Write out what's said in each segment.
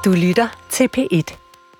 Du lytter til P1.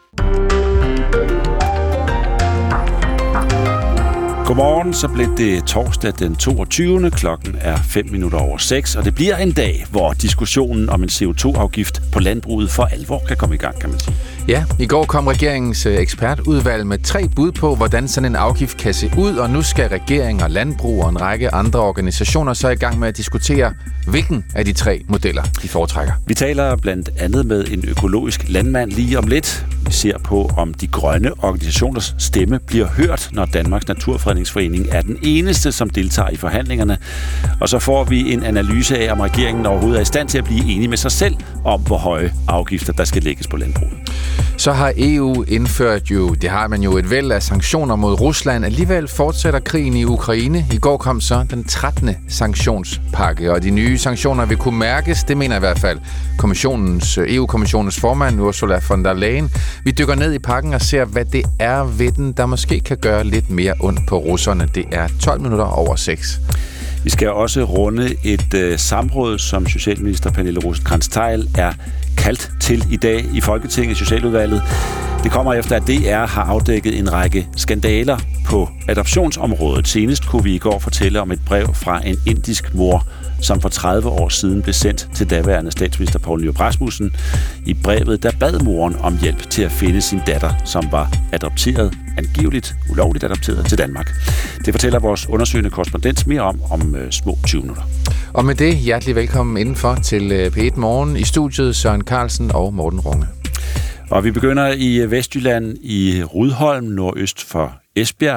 Godmorgen, så blev det torsdag den 22. Klokken er 6:05, og det bliver en dag, hvor diskussionen om en CO2-afgift på landbruget for alvor kan komme i gang, kan man sige. Ja, i går kom regeringens ekspertudvalg med 3 bud på, hvordan sådan en afgift kan se ud, og nu skal regering og landbrug og en række andre organisationer så i gang med at diskutere, hvilken af de 3 modeller de foretrækker. Vi taler blandt andet med en økologisk landmand lige om lidt. Vi ser på, om de grønne organisationers stemme bliver hørt, når Danmarks Naturfredningsforening er den eneste, som deltager i forhandlingerne. Og så får vi en analyse af, om regeringen overhovedet er i stand til at blive enige med sig selv om, hvor høje afgifter, der skal lægges på landbruget. Så har EU indført et væld af sanktioner mod Rusland. Alligevel fortsætter krigen i Ukraine. I går kom så den 13. sanktionspakke, og de nye sanktioner vil kunne mærkes, det mener i hvert fald EU-kommissionens formand Ursula von der Leyen. Vi dykker ned i pakken og ser, hvad det er ved den, der måske kan gøre lidt mere ondt på russerne. Det er 6:12. Vi skal også runde et samråd, som Socialminister Pernille Rosenkrantz-Theil er kaldt til i dag i Folketinget, Socialudvalget. Det kommer efter, at DR har afdækket en række skandaler på adoptionsområdet. Senest kunne vi i går fortælle om et brev fra en indisk mor, som for 30 år siden blev sendt til daværende statsminister Poul Nyrup Rasmussen. I brevet, der bad moren om hjælp til at finde sin datter, som var adopteret, angiveligt ulovligt adopteret til Danmark. Det fortæller vores undersøgende korrespondent mere om små 20 minutter. Og med det, hjertelig velkommen indenfor til P1 Morgen. I studiet Søren Carlsen og Morten Runge. Og vi begynder i Vestjylland i Rudholm, nordøst for Esbjerg.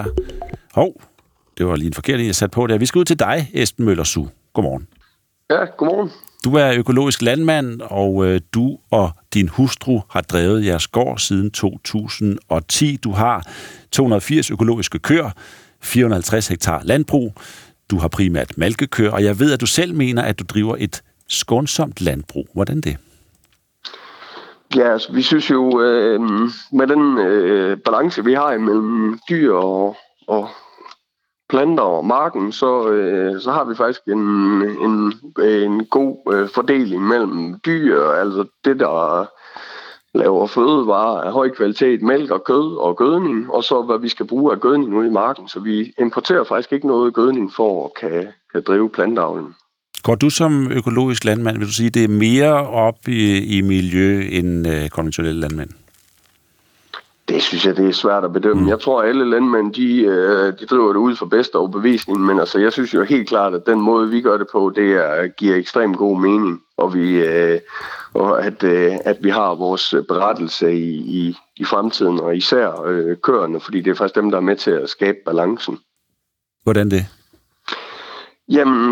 Det var lige en forkert, jeg satte på der. Vi skal ud til dig, Esben Møller-Su. Godmorgen. Ja, godmorgen. Du er økologisk landmand, og du og din hustru har drevet jeres gård siden 2010. Du har 280 økologiske køer, 450 hektar landbrug. Du har primært malkekøer, og jeg ved, at du selv mener, at du driver et skånsomt landbrug. Hvordan det? Ja, altså, vi synes jo, med den balance, vi har mellem dyr og planter og marken, så har vi faktisk en god fordeling mellem dyr, altså det, der laver fødevarer af høj kvalitet, mælk og kød og gødning, og så hvad vi skal bruge af gødning ude i marken. Så vi importerer faktisk ikke noget gødning for at kan drive planteavlen. Går du som økologisk landmand, vil du sige, det er mere op i miljø end konventionelle landmænd? Det synes jeg, det er svært at bedømme. Jeg tror, at alle landmænd, de driver det ud for bedste overbevisning, men altså, jeg synes jo helt klart, at den måde, vi gør det på, giver ekstremt god mening, og at vi har vores berettelse i fremtiden, og især køerne, fordi det er faktisk dem, der er med til at skabe balancen. Hvordan det? Jamen,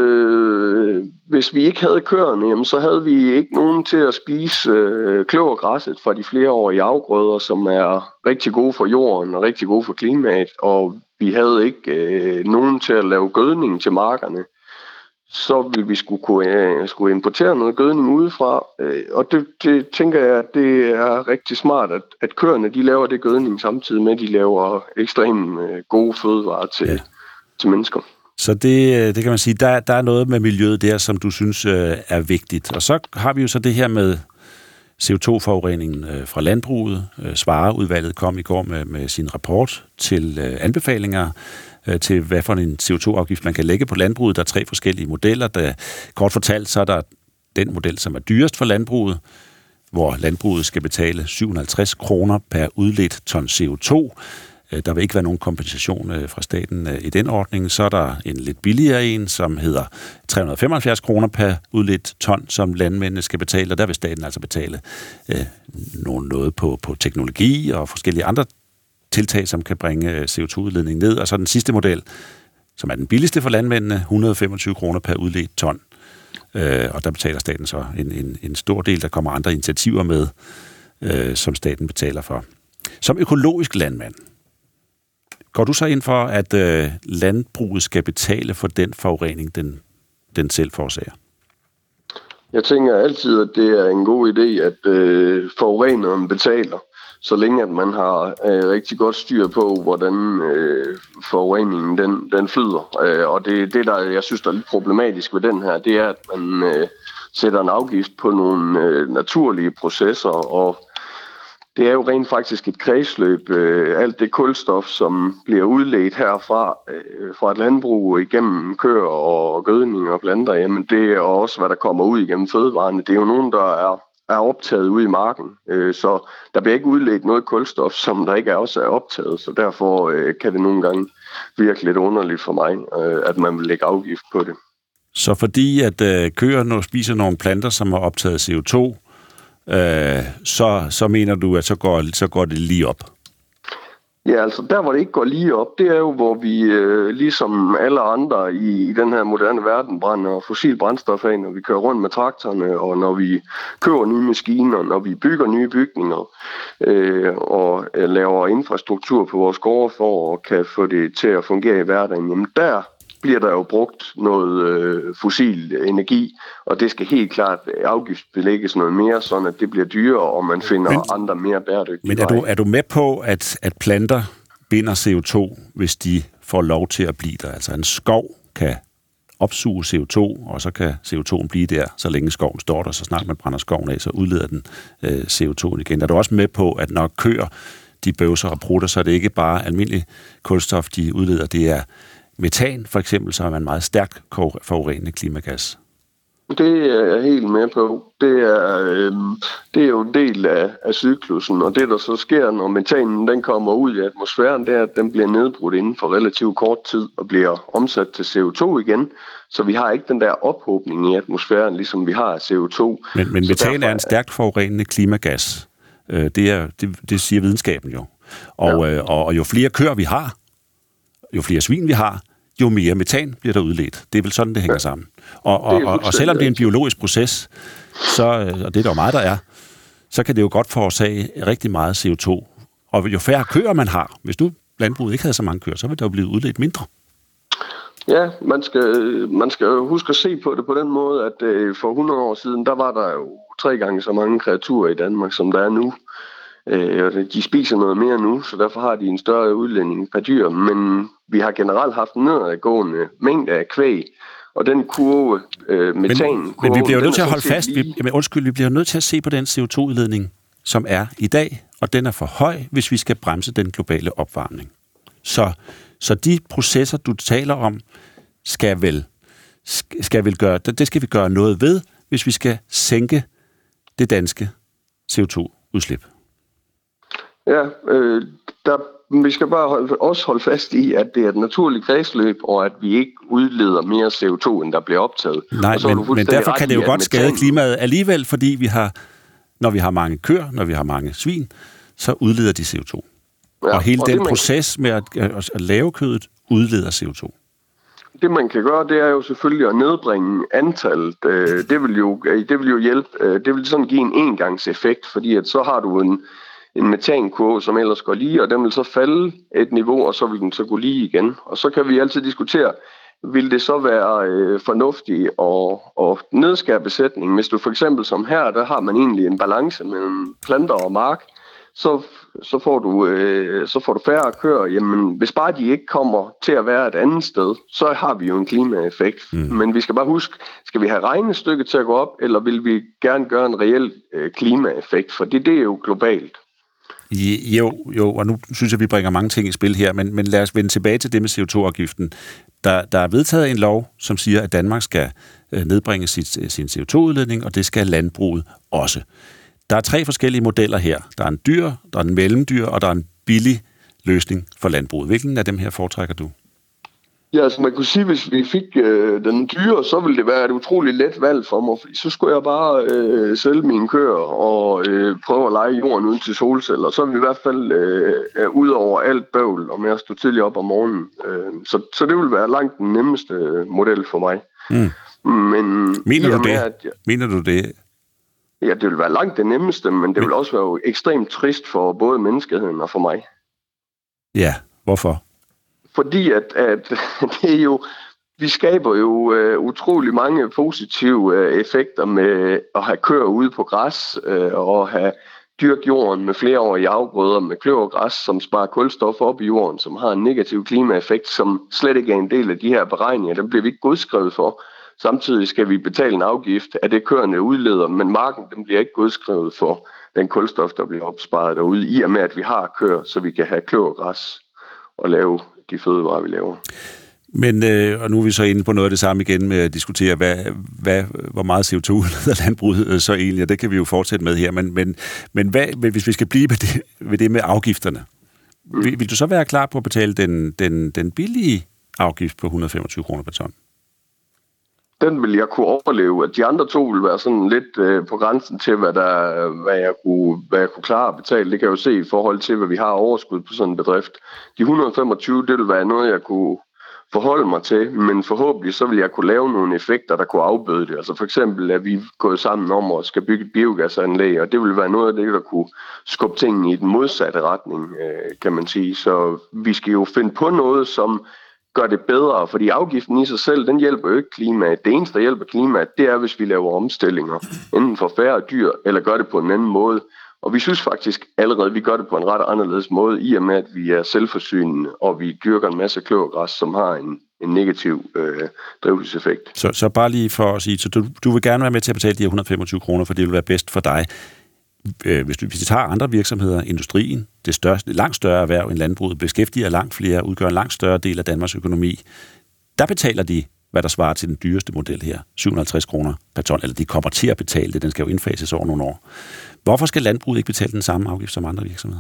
hvis vi ikke havde køerne, jamen, så havde vi ikke nogen til at spise kløvergræsset fra de flereårige afgrøder, som er rigtig gode for jorden og rigtig gode for klimaet, og vi havde ikke nogen til at lave gødning til markerne. Så ville vi skulle importere noget gødning udefra, og det tænker jeg, at det er rigtig smart, at køerne de laver det gødning samtidig med, at de laver ekstremt gode fødevarer til mennesker. Så det kan man sige, der er noget med miljøet der, som du synes er vigtigt. Og så har vi jo så det her med CO2-forureningen fra landbruget. Svareudvalget kom i går med sin rapport til anbefalinger til, hvad for en CO2-afgift man kan lægge på landbruget. Der er 3 forskellige modeller. Kort fortalt, så er der den model, som er dyrest for landbruget, hvor landbruget skal betale 750 kroner per udledt ton CO2. Der vil ikke være nogen kompensation fra staten i den ordning. Så er der en lidt billigere en, som hedder 375 kroner per udledt ton, som landmændene skal betale, og der vil staten altså betale noget på teknologi og forskellige andre tiltag, som kan bringe CO2-udledningen ned. Og så den sidste model, som er den billigste for landmændene, 125 kroner per udledt ton. Og der betaler staten så en stor del. Der kommer andre initiativer med, som staten betaler for. Som økologisk landmand, går du så ind for, at landbruget skal betale for den forurening, den selv forårsager? Jeg tænker altid, at det er en god idé, at forureneren betaler, så længe at man har rigtig godt styr på, hvordan forureningen den flyder. Og det der, jeg synes, der er lidt problematisk ved den her, det er, at man sætter en afgift på nogle naturlige processer, og det er jo rent faktisk et kredsløb. Alt det kulstof, som bliver udledt herfra fra et landbrug igennem køer og gødning og planter, jamen det er også, hvad der kommer ud igennem fødevarene. Det er jo nogen, der er optaget ude i marken. Så der bliver ikke udledt noget kulstof, som der ikke også er optaget. Så derfor kan det nogle gange virke lidt underligt for mig, at man vil lægge afgift på det. Så fordi at køer spiser nogle planter, som har optaget CO2, så mener du, at så går det lige op? Ja, altså der, hvor det ikke går lige op, det er jo, hvor vi ligesom alle andre i den her moderne verden brænder fossil brændstof af, når vi kører rundt med traktorerne, og når vi køber nye maskiner, når vi bygger nye bygninger, og laver infrastruktur på vores gårde for at kan få det til at fungere i hverdagen. Jamen der bliver der jo brugt noget fossil energi, og det skal helt klart afgiftsbelægges noget mere, sådan at det bliver dyrere, og man finder andre mere bæredygtige veje. Men er du med på, at planter binder CO2, hvis de får lov til at blive der? Altså en skov kan opsuge CO2, og så kan CO2'en blive der, så længe skoven står der, så snart man brænder skoven af, så udleder den CO2'en igen. Er du også med på, at når køer de bøvser og prutter, så er det ikke bare almindelig kulstof, de udleder, det er metan, for eksempel, så er man meget stærkt forurenende klimagas. Det er jeg helt med på. Det er jo en del af cyklusen, og det, der så sker, når metanen den kommer ud i atmosfæren, det er, at den bliver nedbrudt inden for relativt kort tid og bliver omsat til CO2 igen. Så vi har ikke den der ophobning i atmosfæren, ligesom vi har af CO2. Men metan er en stærkt forurenende klimagas. Det siger videnskaben jo. Og jo flere køer vi har, jo flere svin vi har, jo mere metan bliver der udledt. Det er vel sådan, det hænger sammen. Og selvom det er en biologisk proces, og det er der jo meget, der er, så kan det jo godt forårsage rigtig meget CO2. Og jo færre køer man har, hvis nu landbruget ikke havde så mange køer, så vil der jo blive udledt mindre. Ja, man skal jo huske at se på det på den måde, at for 100 år siden, der var der jo 3 gange så mange kreaturer i Danmark, som der er nu. De spiser noget mere nu, så derfor har de en større udledning per dyr, men vi har generelt haft en nedadgående mængde af kvæg, og den kurve, metan... Men vi bliver jo nødt til at holde fast, vi bliver nødt til at se på den CO2-udledning, som er i dag, og den er for høj, hvis vi skal bremse den globale opvarmning. Så de processer, du taler om, skal vi gøre noget ved, hvis vi skal sænke det danske CO2-udslip. Ja, vi skal bare holde fast i, at det er et naturligt kredsløb, og at vi ikke udleder mere CO2, end der bliver optaget. Nej, men derfor kan det jo godt skade klimaet alligevel, fordi når vi har mange køer, når vi har mange svin, så udleder de CO2. Ja, og hele den proces med at lave kødet udleder CO2. Det man kan gøre, det er jo selvfølgelig at nedbringe antallet. Det vil jo hjælpe. Det vil sådan give en engangseffekt, fordi at så har du en metankurve, som ellers går lige, og den vil så falde et niveau, og så vil den så gå lige igen. Og så kan vi altid diskutere, vil det så være fornuftigt at nedskære besætningen? Hvis du for eksempel som her, der har man egentlig en balance mellem planter og mark, så får du færre køer. Jamen, hvis bare de ikke kommer til at være et andet sted, så har vi jo en klimaeffekt. Men vi skal bare huske, skal vi have regnestykket til at gå op, eller vil vi gerne gøre en reel klimaeffekt? For det er jo globalt. Jo, og nu synes jeg, vi bringer mange ting i spil her, men lad os vende tilbage til det med CO2-afgiften. Der er vedtaget en lov, som siger, at Danmark skal nedbringe sin CO2-udledning, og det skal landbruget også. Der er 3 forskellige modeller her. Der er en dyr, der er en mellemdyr, og der er en billig løsning for landbruget. Hvilken af dem her foretrækker du? Ja, altså man kunne sige, hvis vi fik den dyre, så ville det være et utroligt let valg for mig, fordi så skulle jeg bare sælge mine køer og prøve at lege jorden ud til solceller. Så er vi i hvert fald ud over alt bøvl og med at stå tidligt op om morgenen. Så det vil være langt den nemmeste model for mig. Men Mener du det? Ja, det vil være langt det nemmeste, men det vil også være ekstremt trist for både menneskeheden og for mig. Ja, hvorfor? Fordi at det er jo, vi skaber jo utrolig mange positive effekter med at have køer ude på græs og have dyrke jorden med flereårige afgrøder med kløvergræs, som sparer kulstof op i jorden, som har en negativ klimaeffekt, som slet ikke er en del af de her beregninger. Dem bliver vi ikke godskrevet for. Samtidig skal vi betale en afgift af det køerne udleder, men marken den bliver ikke godskrevet for den kulstof, der bliver opsparet derude, i og med, at vi har køer, så vi kan have kløvergræs og lave de fødevarer, vi laver. Men, og nu er vi så inde på noget af det samme igen med at diskutere, hvor meget CO2 udleder landbruget så egentlig, og det kan vi jo fortsætte med her. Men hvis vi skal blive ved det med afgifterne, vil du så være klar på at betale den billige afgift på 125 kroner per ton? Den vil jeg kunne overleve. At de andre to vil være sådan lidt på grænsen til, hvad jeg kunne klare at betale. Det kan jeg jo se i forhold til, hvad vi har overskud på sådan en bedrift. De 125, det vil være noget, jeg kunne forholde mig til, men forhåbentlig så vil jeg kunne lave nogle effekter, der kunne afbøde det. Altså for eksempel, at vi gået sammen om at skal bygge et biogasanlæg, og det vil være noget af det, der kunne skubbe tingene i den modsatte retning, kan man sige. Så vi skal jo finde på noget, som gør det bedre, fordi afgiften i sig selv, den hjælper jo ikke klimaet. Det eneste, der hjælper klimaet, det er, hvis vi laver omstillinger, enten for færre dyr, eller gør det på en anden måde. Og vi synes faktisk allerede, at vi gør det på en ret anderledes måde, i og med, at vi er selvforsynende, og vi dyrker en masse kløvergræs, som har en negativ drivhuseffekt. Så bare lige for at sige, så du vil gerne være med til at betale de her 125 kroner, for det vil være bedst for dig. Hvis vi tager andre virksomheder, industrien, det langt større erhverv end landbruget, beskæftiger langt flere, udgør en langt større del af Danmarks økonomi, der betaler de, hvad der svarer til den dyreste model her, 750 kroner per ton, eller de kommer til at betale det, den skal jo indfases over nogle år. Hvorfor skal landbruget ikke betale den samme afgift som andre virksomheder?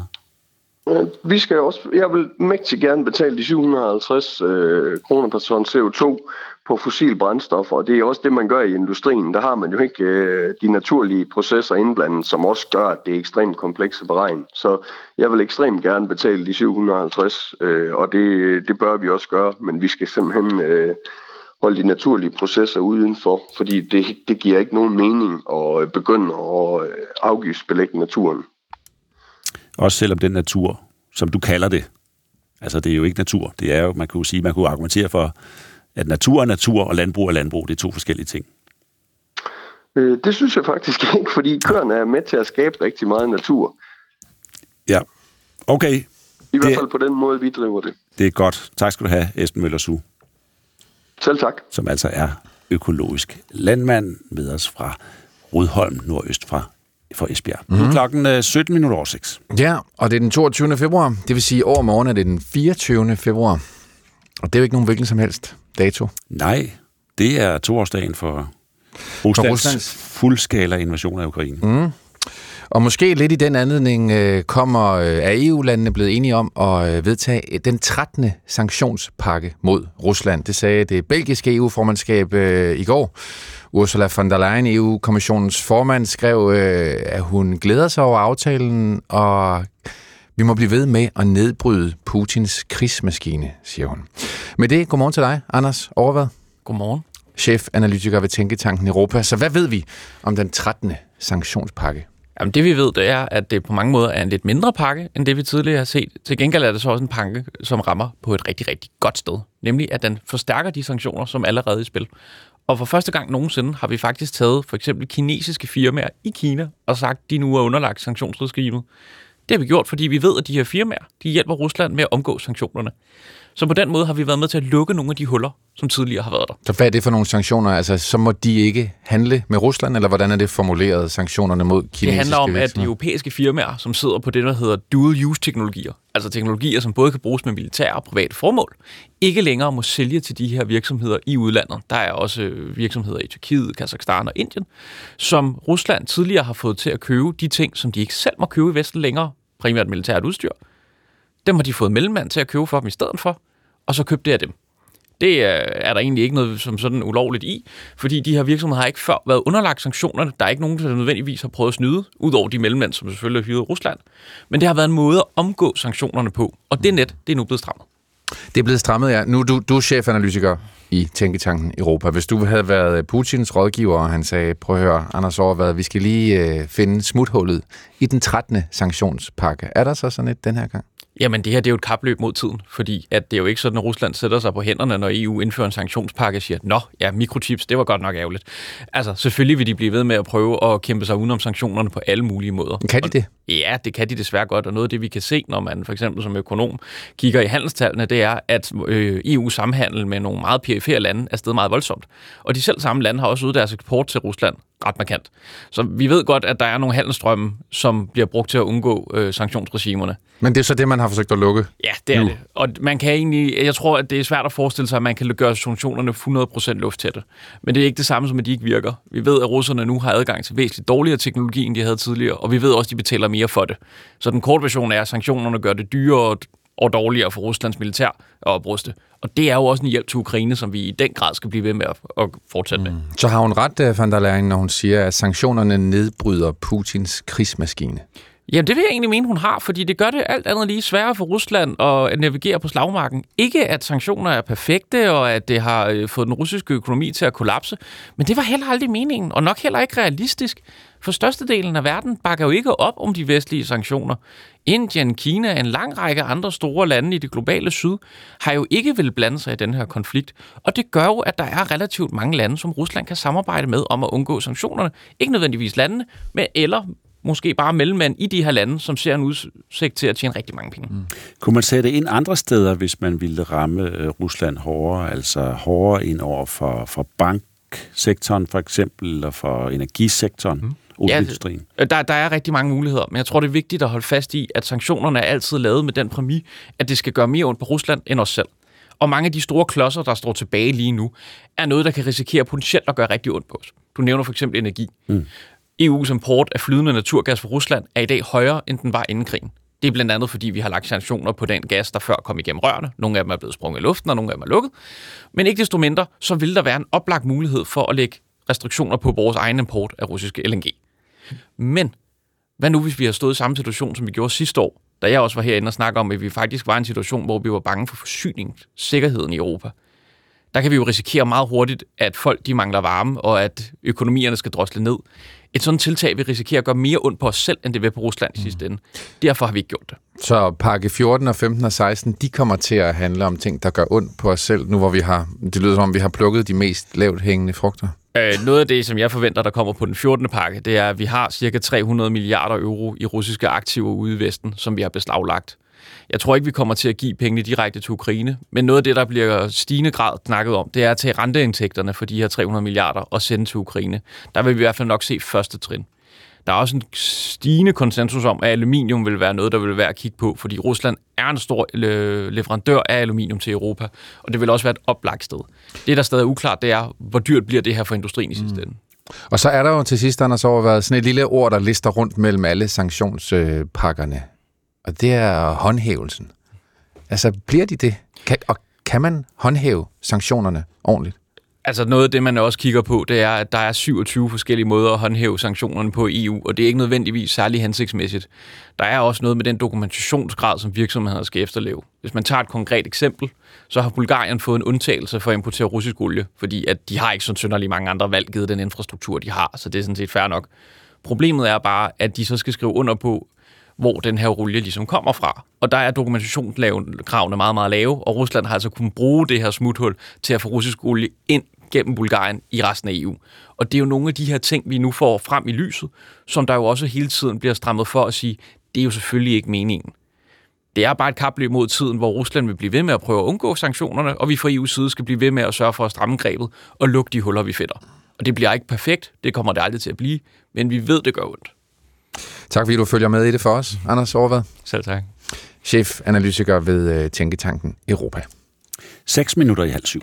Jeg vil mægtig gerne betale de 750 kroner per ton CO2 på fossile brændstoffer, og det er også det, man gør i industrien. Der har man jo ikke de naturlige processer indblandet, som også gør, at det er ekstremt komplekse beregn. Så jeg vil ekstremt gerne betale de 750, og det bør vi også gøre, men vi skal simpelthen holde de naturlige processer udenfor, fordi det giver ikke nogen mening at begynde at afgiftsbelægge naturen. Også selvom den natur, som du kalder det, altså det er jo ikke natur, det er jo, man kunne argumentere for, at natur er natur, og landbrug er landbrug, det er to forskellige ting. Det synes jeg faktisk ikke, fordi køerne er med til at skabe rigtig meget natur. Ja, okay. I hvert fald på den måde, vi driver det. Det er godt. Tak skal du have, Esben Møller-Su. Selv tak. Som altså er økologisk landmand med os fra Rudholm, nordøst for Esbjerg. Nu er klokken 17:17. Ja, og det er den 22. februar. Det vil sige, overmorgen er det den 24. februar. Og det er jo ikke nogen hvilken som helst dato. Nej, det er 2-årsdagen for Ruslands fuldskala invasion af Ukraine. Og måske lidt i den anledning er EU-landene blevet enige om at vedtage den 13. sanktionspakke mod Rusland. Det sagde det belgiske EU-formandskab i går. Ursula von der Leyen, EU-kommissionens formand, skrev, at hun glæder sig over aftalen, og vi må blive ved med at nedbryde Putins krigsmaskine, siger hun. Med det, godmorgen til dig, Anders Overvad. Godmorgen. Chefanalytiker ved Tænketanken Europa. Så hvad ved vi om den 13. sanktionspakke? Jamen det vi ved, det er, at det på mange måder er en lidt mindre pakke, end det vi tidligere har set. Til gengæld er det så også en pakke, som rammer på et rigtig, rigtig godt sted. Nemlig, at den forstærker de sanktioner, som allerede er i spil. Og for første gang nogensinde har vi faktisk taget for eksempel kinesiske firmaer i Kina og sagt, at de nu er underlagt sanktionsregimet. Det har vi gjort, fordi vi ved, at de her firmaer, de hjælper Rusland med at omgå sanktionerne. Så på den måde har vi været med til at lukke nogle af de huller, som tidligere har været der. Så hvad er det for nogle sanktioner? Altså, så må de ikke handle med Rusland, eller hvordan er det formuleret, sanktionerne mod kinesiske virksomheder? Det handler om, at de europæiske firmaer, som sidder på det, der hedder dual-use-teknologier, altså teknologier, som både kan bruges med militære og private formål, ikke længere må sælge til de her virksomheder i udlandet. Der er også virksomheder i Tyrkiet, Kazakhstan og Indien, som Rusland tidligere har fået til at købe de ting, som de ikke selv må købe i Vesten længere, primært militært udstyr. Dem har de fået mellemmand til at købe for dem i stedet for, og så købte det af dem. Det er der egentlig ikke noget som sådan ulovligt i, fordi de her virksomheder har ikke før været underlagt sanktionerne. Der er ikke nogen, der nødvendigvis har prøvet at snyde, udover de mellemmænd, som selvfølgelig har hyret Rusland. Men det har været en måde at omgå sanktionerne på, og det er nu blevet strammet. Det er blevet strammet, ja. Nu du er chefanalytiker i Tænketanken Europa. Hvis du havde været Putins rådgiver, og han sagde, prøv at høre, Anders Overvad, vi skal lige finde smuthullet i den 13. sanktionspakke. Er der så sådan et den her gang? Jamen, det her det er jo et kapløb mod tiden, fordi at det er jo ikke sådan, at Rusland sætter sig på hænderne, når EU indfører en sanktionspakke og siger, nå, ja, mikrochips, det var godt nok ærgerligt. Altså, selvfølgelig vil de blive ved med at prøve at kæmpe sig udenom sanktionerne på alle mulige måder. Kan de det? Ja, det kan de desværre godt, og noget af det, vi kan se, når man for eksempel som økonom kigger i handelstallene, det er, at EU-samhandel med nogle meget perifere lande er steget meget voldsomt. Og de selv samme lande har også øget deres eksport til Rusland ret markant. Så vi ved godt, at der er nogle handelsstrømme, som bliver brugt til at undgå sanktionsregimerne. Men det er så det, man har forsøgt at lukke? Ja, det er det. Og man kan egentlig, jeg tror, at det er svært at forestille sig, at man kan gøre sanktionerne 100% lufttætte. Men det er ikke det samme som, at de ikke virker. Vi ved, at russerne nu har adgang til væsentligt dårligere teknologi, end de havde tidligere, og vi ved også, at de betaler mere for det. Så den korte version er, at sanktionerne gør det dyrere og dårligere for Ruslands militær at opruste. Og det er jo også en hjælp til Ukraine, som vi i den grad skal blive ved med at fortsætte med. Så har hun ret, van der Leyen, når hun siger, at sanktionerne nedbryder Putins krigsmaskine? Jamen, det vil jeg egentlig mene, hun har, fordi det gør det alt andet lige sværere for Rusland at navigere på slagmarken. Ikke at sanktioner er perfekte, og at det har fået den russiske økonomi til at kollapse, men det var heller aldrig meningen, og nok heller ikke realistisk. For størstedelen af verden bakker jo ikke op om de vestlige sanktioner. Indien, Kina og en lang række andre store lande i det globale syd har jo ikke vil blande sig i den her konflikt. Og det gør jo, at der er relativt mange lande, som Rusland kan samarbejde med om at undgå sanktionerne. Ikke nødvendigvis landene, men eller måske bare mellemmænd i de her lande, som ser en udsigt til at tjene rigtig mange penge. Kunne man sætte ind andre steder, hvis man ville ramme Rusland hårdere, altså hårdere ind over for banksektoren for eksempel, og for energisektoren, olieindustrien? Ja, der er rigtig mange muligheder, men jeg tror, det er vigtigt at holde fast i, at sanktionerne er altid lavet med den præmis, at det skal gøre mere ondt på Rusland end os selv. Og mange af de store klodser, der står tilbage lige nu, er noget, der kan risikere potentielt at gøre rigtig ondt på os. Du nævner for eksempel energi. EU's import af flydende naturgas fra Rusland er i dag højere, end den var inden krigen. Det er blandt andet, fordi vi har lagt sanktioner på den gas, der før kom igennem rørene. Nogle af dem er blevet sprunget i luften, og nogle af dem er lukket. Men ikke desto mindre, så vil der være en oplagt mulighed for at lægge restriktioner på vores egen import af russiske LNG. Men hvad nu, hvis vi har stået i samme situation, som vi gjorde sidste år, da jeg også var herinde og snakke om, at vi faktisk var i en situation, hvor vi var bange for forsyningssikkerheden i Europa? Der kan vi jo risikere meget hurtigt, at folk de mangler varme, og at økonomierne skal drosle ned. Et sådan tiltag vil risikere at gøre mere ondt på os selv, end det vil på Rusland i sidste ende. Derfor har vi ikke gjort det. Så pakke 14 og 15 og 16, de kommer til at handle om ting, der gør ondt på os selv, nu hvor det lyder som om, vi har plukket de mest lavt hængende frugter. Noget af det, som jeg forventer, der kommer på den 14. pakke, det er, at vi har cirka 300 milliarder euro i russiske aktiver ude i Vesten, som vi har beslaglagt. Jeg tror ikke, vi kommer til at give pengene direkte til Ukraine, men noget af det, der bliver stigende grad snakket om, det er at tage renteindtægterne for de her 300 milliarder og sende til Ukraine. Der vil vi i hvert fald nok se første trin. Der er også en stigende konsensus om, at aluminium vil være noget, der vil være at kigge på, fordi Rusland er en stor leverandør af aluminium til Europa, og det vil også være et oplagt sted. Det, der stadig er uklart, det er, hvor dyrt bliver det her for industrien i sidste ende. Og så er der jo til sidst, Anders, været sådan et lille ord, der lister rundt mellem alle sanktionspakkerne. Og det er håndhævelsen. Altså, bliver de det? Kan man håndhæve sanktionerne ordentligt? Altså noget af det, man også kigger på, det er, at der er 27 forskellige måder at håndhæve sanktionerne på i EU, og det er ikke nødvendigvis særlig hensigtsmæssigt. Der er også noget med den dokumentationsgrad, som virksomheder skal efterleve. Hvis man tager et konkret eksempel, så har Bulgarien fået en undtagelse for at importere russisk olie, fordi at de har ikke så synderligt mange andre valg givet den infrastruktur, de har, så det er sådan set fair nok. Problemet er bare, at de så skal skrive under på, hvor den her olie ligesom kommer fra. Og der er dokumentationskravene meget, meget lave, og Rusland har altså kunnet bruge det her smuthul til at få russisk olie ind gennem Bulgarien i resten af EU. Og det er jo nogle af de her ting, vi nu får frem i lyset, som der jo også hele tiden bliver strammet for at sige, det er jo selvfølgelig ikke meningen. Det er bare et kapløb mod tiden, hvor Rusland vil blive ved med at prøve at undgå sanktionerne, og vi fra EU's side skal blive ved med at sørge for at stramme grebet og lukke de huller, vi finder. Og det bliver ikke perfekt, det kommer det aldrig til at blive, men vi ved, det gør ondt. Tak fordi du følger med i det for os, Anders Overvad. Selv tak. Chefanalytiker ved Tænketanken Europa. 6:06.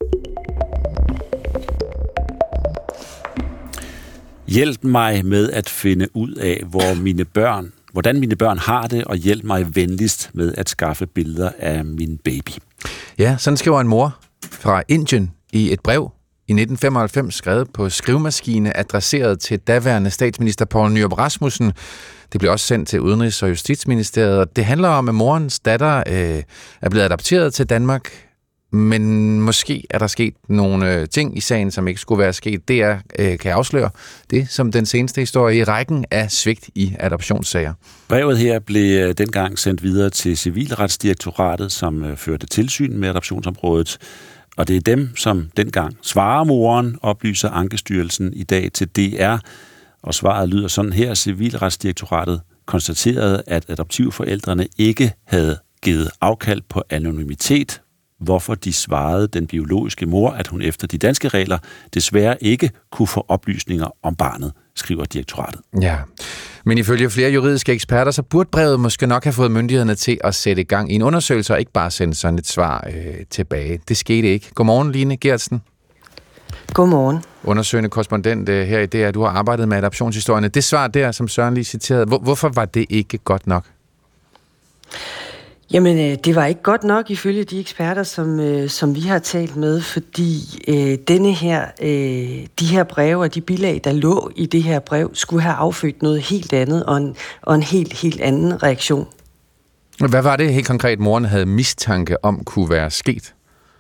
Hjælp mig med at finde ud af, hvordan mine børn har det, og hjælp mig venligst med at skaffe billeder af min baby. Ja, sådan skriver en mor fra Indien i et brev i 1995, skrevet på skrivemaskine, adresseret til daværende statsminister Poul Nyrup Rasmussen. Det blev også sendt til Udenrigs- og Justitsministeriet. Det handler om, at morens datter er blevet adopteret til Danmark, Men måske er der sket nogle ting i sagen, som ikke skulle være sket. Det kan afsløre det som den seneste historie i rækken af svigt i adoptionssager. Brevet her blev dengang sendt videre til Civilretsdirektoratet, som førte tilsyn med adoptionsområdet. Og det er dem, som dengang svarer moren, oplyser Ankestyrelsen i dag til DR. Og svaret lyder sådan her: Civilretsdirektoratet konstaterede, at adoptivforældrene ikke havde givet afkald på anonymitet, hvorfor de svarede den biologiske mor, at hun efter de danske regler desværre ikke kunne få oplysninger om barnet, skriver direktoratet. Ja, men ifølge flere juridiske eksperter, så burde brevet måske nok have fået myndighederne til at sætte i gang i en undersøgelse og ikke bare sende sådan et svar tilbage. Det skete ikke. Godmorgen, Line Gertsen. Godmorgen. Undersøgende korrespondent her i DR. Du har arbejdet med adoptionshistorierne. Det svar der, som Søren lige citerede, hvorfor var det ikke godt nok? Jamen, det var ikke godt nok ifølge de eksperter, som vi har talt med, fordi de her breve og de bilag, der lå i det her brev, skulle have affødt noget helt andet og en helt anden reaktion. Hvad var det helt konkret, moren havde mistanke om kunne være sket?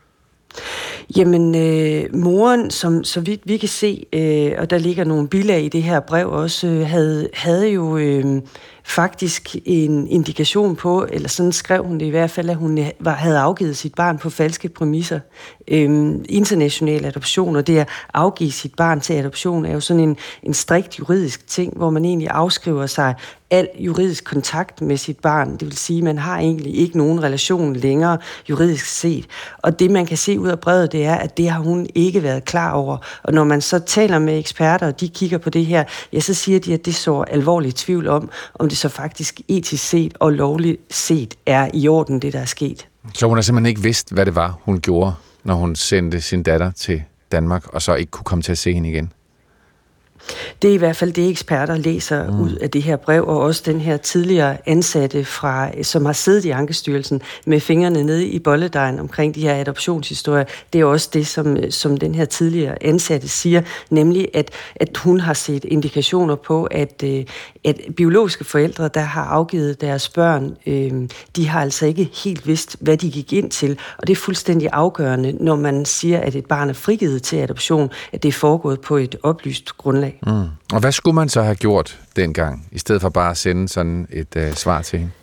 Jamen, moren, så vidt vi kan se, og der ligger nogle bilag i det her brev også, havde jo faktisk en indikation på, eller sådan skrev hun det i hvert fald, at hun havde afgivet sit barn på falske præmisser. International adoption, og det at afgive sit barn til adoption, er jo sådan en strikt juridisk ting, hvor man egentlig afskriver sig al juridisk kontakt med sit barn. Det vil sige, at man har egentlig ikke nogen relation længere juridisk set. Og det, man kan se ud af brevet, det er, at det har hun ikke været klar over. Og når man så taler med eksperter, og de kigger på det her, ja, så siger de, at det så alvorligt tvivl om det så faktisk etisk set og lovligt set er i orden, det der er sket. Så hun har simpelthen ikke vidst, hvad det var, hun gjorde, når hun sendte sin datter til Danmark, og så ikke kunne komme til at se hende igen? Det er i hvert fald det, eksperter læser ud af det her brev, og også den her tidligere ansatte, som har siddet i Ankestyrelsen med fingrene nede i bolledejen omkring de her adoptionshistorier. Det er også det, som den her tidligere ansatte siger, nemlig at hun har set indikationer på, at biologiske forældre, der har afgivet deres børn, de har altså ikke helt vidst, hvad de gik ind til. Og det er fuldstændig afgørende, når man siger, at et barn er frigivet til adoption, at det er foregået på et oplyst grundlag. Og hvad skulle man så have gjort dengang, i stedet for bare at sende sådan et svar til hende?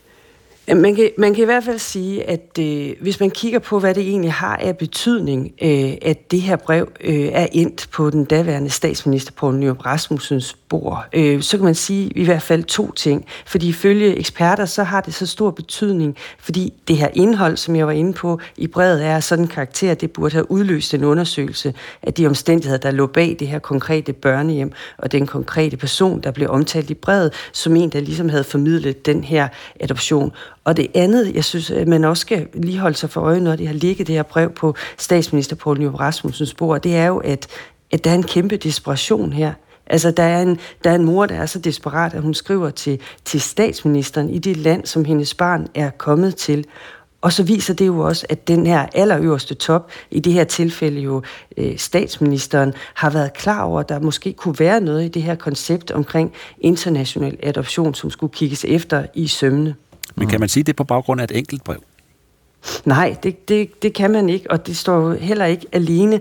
Man kan i hvert fald sige, at hvis man kigger på, hvad det egentlig har af betydning, at det her brev er endt på den daværende statsminister Poul Nyrup Rasmussens bord, så kan man sige i hvert fald 2 ting. Fordi ifølge eksperter, så har det så stor betydning, fordi det her indhold, som jeg var inde på i brevet, er sådan en karakter, at det burde have udløst en undersøgelse af de omstændigheder, der lå bag det her konkrete børnehjem, og den konkrete person, der blev omtalt i brevet, som en, der ligesom havde formidlet den her adoption. Og det andet, jeg synes, at man også skal lige holde sig for øje, når det har ligget det her brev på statsminister Poul Nyrup Rasmussens bord, det er jo, at der er en kæmpe desperation her. Altså, der er en mor, der er så desperat, at hun skriver til statsministeren i det land, som hendes barn er kommet til. Og så viser det jo også, at den her allerøverste top, i det her tilfælde jo statsministeren, har været klar over, at der måske kunne være noget i det her koncept omkring international adoption, som skulle kigges efter i sømmene. Men kan man sige det på baggrund af et enkelt brev? Nej, det kan man ikke, og det står jo heller ikke alene.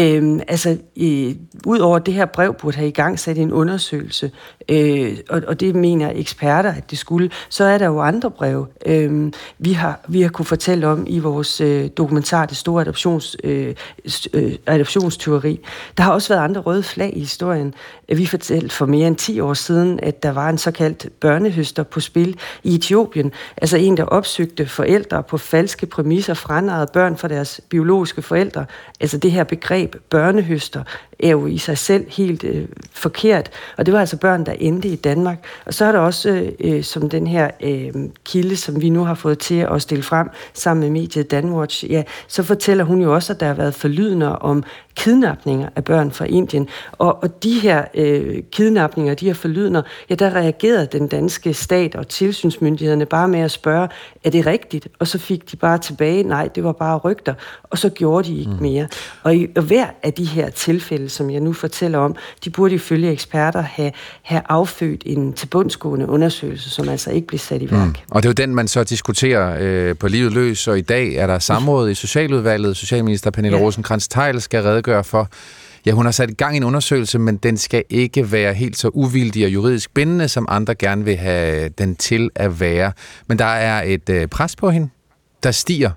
Udover det her brev burde have i gang sat en undersøgelse, og det mener eksperter, at det skulle, så er der jo andre breve. Vi har kunne fortælle om i vores dokumentar, det store adoptionsteori. Der har også været andre røde flag i historien. Vi fortalte for mere end 10 år siden, at der var en såkaldt børnehøster på spil i Etiopien. Altså en, der opsøgte forældre på falske præmisser, franarrede børn fra deres biologiske forældre. Altså det her begreb børnehøster er jo i sig selv helt forkert, og det var altså børn, der endte i Danmark. Og så er der også, som den her kilde, som vi nu har fået til at stille frem sammen med mediet Danwatch, ja, så fortæller hun jo også, at der har været forlydender om kidnapninger af børn fra Indien. Og de her kidnapninger, de her forlydender, ja, der reagerede den danske stat og tilsynsmyndighederne bare med at spørge, er det rigtigt? Og så fik de bare tilbage, nej, det var bare rygter, og så gjorde de ikke mere. Og i hver af de her tilfælde, tilfælde, som jeg nu fortæller om, de burde ifølge eksperter have affødt en tilbundsgående undersøgelse, som altså ikke blev sat i værk. Og det er jo den, man så diskuterer på livet løs, og i dag er der samråd i Socialudvalget. Socialminister Pernille Rosenkrantz-Theil skal redegøre for. Ja, hun har sat i gang en undersøgelse, men den skal ikke være helt så uvildig og juridisk bindende, som andre gerne vil have den til at være. Men der er et pres på hende, der stiger.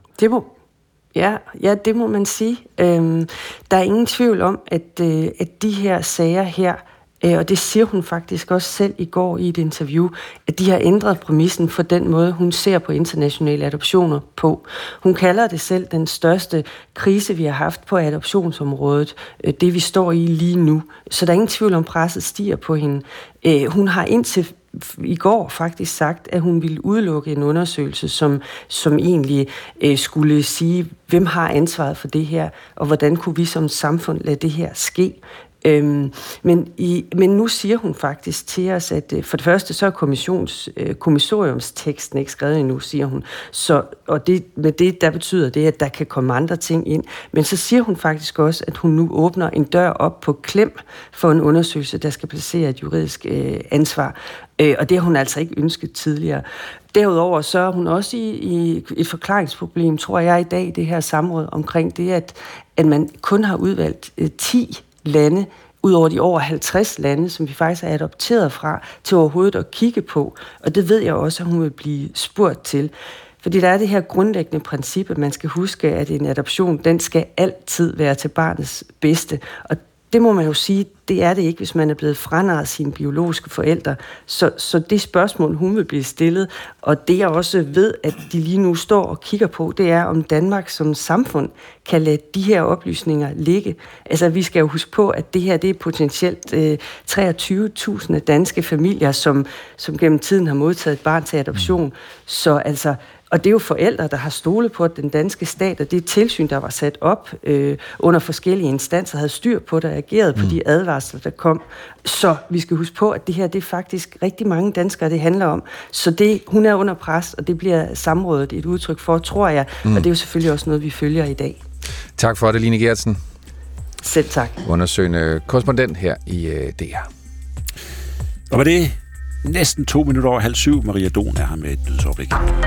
Det må man sige. Der er ingen tvivl om, at de her sager her, og det siger hun faktisk også selv i går i et interview, at de har ændret præmissen for den måde, hun ser på internationale adoptioner på. Hun kalder det selv den største krise, vi har haft på adoptionsområdet, det vi står i lige nu. Så der er ingen tvivl om, presset stiger på hende. Hun har indtil i går faktisk sagt, at hun ville udelukke en undersøgelse, som egentlig skulle sige, hvem har ansvaret for det her, og hvordan kunne vi som samfund lade det her ske. Men nu siger hun faktisk til os, at for det første så er kommissoriumsteksten ikke skrevet endnu, siger hun. Og det der betyder det, at der kan komme andre ting ind. Men så siger hun faktisk også, at hun nu åbner en dør op på klem for en undersøgelse, der skal placere et juridisk ansvar. Og det har hun altså ikke ønsket tidligere. Derudover så er hun også i et forklaringsproblem, tror jeg i dag, det her samråd omkring det, at man kun har udvalgt 10 lande, ud over de over 50 lande, som vi faktisk er adopteret fra, til overhovedet at kigge på. Og det ved jeg også, at hun vil blive spurgt til. Fordi der er det her grundlæggende princip, at man skal huske, at en adoption, den skal altid være til barnets bedste. Og det må man jo sige, det er det ikke, hvis man er blevet franarret sine biologiske forældre. Så det spørgsmål, hun vil blive stillet, og det jeg også ved, at de lige nu står og kigger på, det er, om Danmark som samfund kan lade de her oplysninger ligge. Altså, vi skal jo huske på, at det her, det er potentielt 23.000 danske familier, som gennem tiden har modtaget et barn til adoption. Så altså, og det er jo forældre, der har stolet på, at den danske stat, og det tilsyn, der var sat op under forskellige instanser, havde styr på det og ageret på de advarsler, der kom. Så vi skal huske på, at det her, det er faktisk rigtig mange danskere, det handler om. Så hun er under pres, og det bliver samrådet et udtryk for, tror jeg. Og det er jo selvfølgelig også noget, vi følger i dag. Tak for det, Line Geertsen. Selv tak. Undersøgende korrespondent her i DR. Og med det næsten 2 minutter over 6:30. Maria Don er her med et nyhedsoverblik.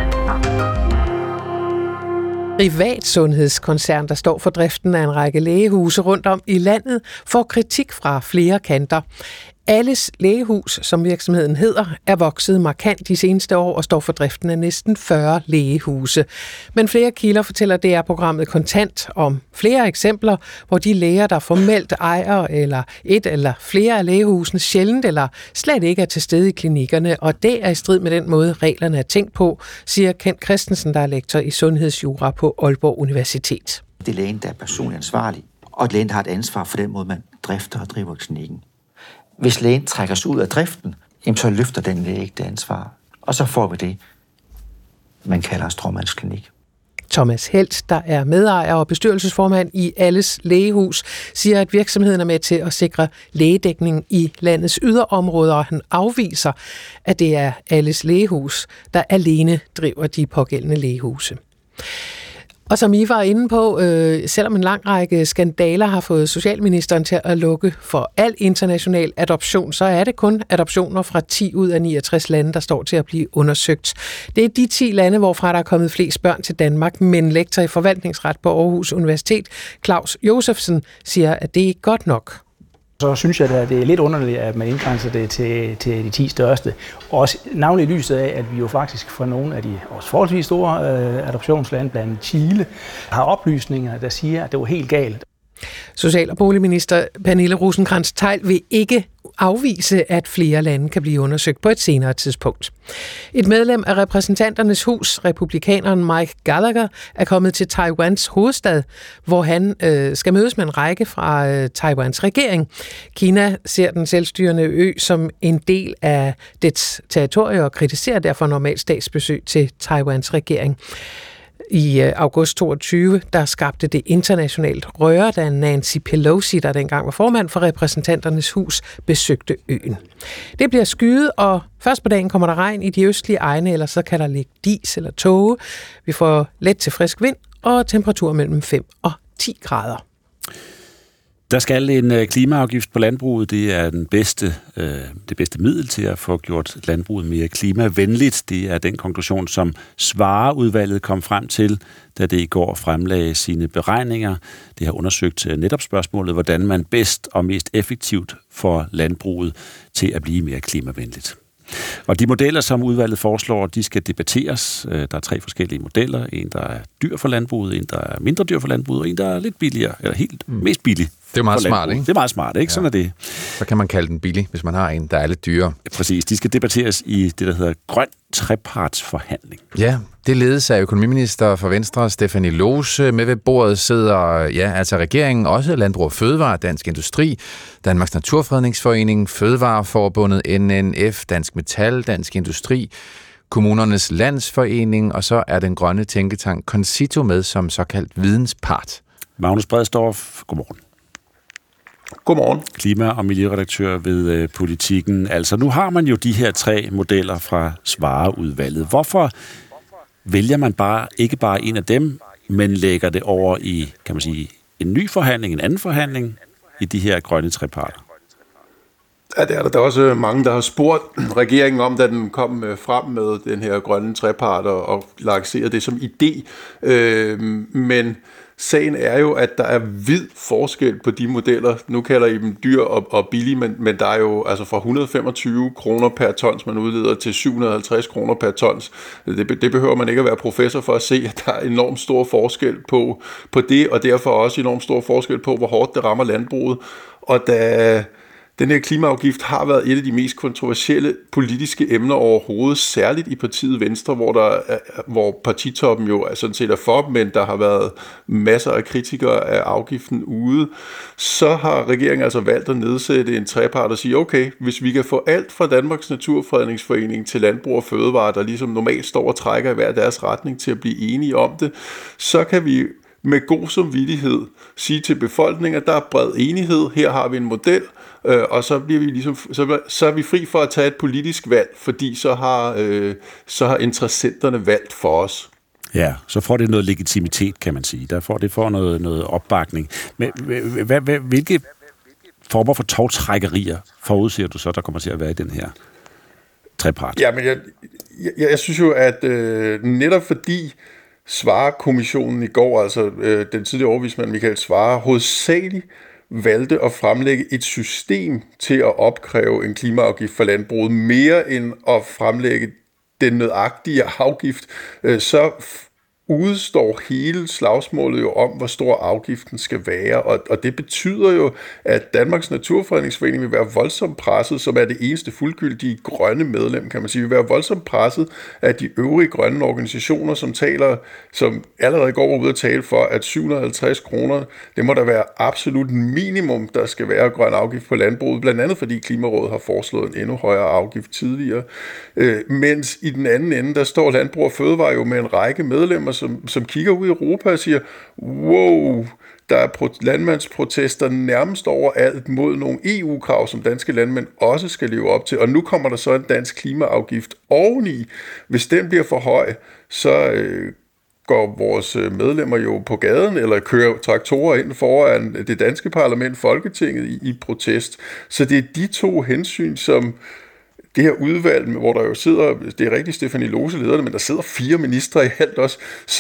Privat sundhedskoncern, der står for driften af en række lægehuse rundt om i landet, får kritik fra flere kanter. Alles Lægehus, som virksomheden hedder, er vokset markant de seneste år og står for driften af næsten 40 lægehuse. Men flere kilder fortæller DR-programmet Kontant om flere eksempler, hvor de læger, der formelt ejer eller et eller flere af lægehusene, sjældent eller slet ikke er til stede i klinikkerne, og det er i strid med den måde, reglerne er tænkt på, siger Kent Christensen, der er lektor i sundhedsjura på Aalborg Universitet. Det er lægen, der er personligt ansvarlig, og lægen har et ansvar for den måde, man drifter og driver klinikken. Hvis lægen trækker sig ud af driften, så løfter den læge ikke det ansvar. Og så får vi det, man kalder stråmandsklinik. Thomas Helt, der er medejer og bestyrelsesformand i Alles Lægehus, siger, at virksomheden er med til at sikre lægedækning i landets yderområder, og han afviser, at det er Alles Lægehus, der alene driver de pågældende lægehuse. Og som I var inde på, selvom en lang række skandaler har fået socialministeren til at lukke for al international adoption, så er det kun adoptioner fra 10 ud af 69 lande, der står til at blive undersøgt. Det er de 10 lande, hvorfra der er kommet flest børn til Danmark, men lektor i forvaltningsret på Aarhus Universitet, Claus Josefsen, siger, at det er ikke godt nok. Så synes jeg, at det er lidt underligt, at man indgrænser det til de 10 største. Også navnlig i lyset af, at vi jo faktisk fra nogle af de også forholdsvis store adoptionslande, blandt Chile, har oplysninger, der siger, at det var helt galt. Social- og boligminister Pernille Rosenkrantz-Theil vil ikke afvise, at flere lande kan blive undersøgt på et senere tidspunkt. Et medlem af repræsentanternes hus, republikaneren Mike Gallagher, er kommet til Taiwans hovedstad, hvor han skal mødes med en række fra Taiwans regering. Kina ser den selvstyrende ø som en del af dets territorie og kritiserer derfor normalt statsbesøg til Taiwans regering. I august 22, der skabte det internationalt røre, da Nancy Pelosi, der dengang var formand for repræsentanternes hus, besøgte øen. Det bliver skyet, og først på dagen kommer der regn i de østlige egne, eller så kan der ligge dis eller tåge. Vi får let til frisk vind og temperatur mellem 5 og 10 grader. Der skal en klimaafgift på landbruget. Det er det bedste middel til at få gjort landbruget mere klimavenligt. Det er den konklusion, som Svareudvalget kom frem til, da det i går fremlagde sine beregninger. Det har undersøgt netop spørgsmålet, hvordan man bedst og mest effektivt får landbruget til at blive mere klimavenligt. Og de modeller, som udvalget foreslår, de skal debatteres. Der er 3 forskellige modeller. En, der er dyr for landbruget, en, der er mindre dyr for landbruget, og en, der er lidt billigere, eller helt mest billig. Det er meget smart, ikke? Det er meget smart, ikke? Ja. Sådan er det. Så kan man kalde den billig, hvis man har en, der er lidt dyrere. Præcis. De skal debatteres i det, der hedder grøn trepartsforhandling. Ja, det ledes af økonomiminister for Venstre, Stephanie Lose. Med ved bordet sidder altså regeringen, også Landbrug og Fødevare, Dansk Industri, Danmarks Naturfredningsforening, Fødevareforbundet, NNF, Dansk Metal, Dansk Industri, Kommunernes Landsforening, og så er den grønne tænketank Concito med som såkaldt videnspart. Magnus Bredsdorff, godmorgen. Godmorgen. Klima- og miljøredaktør ved Politikken. Altså, nu har man jo de her 3 modeller fra Svareudvalget. Hvorfor vælger man ikke bare en af dem, men lægger det over i, kan man sige, en ny forhandling, en anden forhandling i de her grønne treparter? Ja, det er der er også mange, der har spurgt regeringen om, da den kom frem med den her grønne trepart og lancerede det som idé. Men sagen er jo, at der er vid forskel på de modeller. Nu kalder I dem dyr og billige, men der er jo altså fra 125 kroner per tons, man udleder, til 750 kroner per tons. Det behøver man ikke at være professor for at se, at der er enormt stor forskel på det, og derfor også enormt stor forskel på, hvor hårdt det rammer landbruget. Og da den her klimaafgift har været et af de mest kontroversielle politiske emner overhovedet, særligt i partiet Venstre, hvor partitoppen jo sådan set er for, men der har været masser af kritikere af afgiften ude. Så har regeringen altså valgt at nedsætte en trepart og sige, okay, hvis vi kan få alt fra Danmarks Naturfredningsforening til Landbrug og Fødevare, der ligesom normalt står og trækker i hver deres retning til at blive enige om det, så kan vi med god samvittighed sige til befolkningen, at der er bred enighed, her har vi en model, og så bliver vi så er vi fri for at tage et politisk valg, fordi så har interessenterne valgt for os. Ja, så får det noget legitimitet, kan man sige. Det får noget opbakning. Men hvilke former for tovtrækkerier forudser du så, der kommer til at være i den her trepart? Ja, men jeg synes jo, at netop fordi Svarekommissionen i går, altså den tidligere overvismand Michael Svare, hovedsageligt valgte at fremlægge et system til at opkræve en klimaafgift for landbruget, mere end at fremlægge den nødagtige afgift, så udstår hele slagsmålet jo om, hvor stor afgiften skal være, og det betyder jo, at Danmarks Naturfredningsforening vil være voldsomt presset, som er det eneste fuldgyldige grønne medlem, kan man sige, vil være voldsomt presset af de øvrige grønne organisationer, som allerede går ud og tale for, at 750 kroner, det må der være absolut minimum, der skal være grøn afgift på landbruget, blandt andet fordi Klimarådet har foreslået en endnu højere afgift tidligere. Mens i den anden ende, der står Landbrug og Fødevare jo med en række medlemmer, som kigger ud i Europa og siger, wow, der er landmandsprotester nærmest overalt mod nogle EU-krav, som danske landmænd også skal leve op til. Og nu kommer der så en dansk klimaafgift oveni. Hvis den bliver for høj, så går vores medlemmer jo på gaden, eller kører traktorer ind foran det danske parlament, Folketinget, i protest. Så det er de 2 hensyn, som det her udvalg, hvor der jo sidder, det er rigtigt, Stephanie Lose leder det, men der sidder 4 ministre i alt også,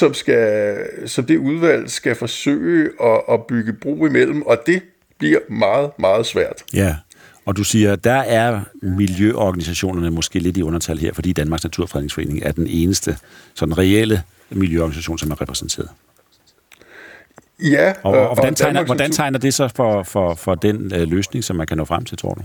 som det udvalg skal forsøge at bygge bro imellem, og det bliver meget, meget svært. Ja, og du siger, der er miljøorganisationerne måske lidt i undertal her, fordi Danmarks Naturfredningsforening er den eneste sådan reelle miljøorganisation, som er repræsenteret. Ja. Og hvordan tegner det så for den løsning, som man kan nå frem til, tror du?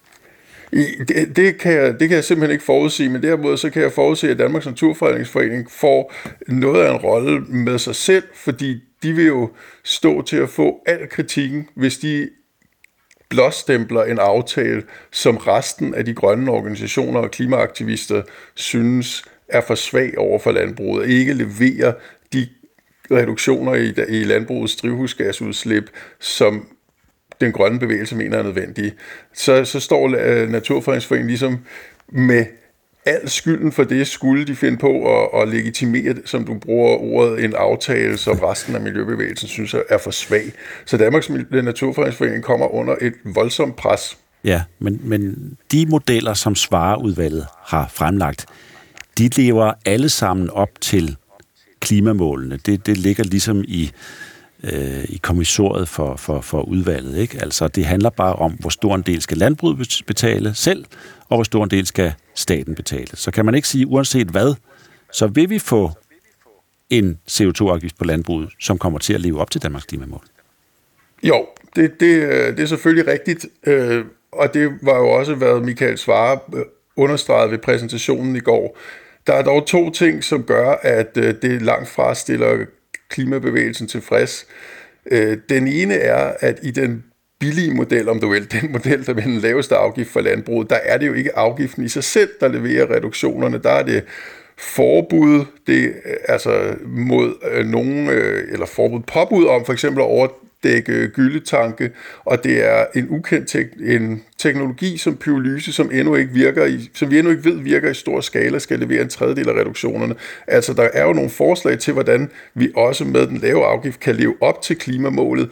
Det kan jeg simpelthen ikke forudsige, men derimod så kan jeg forudse, at Danmarks Naturfredningsforening får noget af en rolle med sig selv, fordi de vil jo stå til at få al kritikken, hvis de blåstempler en aftale, som resten af de grønne organisationer og klimaaktivister synes er for svag over for landbruget, og ikke leverer de reduktioner i landbrugets drivhusgasudslip, som den grønne bevægelse mener er nødvendige, så står Naturfredningsforeningen ligesom med al skylden for det skulle de finde på at legitimere, som du bruger ordet, en aftale, som resten af miljøbevægelsen synes er for svag. Så Danmarks Naturfredningsforening kommer under et voldsomt pres. Ja, men de modeller, som Svarerudvalget har fremlagt, de lever alle sammen op til klimamålene. Det ligger ligesom i kommissoriet for udvalget, ikke? Altså, det handler bare om, hvor stor en del skal landbruget betale selv, og hvor stor en del skal staten betale. Så kan man ikke sige, uanset hvad, så vil vi få en CO2-afgift på landbruget, som kommer til at leve op til Danmarks klimamål. Jo, det er selvfølgelig rigtigt, og det var jo også, hvad Michael Svarer understregede ved præsentationen i går. Der er dog 2 ting, som gør, at det langt fra stiller klimabevægelsen tilfreds. Den ene er, at i den billige model, om du vil, den model, der vil den laveste afgift for landbruget, der er det jo ikke afgiften i sig selv, der leverer reduktionerne. Der er det forbud, det altså mod nogen, eller forbud påbud om for eksempel at overdække gylletanke, og det er en ukendt en teknologi som pyrolyse, som vi endnu ikke ved virker i stor skala, skal levere en tredjedel af reduktionerne. Altså der er jo nogle forslag til, hvordan vi også med den lave afgift kan leve op til klimamålet,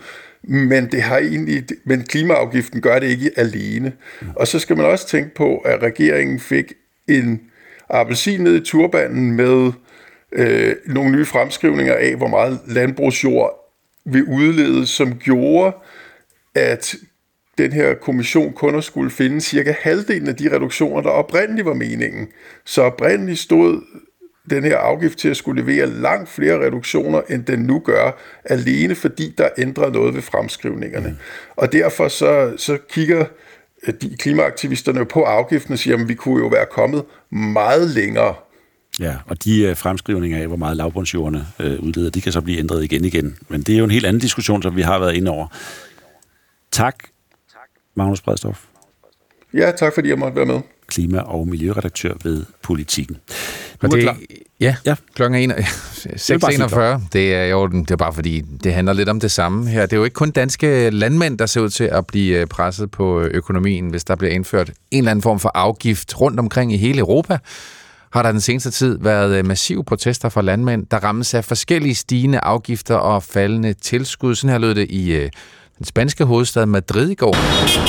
men klimaafgiften gør det ikke alene. Og så skal man også tænke på, at regeringen fik en appelsin ned i turbanen med nogle nye fremskrivninger af, hvor meget landbrugsjord vil udlede, som gjorde, at den her kommission kun skulle finde cirka halvdelen af de reduktioner, der oprindeligt var meningen. Så oprindeligt stod den her afgift til at skulle levere langt flere reduktioner, end den nu gør, alene fordi der ændrer noget ved fremskrivningerne. Og derfor så kigger de klimaaktivisterne på afgiften og siger, at vi kunne jo være kommet meget længere. Ja, og de fremskrivninger af, hvor meget lavbundsjordene udleder, de kan så blive ændret igen. Men det er jo en helt anden diskussion, som vi har været inde over. Tak, Magnus Bredsdorff. Ja, tak fordi jeg måtte være med. Klima- og miljøredaktør ved Politiken. Og klokken er 6.41. Det er i orden. Det er bare fordi, det handler lidt om det samme her. Det er jo ikke kun danske landmænd, der ser ud til at blive presset på økonomien, hvis der bliver indført en eller anden form for afgift rundt omkring i hele Europa. Har der den seneste tid været massive protester fra landmænd, der rammes af forskellige stigende afgifter og faldende tilskud. Sådan her lød det i den spanske hovedstad Madrid i går.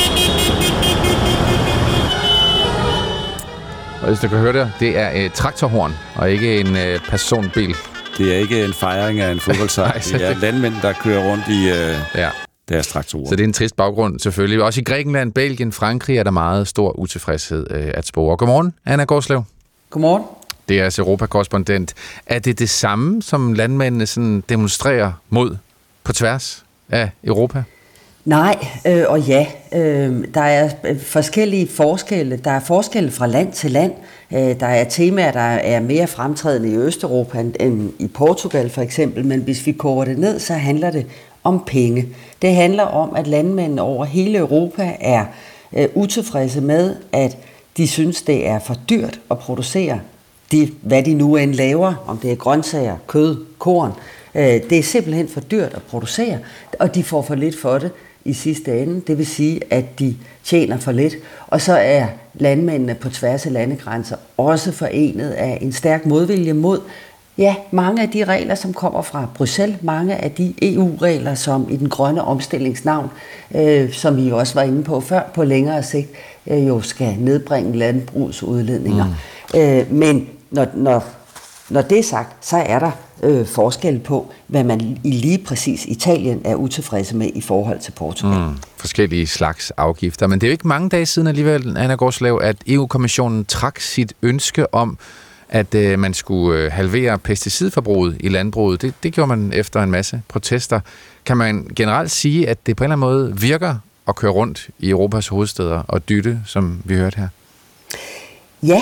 Og hvis du kan høre det er et traktorhorn, og ikke en personbil. Det er ikke en fejring af en fodboldsejr. Det er landmænd, der kører rundt i deres traktorer. Så det er en trist baggrund selvfølgelig. Også i Grækenland, Belgien, Frankrig er der meget stor utilfredshed at spore. Godmorgen, Anna Gårdslev. Godmorgen. Det er jeres Europakorrespondent. Er det det samme, som landmændene sådan demonstrerer mod på tværs af Europa? Nej, og ja. Der er forskellige forskelle. Der er forskelle fra land til land. Der er temaer, der er mere fremtrædende i Østeuropa end i Portugal for eksempel, men hvis vi koger det ned, så handler det om penge. Det handler om, at landmændene over hele Europa er utilfredse med, at de synes, det er for dyrt at producere hvad de nu end laver, om det er grøntsager, kød, korn. Det er simpelthen for dyrt at producere, og de får for lidt for det i sidste ende. Det vil sige, at de tjener for lidt. Og så er landmændene på tværs af landegrænser også forenet af en stærk modvilje mod mange af de regler, som kommer fra Bruxelles, mange af de EU-regler, som i den grønne omstillingsnavn, som vi også var inde på før, på længere sigt, jo skal nedbringe landbrugsudledninger. Men når det er sagt, så er der forskel på, hvad man i lige præcis Italien er utilfredse med i forhold til Portugal. Forskellige slags afgifter. Men det er jo ikke mange dage siden alligevel, Anna Gårdslev, at EU-kommissionen trak sit ønske om, at man skulle halvere pesticidforbruget i landbruget. Det gjorde man efter en masse protester. Kan man generelt sige, at det på en eller anden måde virker at køre rundt i Europas hovedstæder og dytte, som vi hørte her? Ja,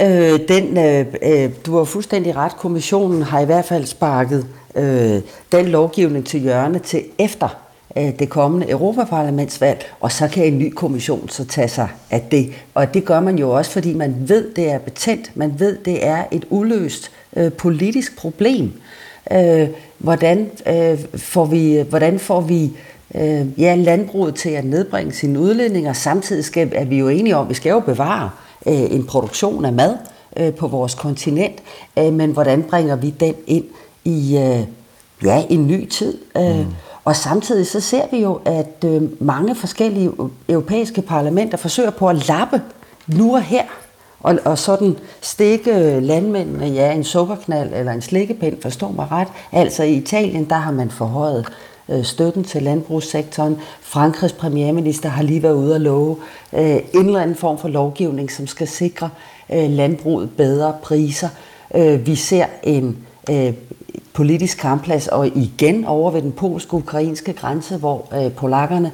du har fuldstændig ret. Kommissionen har i hvert fald sparket den lovgivning til hjørne til efter det kommende Europaparlamentsvalg, og så kan en ny kommission så tage sig af det. Og det gør man jo også, fordi man ved, det er betændt. Man ved, det er et uløst politisk problem. Hvordan får vi landbruget til at nedbringe sine udledninger? Samtidig er vi jo enige om, at vi skal jo bevare en produktion af mad, på vores kontinent, men hvordan bringer vi den ind i en ny tid? Og samtidig så ser vi jo, at mange forskellige europæiske parlamenter forsøger på at lappe nu og her, og sådan stikke landmændene, en sukkerknald eller en slikkepind, forstår mig ret. Altså i Italien, der har man forhøjet støtten til landbrugssektoren. Frankrigs premierminister har lige været ude og love en eller anden form for lovgivning, som skal sikre landbruget bedre priser. Vi ser en politisk kampplads, og igen over ved den polsk-ukrainske grænse, hvor polakkerne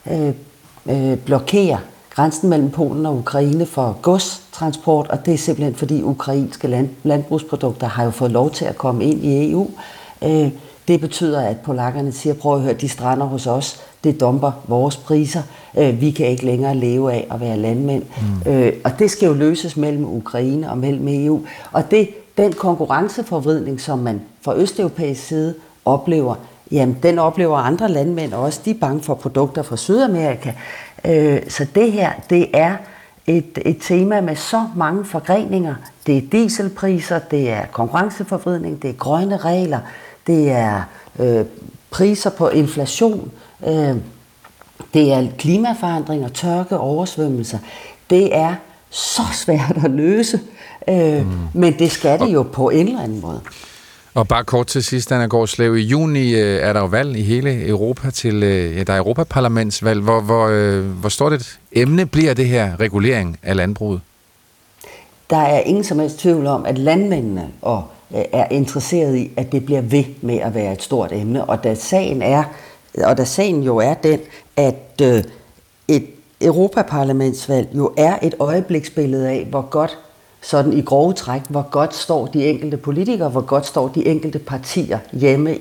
blokerer grænsen mellem Polen og Ukraine for godstransport, og det er simpelthen fordi ukrainske landbrugsprodukter har jo fået lov til at komme ind i EU. Det betyder, at polakkerne siger, prøv at høre, de strander hos os, det dumper vores priser, vi kan ikke længere leve af at være landmænd. Og det skal jo løses mellem Ukraine og mellem EU. Og den konkurrenceforvridning, som man fra østeuropæisk side oplever, jamen den oplever andre landmænd også. De er bange for produkter fra Sydamerika. Så det her, det er et tema med så mange forgreninger. Det er dieselpriser, det er konkurrenceforvridning, det er grønne regler, det er priser på inflation, det er klimaforandringer, tørke, oversvømmelser. Det er så svært at løse, men det skal det jo på en eller anden måde. Og bare kort til sidst, Anna Gårdslev, i juni er der jo valg i hele Europa til, der er Europaparlamentsvalg. Hvor stort et emne bliver det her regulering af landbruget? Der er ingen som helst tvivl om, at landmændene er interesseret i, at det bliver ved med at være et stort emne. Og da sagen jo er den, at et Europaparlamentsvalg jo er et øjebliksbillede af, hvor godt, sådan i grove træk, hvor godt står de enkelte politikere, hvor godt står de enkelte partier hjemme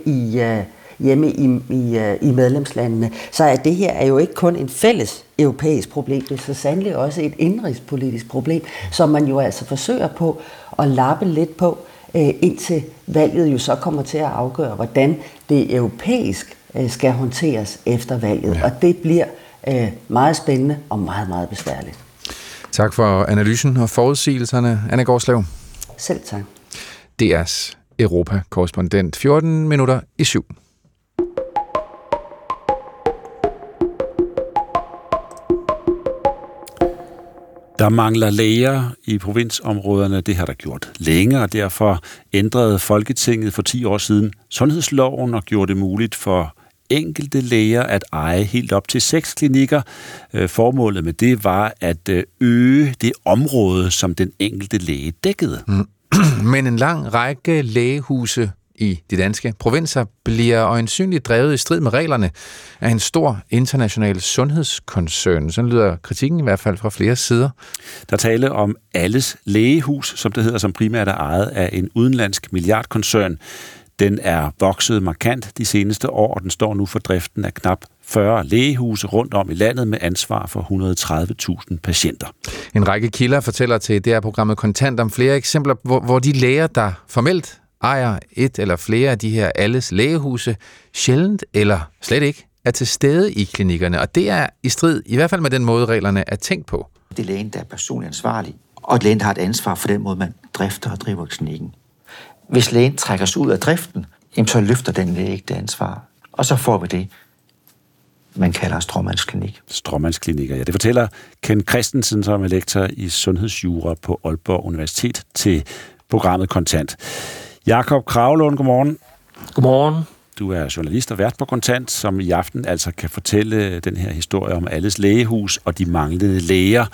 i medlemslandene. Så at det her er jo ikke kun en fælles europæisk problem, det er så sandelig også et indenrigspolitisk problem, som man jo altså forsøger på at lappe lidt på, indtil valget jo så kommer til at afgøre, hvordan det europæisk skal håndteres efter valget. Ja. Og det bliver meget spændende og meget, meget besværligt. Tak for analysen og forudsigelserne, Anna Gårdslev. Selv tak. DR's Europa-korrespondent. 14 minutter i 7. Der mangler læger i provinsområderne. Det har der gjort længe, og derfor ændrede Folketinget for 10 år siden sundhedsloven og gjorde det muligt for enkelte læger at eje helt op til 6 klinikker. Formålet med det var at øge det område, som den enkelte læge dækkede. Men en lang række lægehuse i de danske provinser bliver øjensynligt drevet i strid med reglerne af en stor international sundhedskoncern. Sådan lyder kritikken i hvert fald fra flere sider. Der tale om Alles Lægehus, som det hedder, som primært er ejet af en udenlandsk milliardkoncern. Den er vokset markant de seneste år, og den står nu for driften af knap 40 lægehuse rundt om i landet med ansvar for 130.000 patienter. En række kilder fortæller til DR-programmet Kontant om flere eksempler, hvor de læger, der formelt ejer et eller flere af de her Alles Lægehuse, sjældent eller slet ikke er til stede i klinikkerne. Og det er i strid, i hvert fald med den måde, reglerne er tænkt på. Det er lægen, der er personligt ansvarlig, og lægen har et ansvar for den måde, man drifter og driver klinikken. Hvis lægen trækker sig ud af driften, så løfter den læge ikke det ansvar. Og så får vi det, man kalder stråmandsklinik. Stråmandsklinikker, ja. Det fortæller Ken Christensen, som er lektor i sundhedsjura på Aalborg Universitet, til programmet Kontant. Jakob Kragelund, godmorgen. Godmorgen. Du er journalist og vært på Kontant, som i aften altså kan fortælle den her historie om Alles Lægehus og de manglende læger.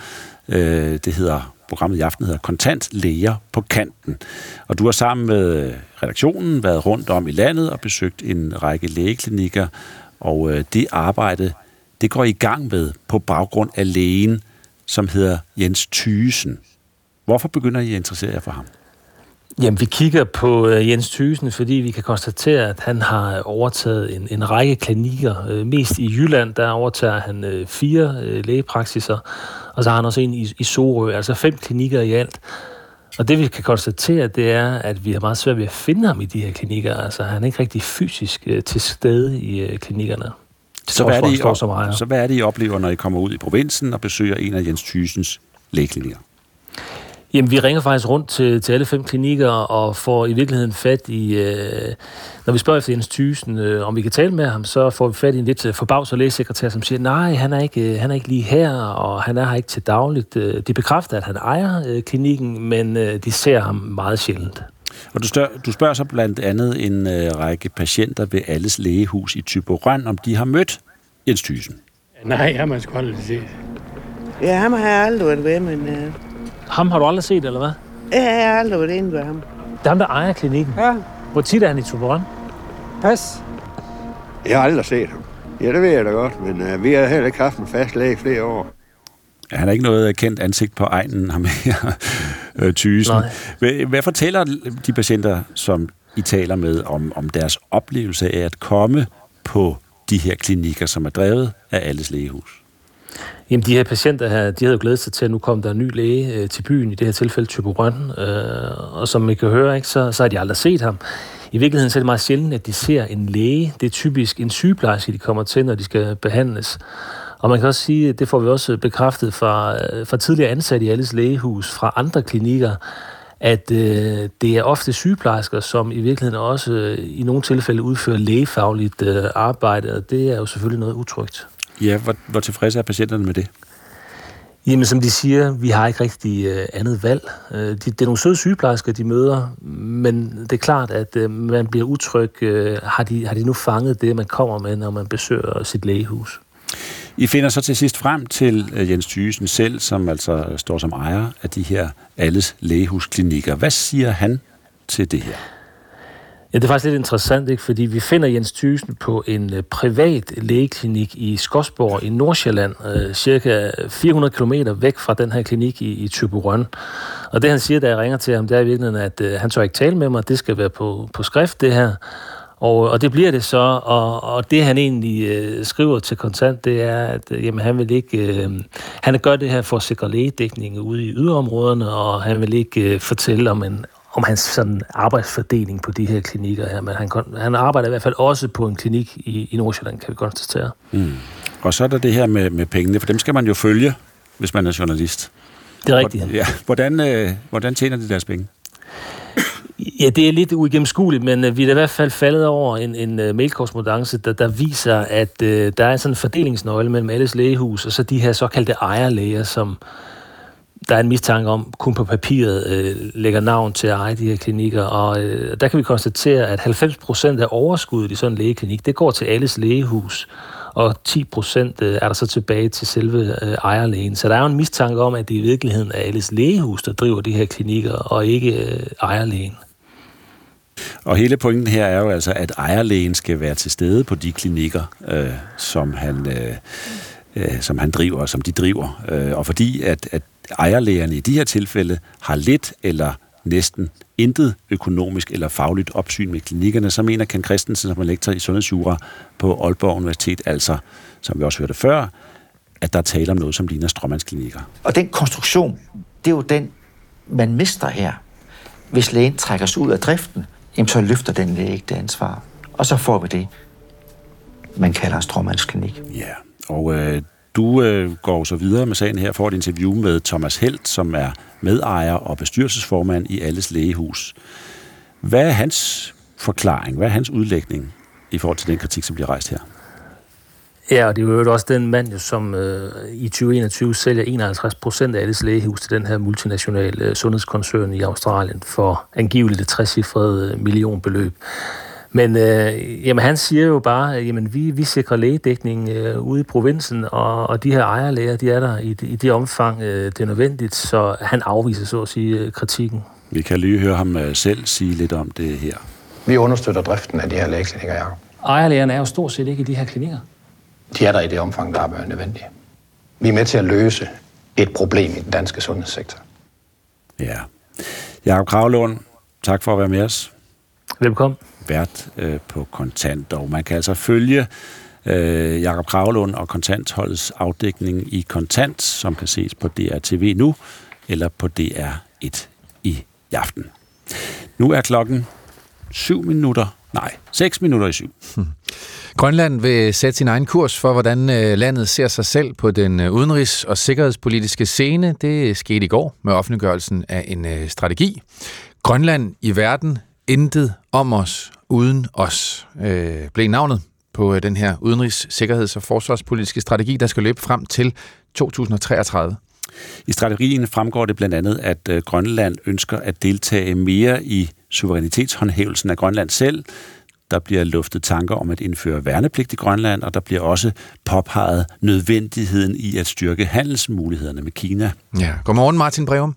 Programmet i aften hedder Kontant, læger på kanten. Og du har sammen med redaktionen været rundt om i landet og besøgt en række lægeklinikker, og det arbejde, det går i gang med på baggrund af lægen, som hedder Jens Thygesen. Hvorfor begynder I at interessere jer for ham? Jamen, vi kigger på Jens Thygesen, fordi vi kan konstatere, at han har overtaget en række klinikker. Mest i Jylland, der overtager han 4 lægepraksiser, og så har han også en i Sorø, altså 5 klinikker i alt. Og det vi kan konstatere, det er, at vi har meget svært ved at finde ham i de her klinikker. Altså, han er ikke rigtig fysisk til stede i klinikkerne. Så hvad er det, I oplever, når I kommer ud i provinsen og besøger en af Jens Thygesens lægeklinikker? Jamen, vi ringer faktisk rundt til alle 5 klinikker og får i virkeligheden fat i... Når vi spørger efter Jens Thyssen, om vi kan tale med ham, så får vi fat i en lidt forbavset lægesekretær, som siger, nej, han er ikke lige her, og han er her ikke til dagligt. De bekræfter, at han ejer klinikken, men de ser ham meget sjældent. Og du spørger så blandt andet en række patienter ved Alles Lægehus i Thyborøn, om de har mødt Jens Thyssen. Nej, ham har jeg sgu aldrig set. Ja, ham har jeg aldrig været ved, men... Ham har du aldrig set, eller hvad? Ja, jeg har aldrig været inde ved ham. Det er ham, der ejer klinikken? Ja. Hvor tit er han i Thyborøn? Pas. Jeg har aldrig set ham. Ja, det ved jeg da godt, men vi har heller ikke haft en fast læge i flere år. Ja, han er ikke noget kendt ansigt på egnen, ham her, Thyssen. Hvad fortæller de patienter, som I taler med, om deres oplevelse af at komme på de her klinikker, som er drevet af Alles Lægehus? Jamen, de her patienter her, de havde jo glædet sig til, at nu kom der en ny læge til byen, i det her tilfælde Thyborøn, og som I kan høre, ikke, så har de aldrig set ham. I virkeligheden så er det meget sjældent, at de ser en læge. Det er typisk en sygeplejerske, de kommer til, når de skal behandles. Og man kan også sige, det får vi også bekræftet fra tidligere ansatte i Alles Lægehus, fra andre klinikker, at det er ofte sygeplejersker, som i virkeligheden også i nogle tilfælde udfører lægefagligt arbejde, og det er jo selvfølgelig noget utrygt. Ja, hvor tilfredse er patienterne med det? Jamen, som de siger, vi har ikke rigtig andet valg. Det er nogle søde sygeplejersker, de møder, men det er klart, at man bliver utryg. Har de nu fanget det, man kommer med, når man besøger sit lægehus? I finder så til sidst frem til Jens Thyssen selv, som altså står som ejer af de her Alles Lægehusklinikker. Hvad siger han til det her? Ja, det er faktisk lidt interessant, ikke? Fordi vi finder Jens Thyssen på en privat lægeklinik i Skodsborg i Nordsjælland, cirka 400 kilometer væk fra den her klinik i Thyborøn. Og det han siger, da jeg ringer til ham, det er i virkeligheden, at han tør ikke tale med mig, det skal være på skrift, det her. Og det bliver det så, og det han egentlig skriver til Kontant, det er, at jamen, han vil ikke... han gør det her for at sikre lægedækning ude i yderområderne, og han vil ikke fortælle om hans sådan arbejdsfordeling på de her klinikker her, men han arbejder i hvert fald også på en klinik i Nordsjælland, kan vi konstatere. Mm. Og så er der det her med pengene, for dem skal man jo følge, hvis man er journalist. Det er rigtigt. Ja, hvordan tjener de deres penge? Ja, det er lidt uigennemskueligt, men vi er i hvert fald faldet over en mailkorrespondance, der viser, at der er sådan en fordelingsnøgle mellem Alles Lægehus og så de her såkaldte ejerlæger, som der er en mistanke om, kun på papiret lægger navn til at eje de her klinikker, og der kan vi konstatere, at 90% af overskuddet i sådan en lægeklinik, det går til Alles Lægehus, og 10% er der så tilbage til selve ejerlægen. Så der er jo en mistanke om, at det i virkeligheden er Alles Lægehus, der driver de her klinikker, og ikke ejerlægen. Og hele pointen her er jo altså, at ejerlægen skal være til stede på de klinikker, som han driver, som de driver. Og fordi at ejerlægerne i de her tilfælde har lidt eller næsten intet økonomisk eller fagligt opsyn med klinikkerne, så mener Ken Christensen, som er lektor i sundhedsjura på Aalborg Universitet, altså, som vi også hørte før, at der taler om noget, som ligner stråmandsklinikker. Og den konstruktion, det er jo den, man mister her. Hvis lægen trækker sig ud af driften, jamen så løfter den læge ikke det ansvar. Og så får vi det, man kalder en stråmandsklinik. Ja, og du går så videre med sagen her, får et interview med Thomas Helt, som er medejer og bestyrelsesformand i Alles Lægehus. Hvad er hans forklaring, hvad er hans udlægning i forhold til den kritik, som bliver rejst her? Ja, og det er jo også den mand, som i 2021 sælger 51% af Alles Lægehus til den her multinationale sundhedskoncern i Australien for angiveligt et 60-cifret millionbeløb. Men jamen, han siger jo bare, at vi sikrer lægedækning ude i provinsen, og de her ejerlæger, de er der i det omfang, det er nødvendigt, så han afviser så at sige kritikken. Vi kan lige høre ham selv sige lidt om det her. Vi understøtter driften af de her lægeklinikker, Jacob. Ejerlægerne er jo stort set ikke i de her klinikker. De er der i det omfang, der er nødvendigt. Vi er med til at løse et problem i den danske sundhedssektor. Ja. Jacob Kragelund, tak for at være med os. Velkommen. Vært på Kontant, og man kan altså følge Jacob Kragelund og Kontantholdets afdækning i Kontant, som kan ses på DR TV nu, eller på DR1 i aften. Nu er klokken 6 minutter i 7. Grønland vil sætte sin egen kurs for, hvordan landet ser sig selv på den udenrigs- og sikkerhedspolitiske scene. Det skete i går med offentliggørelsen af en strategi. Grønland i verden, intet om os, uden os, blev navnet på den her udenrigs-, sikkerheds- og forsvarspolitiske strategi, der skal løbe frem til 2033. I strategien fremgår det blandt andet, at Grønland ønsker at deltage mere i suverænitetshåndhævelsen af Grønland selv. Der bliver luftet tanker om at indføre værnepligt i Grønland, og der bliver også påpeget nødvendigheden i at styrke handelsmulighederne med Kina. Ja. Godmorgen, Martin Breum.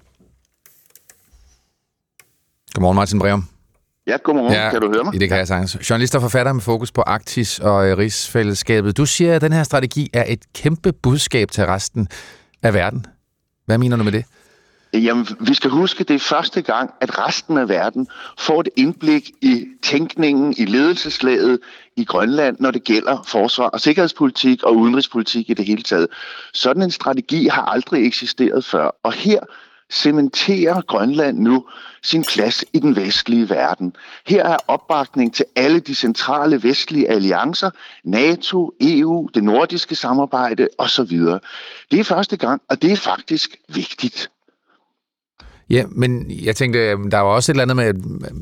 Godmorgen, Martin Breum. Ja, godmorgen. Ja, kan du høre mig? Det kan jeg sagtens. Journalist og forfatter med fokus på Arktis og rigsfællesskabet. Du siger, at den her strategi er et kæmpe budskab til resten af verden. Hvad mener du med det? Jamen, vi skal huske, at det er første gang, at resten af verden får et indblik i tænkningen, i ledelseslaget i Grønland, når det gælder forsvar og sikkerhedspolitik og udenrigspolitik i det hele taget. Sådan en strategi har aldrig eksisteret før, og her cementerer Grønland nu sin plads i den vestlige verden. Her er opbakning til alle de centrale vestlige alliancer, NATO, EU, det nordiske samarbejde osv. Det er første gang, og det er faktisk vigtigt. Ja, men jeg tænkte, der var også et eller andet med, at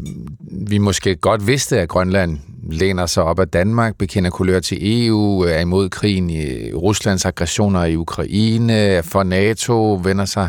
vi måske godt vidste, at Grønland læner sig op af Danmark, bekender kulør til EU, er imod krigen i Ruslands aggressioner i Ukraine, for NATO, vender sig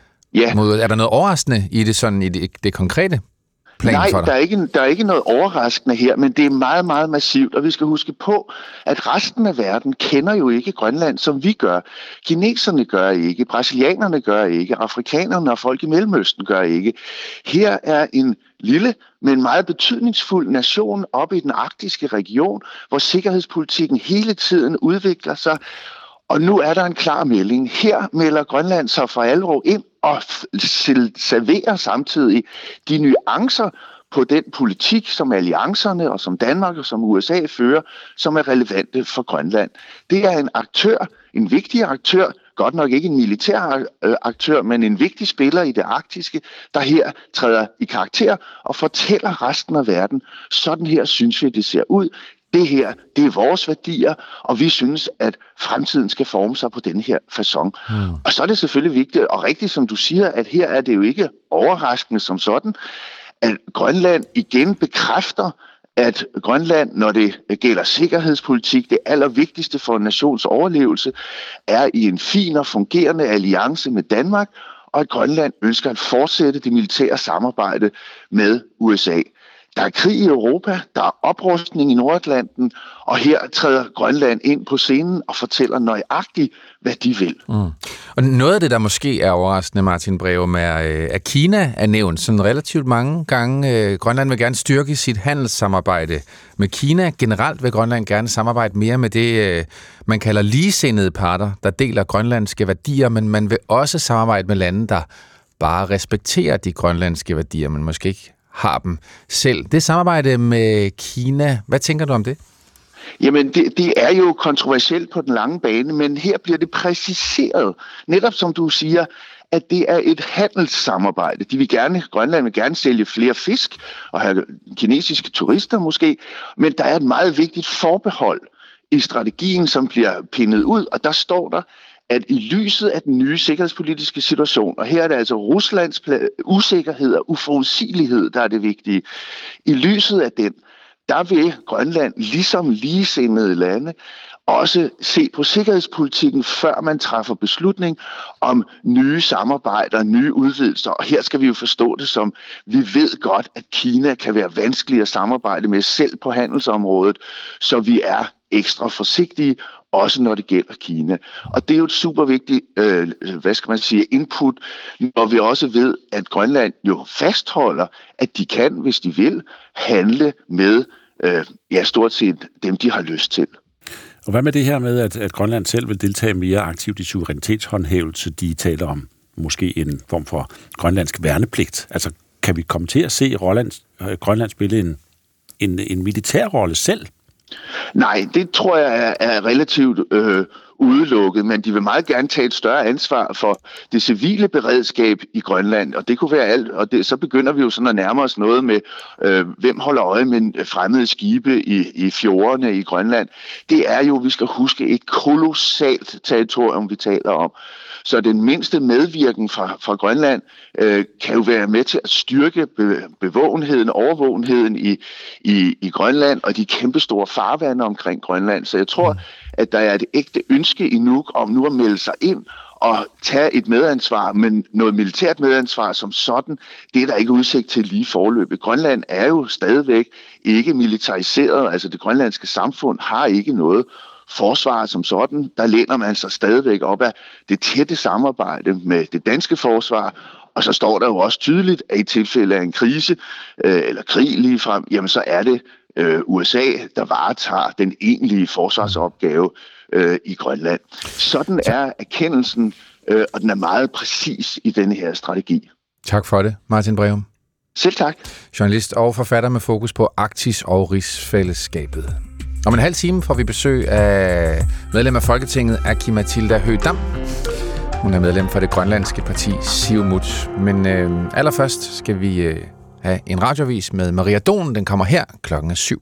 mod. Er der noget overraskende i det, sådan, i det konkrete plan for dig? Nej, der er ikke noget overraskende her, men det er meget, meget massivt, og vi skal huske på, at resten af verden kender jo ikke Grønland, som vi gør. Kineserne gør ikke, brasilianerne gør ikke, afrikanerne og folk i Mellemøsten gør ikke. Her er en lille, men meget betydningsfuld nation oppe i den arktiske region, hvor sikkerhedspolitikken hele tiden udvikler sig. Og nu er der en klar melding. Her melder Grønland sig for alvor ind og serverer samtidig de nuancer på den politik, som alliancerne og som Danmark og som USA fører, som er relevante for Grønland. Det er en aktør, en vigtig aktør, godt nok ikke en militær aktør, men en vigtig spiller i det arktiske, der her træder i karakter og fortæller resten af verden, sådan her synes vi, det ser ud. Det her, det er vores værdier, og vi synes, at fremtiden skal forme sig på den her facon. Og så er det selvfølgelig vigtigt, og rigtigt som du siger, at her er det jo ikke overraskende som sådan, at Grønland igen bekræfter, at Grønland, når det gælder sikkerhedspolitik, det allervigtigste for en nations overlevelse, er i en fin og fungerende alliance med Danmark, og at Grønland ønsker at fortsætte det militære samarbejde med USA. Der er krig i Europa, der er oprustning i Nordatlanten, og her træder Grønland ind på scenen og fortæller nøjagtigt, hvad de vil. Og noget af det, der måske er overraskende, Martin Breum, er, at Kina er nævnt sådan relativt mange gange. Grønland vil gerne styrke sit handelssamarbejde med Kina. Generelt vil Grønland gerne samarbejde mere med det, man kalder ligesindede parter, der deler grønlandske værdier, men man vil også samarbejde med lande, der bare respekterer de grønlandske værdier, men måske ikke har dem selv. Det samarbejde med Kina, hvad tænker du om det? Jamen, det er jo kontroversielt på den lange bane, men her bliver det præciseret, netop som du siger, at det er et handelssamarbejde. Grønland vil gerne sælge flere fisk og have kinesiske turister måske, men der er et meget vigtigt forbehold i strategien, som bliver pindet ud, og der står der, at i lyset af den nye sikkerhedspolitiske situation, og her er det altså Ruslands usikkerhed og uforudsigelighed, der er det vigtige, i lyset af den, der vil Grønland, ligesom ligesindede lande, også se på sikkerhedspolitikken, før man træffer beslutning om nye samarbejder, nye udvidelser. Og her skal vi jo forstå det som, vi ved godt, at Kina kan være vanskelig at samarbejde med selv på handelsområdet, så vi er ekstra forsigtige, også når det gælder Kina. Og det er jo et super vigtigt, input, når vi også ved, at Grønland jo fastholder, at de kan, hvis de vil, handle med stort set dem, de har lyst til. Og hvad med det her med, at Grønland selv vil deltage mere aktivt i suverænitetshåndhævelse? De taler om måske en form for grønlandsk værnepligt. Altså, kan vi komme til at se Grønland spille en militær rolle selv? Nej, det tror jeg er relativt udelukket, men de vil meget gerne tage et større ansvar for det civile beredskab i Grønland, og det kunne være alt, og så begynder vi jo sådan at nærme os noget med, hvem holder øje med fremmede skibe i fjordene i Grønland. Det er jo, vi skal huske, et kolossalt territorium, vi taler om. Så den mindste medvirken fra Grønland kan jo være med til at styrke overvågenheden i Grønland og de kæmpestore farvande omkring Grønland. Så jeg tror, at der er et ægte ønske i Nuuk om nu at melde sig ind og tage et medansvar, men noget militært medansvar som sådan, det er der ikke udsigt til lige forløbet. Grønland er jo stadigvæk ikke militariseret, altså det grønlandske samfund har ikke noget forsvar som sådan. Der læner man sig stadigvæk op af det tætte samarbejde med det danske forsvar, og så står der jo også tydeligt, at i tilfælde af en krise eller krig ligefrem, jamen så er det USA, der varetager den egentlige forsvarsopgave i Grønland. Sådan er erkendelsen, og den er meget præcis i denne her strategi. Tak for det, Martin Breum. Selv tak. Journalist og forfatter med fokus på Arktis og rigsfællesskabet. Om en halv time får vi besøg af medlem af Folketinget, Aki-Matilda Høegh-Dam. Hun er medlem for det grønlandske parti Siumut. Men allerførst skal vi have en radioavis med Maria Don. Den kommer her 7:00.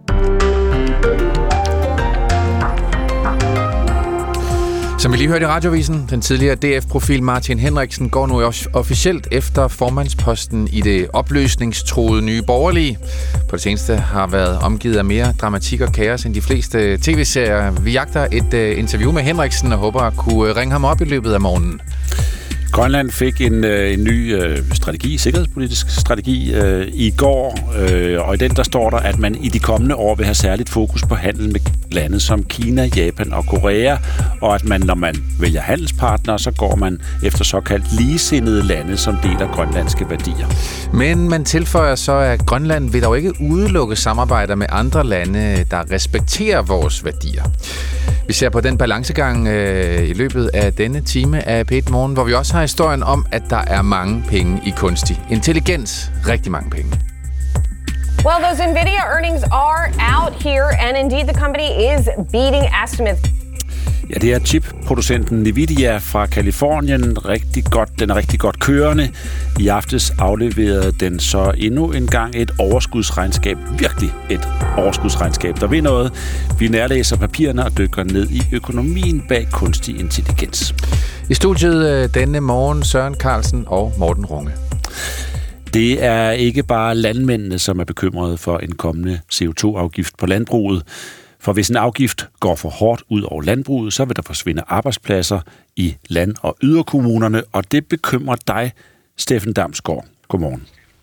Som vi lige hørte i radiovisen, den tidligere DF-profil Martin Henriksen går nu officielt efter formandsposten i det opløsningstroede Nye Borgerlige. På det seneste har været omgivet af mere dramatik og kaos end de fleste tv-serier. Vi jagter et interview med Henriksen og håber at kunne ringe ham op i løbet af morgenen. Grønland fik en ny sikkerhedspolitisk strategi i går, og i den der står der, at man i de kommende år vil have særligt fokus på handel med lande som Kina, Japan og Korea, og at man, når man vælger handelspartnere, så går man efter såkaldt ligesindede lande, som deler grønlandske værdier. Men man tilføjer så, at Grønland vil dog ikke udelukke samarbejder med andre lande, der respekterer vores værdier. Vi ser på den balancegang i løbet af denne time af P1 Morgen, hvor vi også har historien om, at der er mange penge i kunstig intelligens. Rigtig mange penge. Well, those Nvidia earnings are out here, and indeed the company is beating estimates. Ja, det er chipproducenten Nvidia fra Kalifornien. Den er rigtig godt kørende. I aftes afleverede den så endnu en gang et overskudsregnskab. Virkelig et overskudsregnskab, der vil noget. Vi nærlæser papirerne og dykker ned i økonomien bag kunstig intelligens. I studiet denne morgen Søren Carlsen og Morten Runge. Det er ikke bare landmændene, som er bekymrede for en kommende CO2-afgift på landbruget. For hvis en afgift går for hårdt ud over landbruget, så vil der forsvinde arbejdspladser i land- og yderkommunerne, og det bekymrer dig, Steffen Damsgaard. Godmorgen.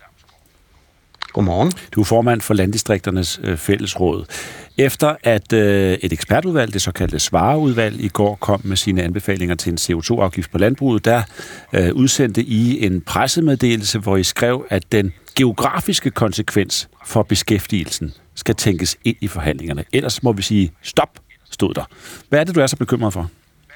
Godmorgen. Du er formand for Landdistrikternes Fællesråd. Efter at et ekspertudvalg, det såkaldte Svareudvalg, i går kom med sine anbefalinger til en CO2-afgift på landbruget, der udsendte I en pressemeddelelse, hvor I skrev, at den geografiske konsekvens for beskæftigelsen skal tænkes ind i forhandlingerne. Ellers må vi sige stop, stod der. Hvad er det, du er så bekymret for?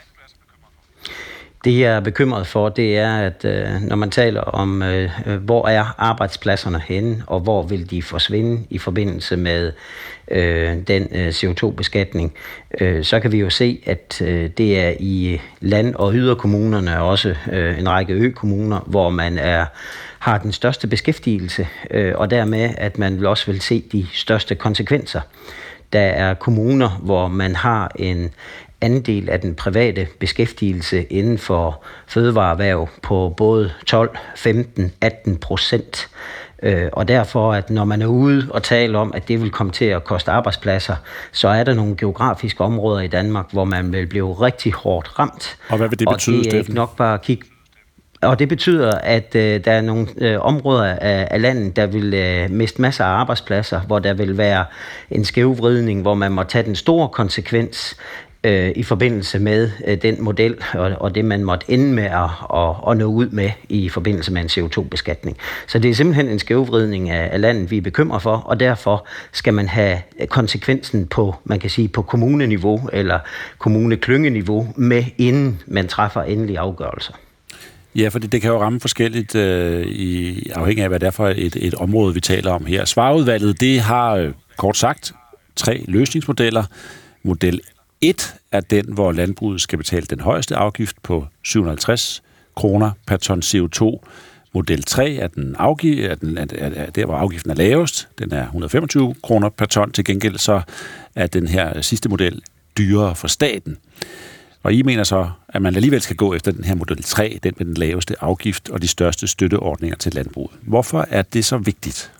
Det, jeg er bekymret for, det er, at når man taler om, hvor er arbejdspladserne henne, og hvor vil de forsvinde i forbindelse med den CO2-beskatning, så kan vi jo se, at det er i land- og yderkommunerne, og også en række økommuner, hvor man har den største beskæftigelse, og dermed, at man også vil se de største konsekvenser. Der er kommuner, hvor man har en andel af den private beskæftigelse inden for fødevareerhverv på både 12, 15, 18%. Og derfor, at når man er ude og taler om, at det vil komme til at koste arbejdspladser, så er der nogle geografiske områder i Danmark, hvor man vil blive rigtig hårdt ramt. Og hvad vil det betyde, Steffen? Og det er ikke nok bare at kigge. Og det betyder, at der er nogle områder af landet, der vil miste masser af arbejdspladser, hvor der vil være en skævvridning, hvor man må tage den store konsekvens i forbindelse med den model og det, man måtte ende med at nå ud med i forbindelse med en CO2-beskatning. Så det er simpelthen en skævvridning af landet, vi er bekymret for, og derfor skal man have konsekvensen på, man kan sige, på kommuneniveau eller kommuneklynge-niveau med, inden man træffer endelige afgørelser. Ja, for det kan jo ramme forskelligt afhængig af, hvad det er for et område, vi taler om her. Svareudvalget, det har kort sagt 3 løsningsmodeller. Model 1 er den, hvor landbruget skal betale den højeste afgift på 750 kroner per ton CO2. Model 3 er der, hvor afgiften er lavest. Den er 125 kroner per ton. Til gengæld så er den her sidste model dyrere for staten. Og I mener så, at man alligevel skal gå efter den her model 3, den med den laveste afgift og de største støtteordninger til landbruget. Hvorfor er det så vigtigt?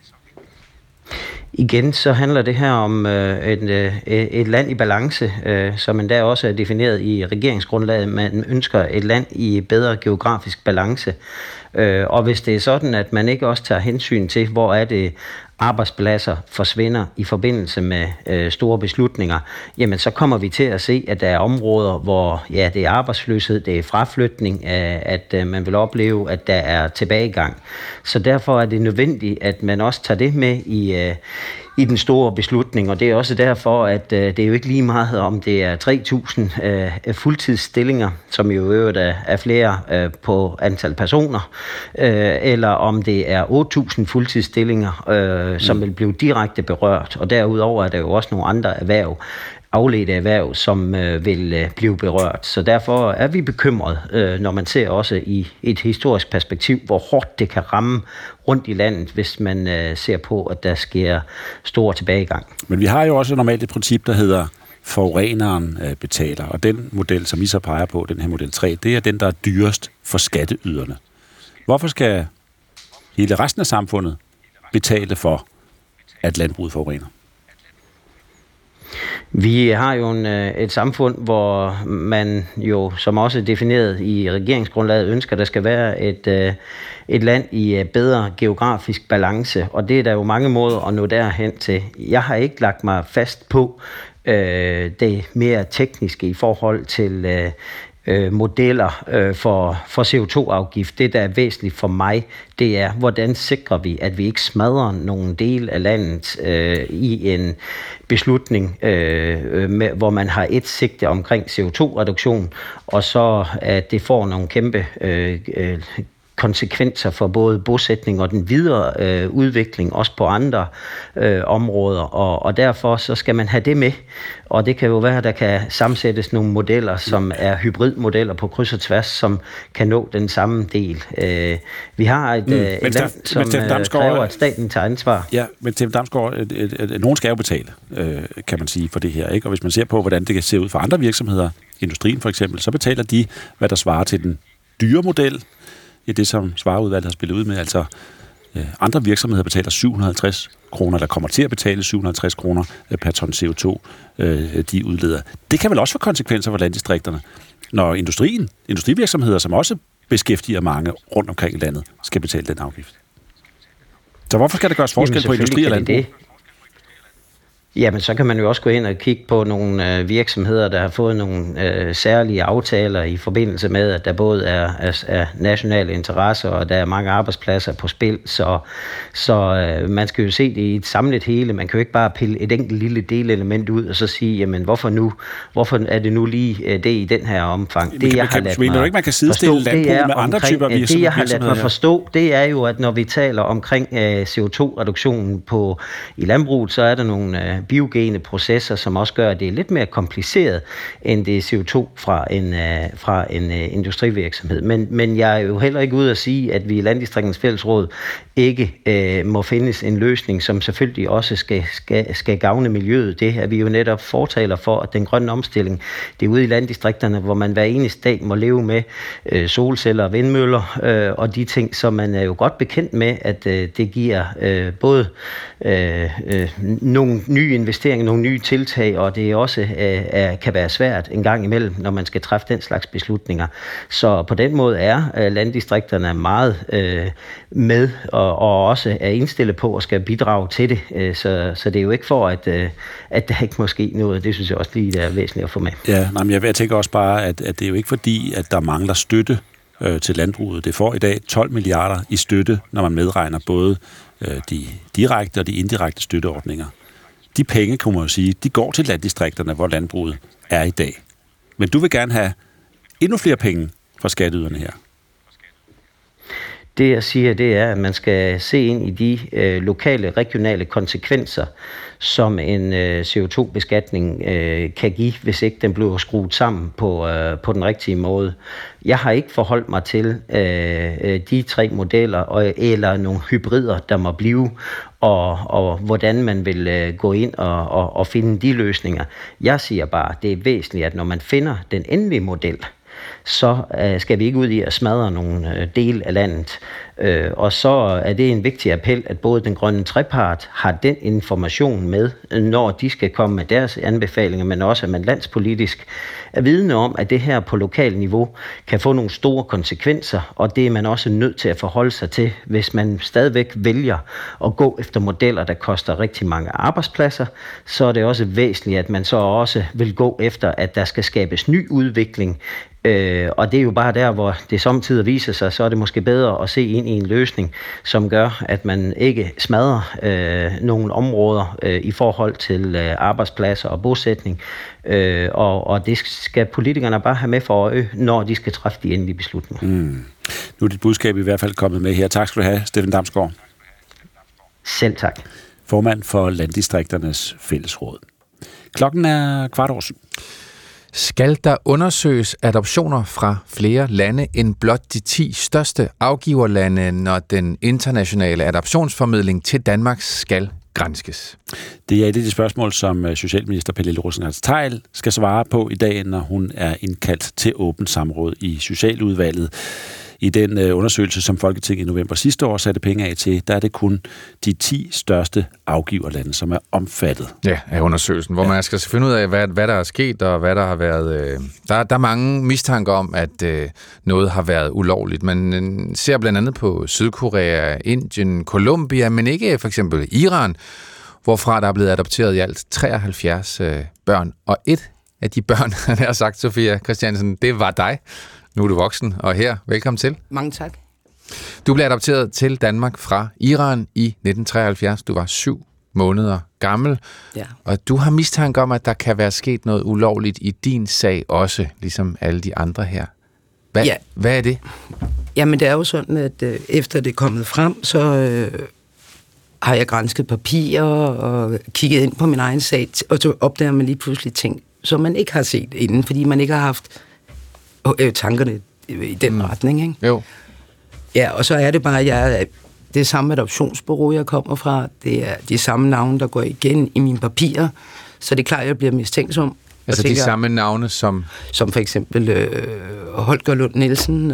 Igen så handler det her om et land i balance, som endda også er defineret i regeringsgrundlaget. Man ønsker et land i bedre geografisk balance. Og hvis det er sådan, at man ikke også tager hensyn til, hvor er det arbejdspladser forsvinder i forbindelse med store beslutninger, jamen så kommer vi til at se, at der er områder, hvor det er arbejdsløshed, det er fraflytning, at man vil opleve, at der er tilbagegang. Så derfor er det nødvendigt, at man også tager det med i den store beslutning, og det er også derfor, at det er jo ikke lige meget, om det er 3.000 fuldtidsstillinger, som jo øvrigt er flere på antal personer, eller om det er 8.000 fuldtidsstillinger, som vil blive direkte berørt. Og derudover er der jo også nogle andre afledte erhverv, som vil blive berørt. Så derfor er vi bekymret, når man ser også i et historisk perspektiv, hvor hårdt det kan ramme rundt i landet, hvis man ser på, at der sker stor tilbagegang. Men vi har jo også normalt et princip, der hedder forureneren betaler, og den model, som I så peger på, den her model 3, det er den, der er dyrest for skatteyderne. Hvorfor skal hele resten af samfundet betale for, at landbruget forurener? Vi har jo et samfund, hvor man jo, som også er defineret i regeringsgrundlaget, ønsker, at der skal være et land i bedre geografisk balance, og det er der jo mange måder at nå derhen til. Jeg har ikke lagt mig fast på det mere tekniske i forhold til modeller for CO2-afgift. Det, der er væsentligt for mig, det er, hvordan sikrer vi, at vi ikke smadrer nogen del af landet i en beslutning, hvor man har et sigte omkring CO2-reduktion, og så at det får nogle kæmpe konsekvenser for både bosætning og den videre udvikling, også på andre områder, og derfor så skal man have det med, og det kan jo være, at der kan sammensættes nogle modeller, som er hybridmodeller på kryds og tværs, som kan nå den samme del. Vi har et land, som kræver, at staten tager ansvar. Ja, men Tim Damsgaard, nogen skal jo betale, kan man sige, for det her, ikke? Og hvis man ser på, hvordan det kan se ud for andre virksomheder, industrien for eksempel, så betaler de, hvad der svarer til den dyre model, i det, som Svareudvalget har spillet ud med. Altså, andre virksomheder betaler 750 kroner, eller kommer til at betale 750 kroner per ton CO2, de udleder. Det kan vel også få konsekvenser for landdistrikterne, når industrivirksomheder, som også beskæftiger mange rundt omkring i landet, skal betale den afgift. Så hvorfor skal der gøres forskel på industri og landbrug? Jamen, så kan man jo også gå ind og kigge på nogle virksomheder, der har fået nogle særlige aftaler i forbindelse med, at der både er nationale interesser, og der er mange arbejdspladser på spil, så man skal jo se det i et samlet hele. Man kan jo ikke bare pille et enkelt lille delelement ud og så sige, jamen hvorfor er det nu lige det i den her omfang? Det, jeg har ladt mig forstå, det er omkring, det jeg har ladt mig forstå, det er jo, at når vi taler omkring CO2-reduktionen i landbruget, så er der nogle biogene processer, som også gør, at det er lidt mere kompliceret, end det CO2 fra en industrivirksomhed. Men jeg er jo heller ikke ude at sige, at vi i Landdistrikternes Fællesråd ikke må findes en løsning, som selvfølgelig også skal gavne miljøet. Det er vi jo netop fortaler for, at den grønne omstilling, det er ude i landdistrikterne, hvor man hver eneste dag må leve med solceller og vindmøller, og de ting, som man er jo godt bekendt med, at det giver både nogle nye investeringer, nogle nye tiltag, og det også kan være svært en gang imellem, når man skal træffe den slags beslutninger. Så på den måde er landdistrikterne meget med, og også er indstillet på at skal bidrage til det. Så det er jo ikke for, at der ikke må ske noget. Det synes jeg også lige er væsentligt at få med. Ja, men jeg tænker også bare, at det er jo ikke fordi, at der mangler støtte til landbruget. Det får i dag 12 milliarder i støtte, når man medregner både de direkte og de indirekte støtteordninger. De penge, kan man jo sige, de går til landdistrikterne, hvor landbruget er i dag. Men du vil gerne have endnu flere penge fra skatteyderne her. Det jeg siger, det er, at man skal se ind i de lokale, regionale konsekvenser, som en CO2-beskatning kan give, hvis ikke den bliver skruet sammen på den rigtige måde. Jeg har ikke forholdt mig til de 3 modeller eller nogle hybrider, der må blive, og hvordan man vil gå ind og finde de løsninger. Jeg siger bare, det er væsentligt, at når man finder den endelige model, så skal vi ikke ud i at smadre nogle dele af landet. Og så er det en vigtig appel, at både den grønne trepart har den information med, når de skal komme med deres anbefalinger, men også at man landspolitisk er vidne om, at det her på lokal niveau kan få nogle store konsekvenser, og det er man også nødt til at forholde sig til, hvis man stadigvæk vælger at gå efter modeller, der koster rigtig mange arbejdspladser, så er det også væsentligt, at man så også vil gå efter, at der skal skabes ny udvikling. Og det er jo bare der, hvor det samtidig viser sig, så er det måske bedre at se ind i en løsning, som gør, at man ikke smadrer nogle områder i forhold til arbejdspladser og bosætning. Og det skal politikerne bare have med for øje, når de skal træffe de endelige beslutninger. Nu er dit budskab i hvert fald kommet med her. Tak skal du have, Steffen Damsgaard. Selv tak. Formand for Landdistrikternes Fællesråd. Klokken er 7:15. Skal der undersøges adoptioner fra flere lande end blot de 10 største afgiverlande, når den internationale adoptionsformidling til Danmark skal granskes? Det er et af de spørgsmål, som Socialminister Pernille Rosenkrantz-Theil skal svare på i dag, når hun er indkaldt til åbent samråd i Socialudvalget. I den undersøgelse, som Folketinget i november sidste år satte penge af til, der er det kun de 10 største afgiverlande, som er omfattet. Ja, af undersøgelsen, hvor man skal finde ud af, hvad der er sket, og hvad der har været... Der er mange mistanker om, at noget har været ulovligt. Man ser blandt andet på Sydkorea, Indien, Colombia, men ikke for eksempel Iran, hvorfra der er blevet adopteret i alt 73 børn. Og et af de børn, han har sagt, Sofia Christiansen, det var dig. Nu er du voksen, og her, velkommen til. Mange tak. Du blev adopteret til Danmark fra Iran i 1973. Du var 7 måneder gammel, ja. Og du har mistanke om, at der kan være sket noget ulovligt i din sag også, ligesom alle de andre her. Hvad er det? Jamen, det er jo sådan, at efter det er kommet frem, så har jeg gransket papirer og kigget ind på min egen sag, og så opdager man lige pludselig ting, som man ikke har set inden, fordi man ikke har haft tankerne i den retning, ikke? Jo. Ja, og så er det bare, det er samme adoptionsbureau, jeg kommer fra. Det er de samme navne, der går igen i mine papirer. Så det er klart, jeg bliver mistænksom. Altså tænker, de samme navne som... Som for eksempel Holger Lund Nielsen,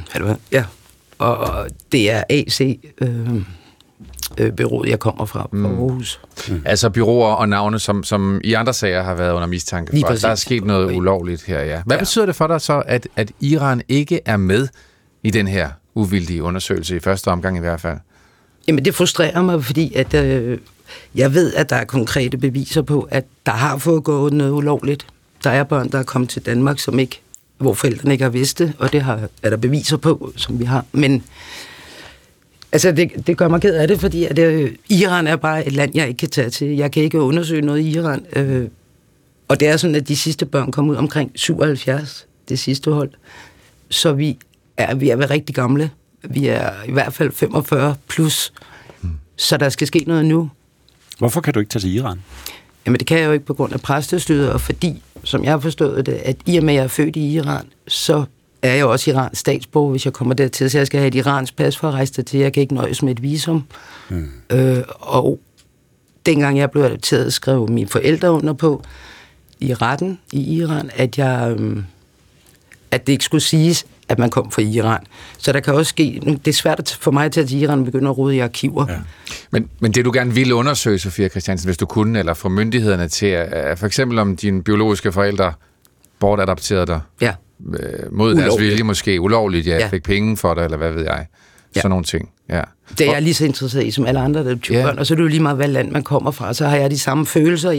og det er AC... bureauet, jeg kommer fra på Aarhus. Altså bureauer og navne, som i andre sager har været under mistanke for. Der er sket noget ulovligt her, ja. Hvad betyder det for dig så, at Iran ikke er med i den her uvildige undersøgelse, i første omgang i hvert fald? Jamen, det frustrerer mig, fordi at, jeg ved, at der er konkrete beviser på, at der har foregået noget ulovligt. Der er børn, der er kommet til Danmark, hvor forældrene ikke har vidst det, og det er der beviser på, som vi har. Men altså, det gør mig ked af det, fordi at Iran er bare et land, jeg ikke kan tage til. Jeg kan ikke undersøge noget i Iran. Og det er sådan, at de sidste børn kom ud omkring 77, det sidste hold. Så vi er rigtig gamle. Vi er i hvert fald 45 plus. Så der skal ske noget nu. Hvorfor kan du ikke tage til Iran? Jamen, det kan jeg jo ikke på grund af præstestyret, og fordi, som jeg har forstået det, at i og med, at jeg er født i Iran, så er jeg også Irans statsborger, hvis jeg kommer dertil, så jeg skal have et Irans pas for at rejse dertil. Jeg kan ikke nøjes med et visum. Og dengang jeg blev adopteret, skrev mine forældre under på i retten i Iran, at det ikke skulle siges, at man kom fra Iran. Så der kan også ske... Det er svært for mig at tage til Iran og begynde at rode i arkiver. Ja. Men det du gerne ville undersøge, Sofia Christiansen, hvis du kunne, eller få myndighederne til, at for eksempel om dine biologiske forældre bortadopterede dig, ja, mod deres vilje måske, ulovligt, fik penge for dig, eller hvad ved jeg. Sådan nogle ting. Ja. Det er jeg lige så interesseret i, som alle andre adoptivbørn, og så er det jo lige meget, hvad land man kommer fra. Så har jeg de samme følelser.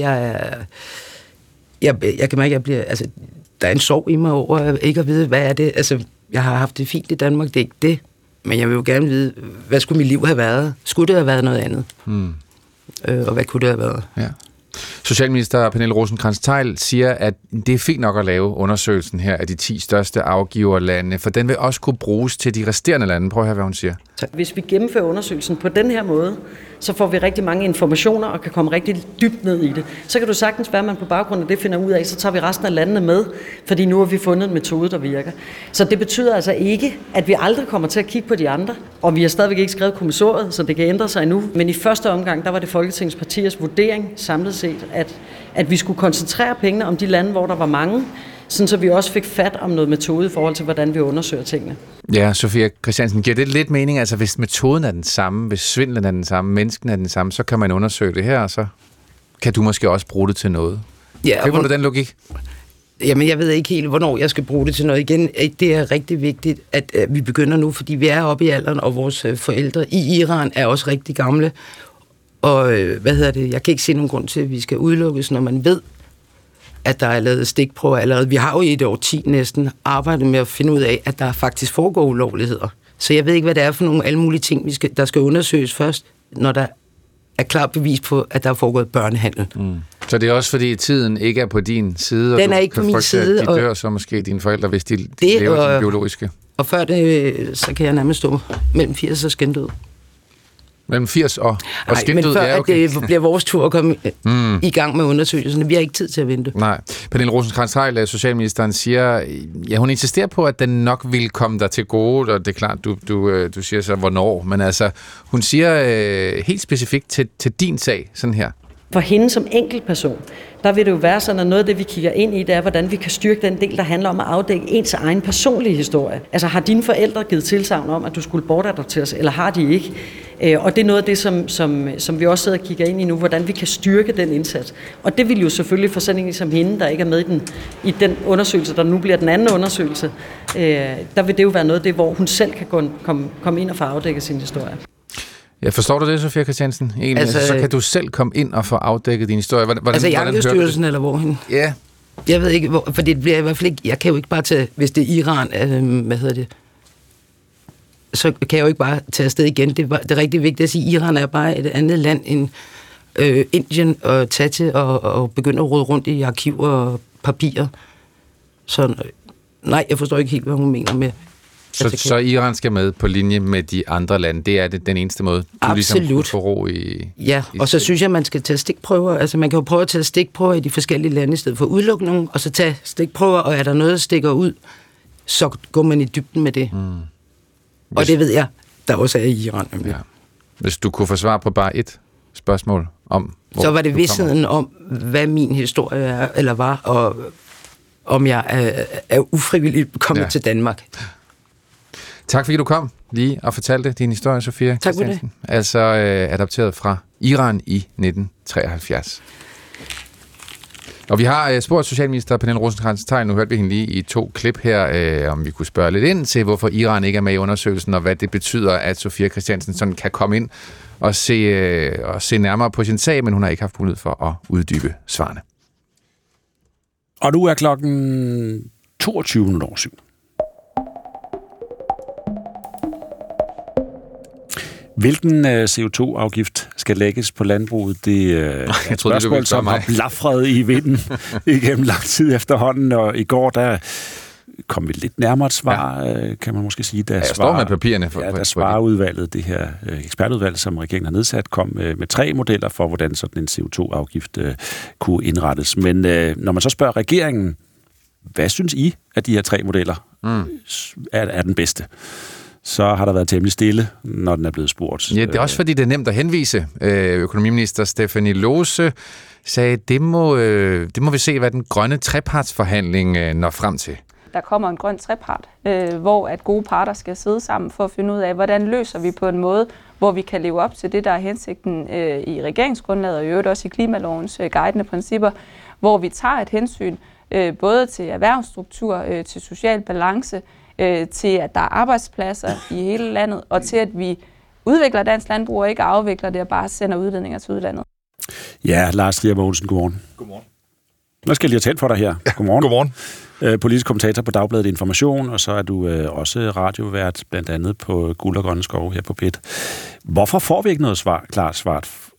Jeg kan mærke, at jeg bliver... Altså, der er en sorg i mig over ikke at vide, hvad er det. Altså, jeg har haft det fint i Danmark, det er ikke det. Men jeg vil jo gerne vide, hvad skulle mit liv have været? Skulle det have været noget andet? Og hvad kunne det have været? Ja. Socialminister Pernille Rosenkrantz-Theil siger, at det er fint nok at lave undersøgelsen her af de 10 største afgiverlande, for den vil også kunne bruges til de resterende lande. Prøv at høre, hvad hun siger. Hvis vi gennemfører undersøgelsen på den her måde, så får vi rigtig mange informationer og kan komme rigtig dybt ned i det. Så kan du sagtens være, at man på baggrund af det finder ud af, så tager vi resten af landene med, fordi nu har vi fundet en metode, der virker. Så det betyder altså ikke, at vi aldrig kommer til at kigge på de andre, og vi har stadigvæk ikke skrevet kommissoriet, så det kan ændre sig endnu. Men i første omgang, der var det Folketingets partiers vurdering samlet set, at vi skulle koncentrere pengene om de lande, hvor der var mange, sådan så vi også fik fat om noget metode i forhold til, hvordan vi undersøger tingene. Ja, Sofia Christiansen, giver det lidt mening? Altså, hvis metoden er den samme, hvis svindlen er den samme, mennesken er den samme, så kan man undersøge det her, og så kan du måske også bruge det til noget. Ja, Køber du den logik? Jamen, jeg ved ikke helt, hvornår jeg skal bruge det til noget. Igen, det er rigtig vigtigt, at vi begynder nu, fordi vi er oppe i alderen, og vores forældre i Iran er også rigtig gamle. Og jeg kan ikke se nogen grund til, at vi skal udelukkes, når man ved, at der er lavet stikprøver allerede. Vi har jo i et årti næsten arbejdet med at finde ud af, at der faktisk foregår ulovligheder. Så jeg ved ikke, hvad det er for nogle alle mulige ting, der skal undersøges først, når der er klart bevis på, at der er foregået børnehandel. Så det er også fordi, tiden ikke er på din side, og den du er ikke kan på min frygte, side, at de dør så måske dine forældre, hvis de lever den biologiske. Og før det, så kan jeg nærmest stå mellem 80 og skindød. Mellem 80 og skindød? Men før ja, okay. at det bliver vores tur at komme i gang med undersøgelserne. Vi har ikke tid til at vente. Nej. Pernille Rosenkrantz-Theil, socialministeren, siger, hun insisterer på, at den nok vil komme der til gode, og det er klart, du siger så, hvornår, men altså, hun siger helt specifikt til din sag, sådan her. For hende som enkeltperson, der vil det jo være sådan, at noget af det, vi kigger ind i, det er, hvordan vi kan styrke den del, der handler om at afdække ens egen personlige historie. Altså, har dine forældre givet tilsagn om, at du skulle bortadopteres, eller har de ikke? Og det er noget af det, som vi også sidder og kigger ind i nu, hvordan vi kan styrke den indsats. Og det vil jo selvfølgelig for sådan en som hende, der ikke er med i den undersøgelse, der nu bliver den anden undersøgelse, der vil det jo være noget af det, hvor hun selv kan komme ind og få afdækket sin historie. Ja, forstår du det, Sofia Christiansen? Altså, så kan du selv komme ind og få afdækket din historie. Hvordan i Ankestyrelsen, eller hvor hen? Ja. Jeg ved ikke, for det bliver i hvert fald ikke... Jeg kan jo ikke bare tage... Hvis det er Iran, så kan jeg jo ikke bare tage afsted igen. Det er rigtig vigtigt at sige, at Iran er bare et andet land end Indien og tage til og begynde at rode rundt i arkiver og papirer. Så nej, jeg forstår ikke helt, hvad hun mener med... Så Iran skal med på linje med de andre lande. Det er den eneste måde, du ligesom kan få ro i... Ja, og så synes jeg, man skal tage stikprøver. Altså, man kan jo prøve at tage stikprøver i de forskellige lande, i stedet for at udelukke nogen, og så tage stikprøver, og er der noget, der stikker ud, så går man i dybden med det. Og det ved jeg, der også er i Iran. Ja. Hvis du kunne få svar på bare et spørgsmål om... Så var det vidstheden om, hvad min historie er, eller var, og om jeg er ufrivilligt kommet til Danmark. Tak fordi du kom lige og fortalte din historie, Sofia Christiansen. Altså adopteret fra Iran i 1973. Og vi har spurgt socialminister Pernille Rosenkrantz-Theil, nu hørte vi hende lige i 2 klip her, om vi kunne spørge lidt ind til, hvorfor Iran ikke er med i undersøgelsen, og hvad det betyder, at Sofia Christiansen sådan kan komme ind og se nærmere på sin sag, men hun har ikke haft mulighed for at uddybe svarene. Og nu er klokken 22:07. Hvilken CO2-afgift skal lægges på landbruget? Det er et spørgsmål, som har blafret i vinden igennem lang tid efterhånden, og i går der kom vi lidt nærmere et svar, kan man måske sige. Jeg står med papirerne. Da Svareudvalget, det her ekspertudvalg, som regeringen har nedsat, kom med 3 modeller for, hvordan sådan en CO2-afgift kunne indrettes. Men når man så spørger regeringen, hvad synes I, at de her 3 modeller er den bedste? Så har der været temmelig stille, når den er blevet spurgt. Ja, det er også fordi, det er nemt at henvise. Økonomiminister Stephanie Lose sagde, det må vi se, hvad den grønne trepartsforhandling når frem til. Der kommer en grøn trepart, hvor at gode parter skal sidde sammen for at finde ud af, hvordan løser vi på en måde, hvor vi kan leve op til det, der er hensigten i regeringsgrundlaget, og i øvrigt også i klimalovens guidende principper, hvor vi tager et hensyn både til erhvervsstruktur, til social balance, til at der er arbejdspladser i hele landet, og til at vi udvikler dansk landbrug og ikke afvikler det og bare sender udledninger til udlandet. Ja, Lars Trier Mogensen, godmorgen. Godmorgen. Nu skal jeg lige have talt for dig her. Godmorgen. Godmorgen. Politisk kommentator på Dagbladet Information, og så er du også radiovært, blandt andet på Guld og Grønne Skove her på PET. Hvorfor får vi ikke noget klart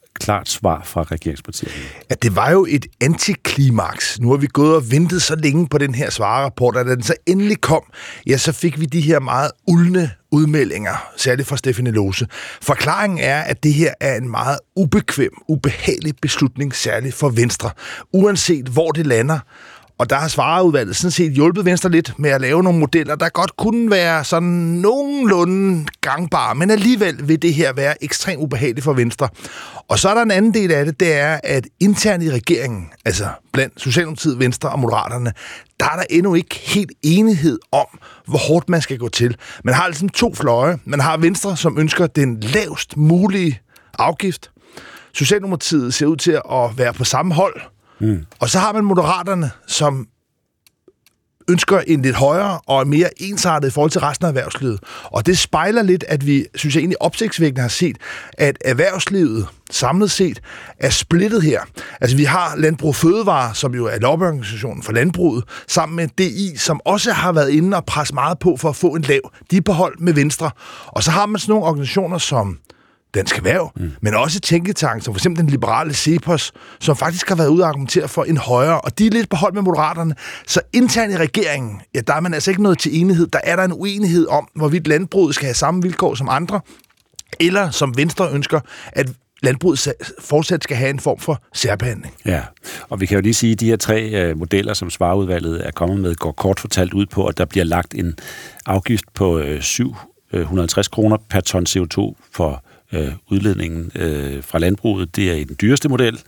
klart svar fra regeringspartierne. Ja, det var jo et antiklimaks. Nu har vi gået og ventet så længe på den her svarerapport, og da den så endelig kom, ja, så fik vi de her meget uldne udmeldinger, særligt fra Stephanie Lose. Forklaringen er, at det her er en meget ubekvem, ubehagelig beslutning, særligt for Venstre, uanset hvor det lander. Og der har Svarerudvalget sådan set hjulpet Venstre lidt med at lave nogle modeller, der godt kunne være sådan nogenlunde gangbare, men alligevel vil det her være ekstremt ubehageligt for Venstre. Og så er der en anden del af det, det er, at internt i regeringen, altså blandt Socialdemokratiet, Venstre og Moderaterne, der er der endnu ikke helt enighed om, hvor hårdt man skal gå til. Man har ligesom to fløje. Man har Venstre, som ønsker den lavest mulige afgift. Socialdemokratiet ser ud til at være på samme hold. Og så har man Moderaterne, som ønsker en lidt højere og mere ensartet i forhold til resten af erhvervslivet. Og det spejler lidt, at vi, synes jeg egentlig opsigtsvækkende har set, at erhvervslivet samlet set er splittet her. Altså vi har Landbrug Fødevare, som jo er lobbyorganisationen for landbruget, sammen med DI, som også har været inde og presse meget på for at få en lav. De er på hold med Venstre. Og så har man sådan nogle organisationer som Dansk Erhverv, men også tænketank, som for eksempel den liberale Cepos, som faktisk har været ude og argumentere for en højere, og de er lidt på hold med Moderaterne. Så internt i regeringen, ja, der er man altså ikke nået til enighed. Der er der en uenighed om, hvorvidt landbruget skal have samme vilkår som andre, eller som Venstre ønsker, at landbruget fortsat skal have en form for særbehandling. Ja, og vi kan jo lige sige, at de her tre modeller, som Svarerudvalget er kommet med, går kort fortalt ud på, at der bliver lagt en afgift på 750 kroner per ton CO2 for udledningen fra landbruget. Det er i den dyreste model.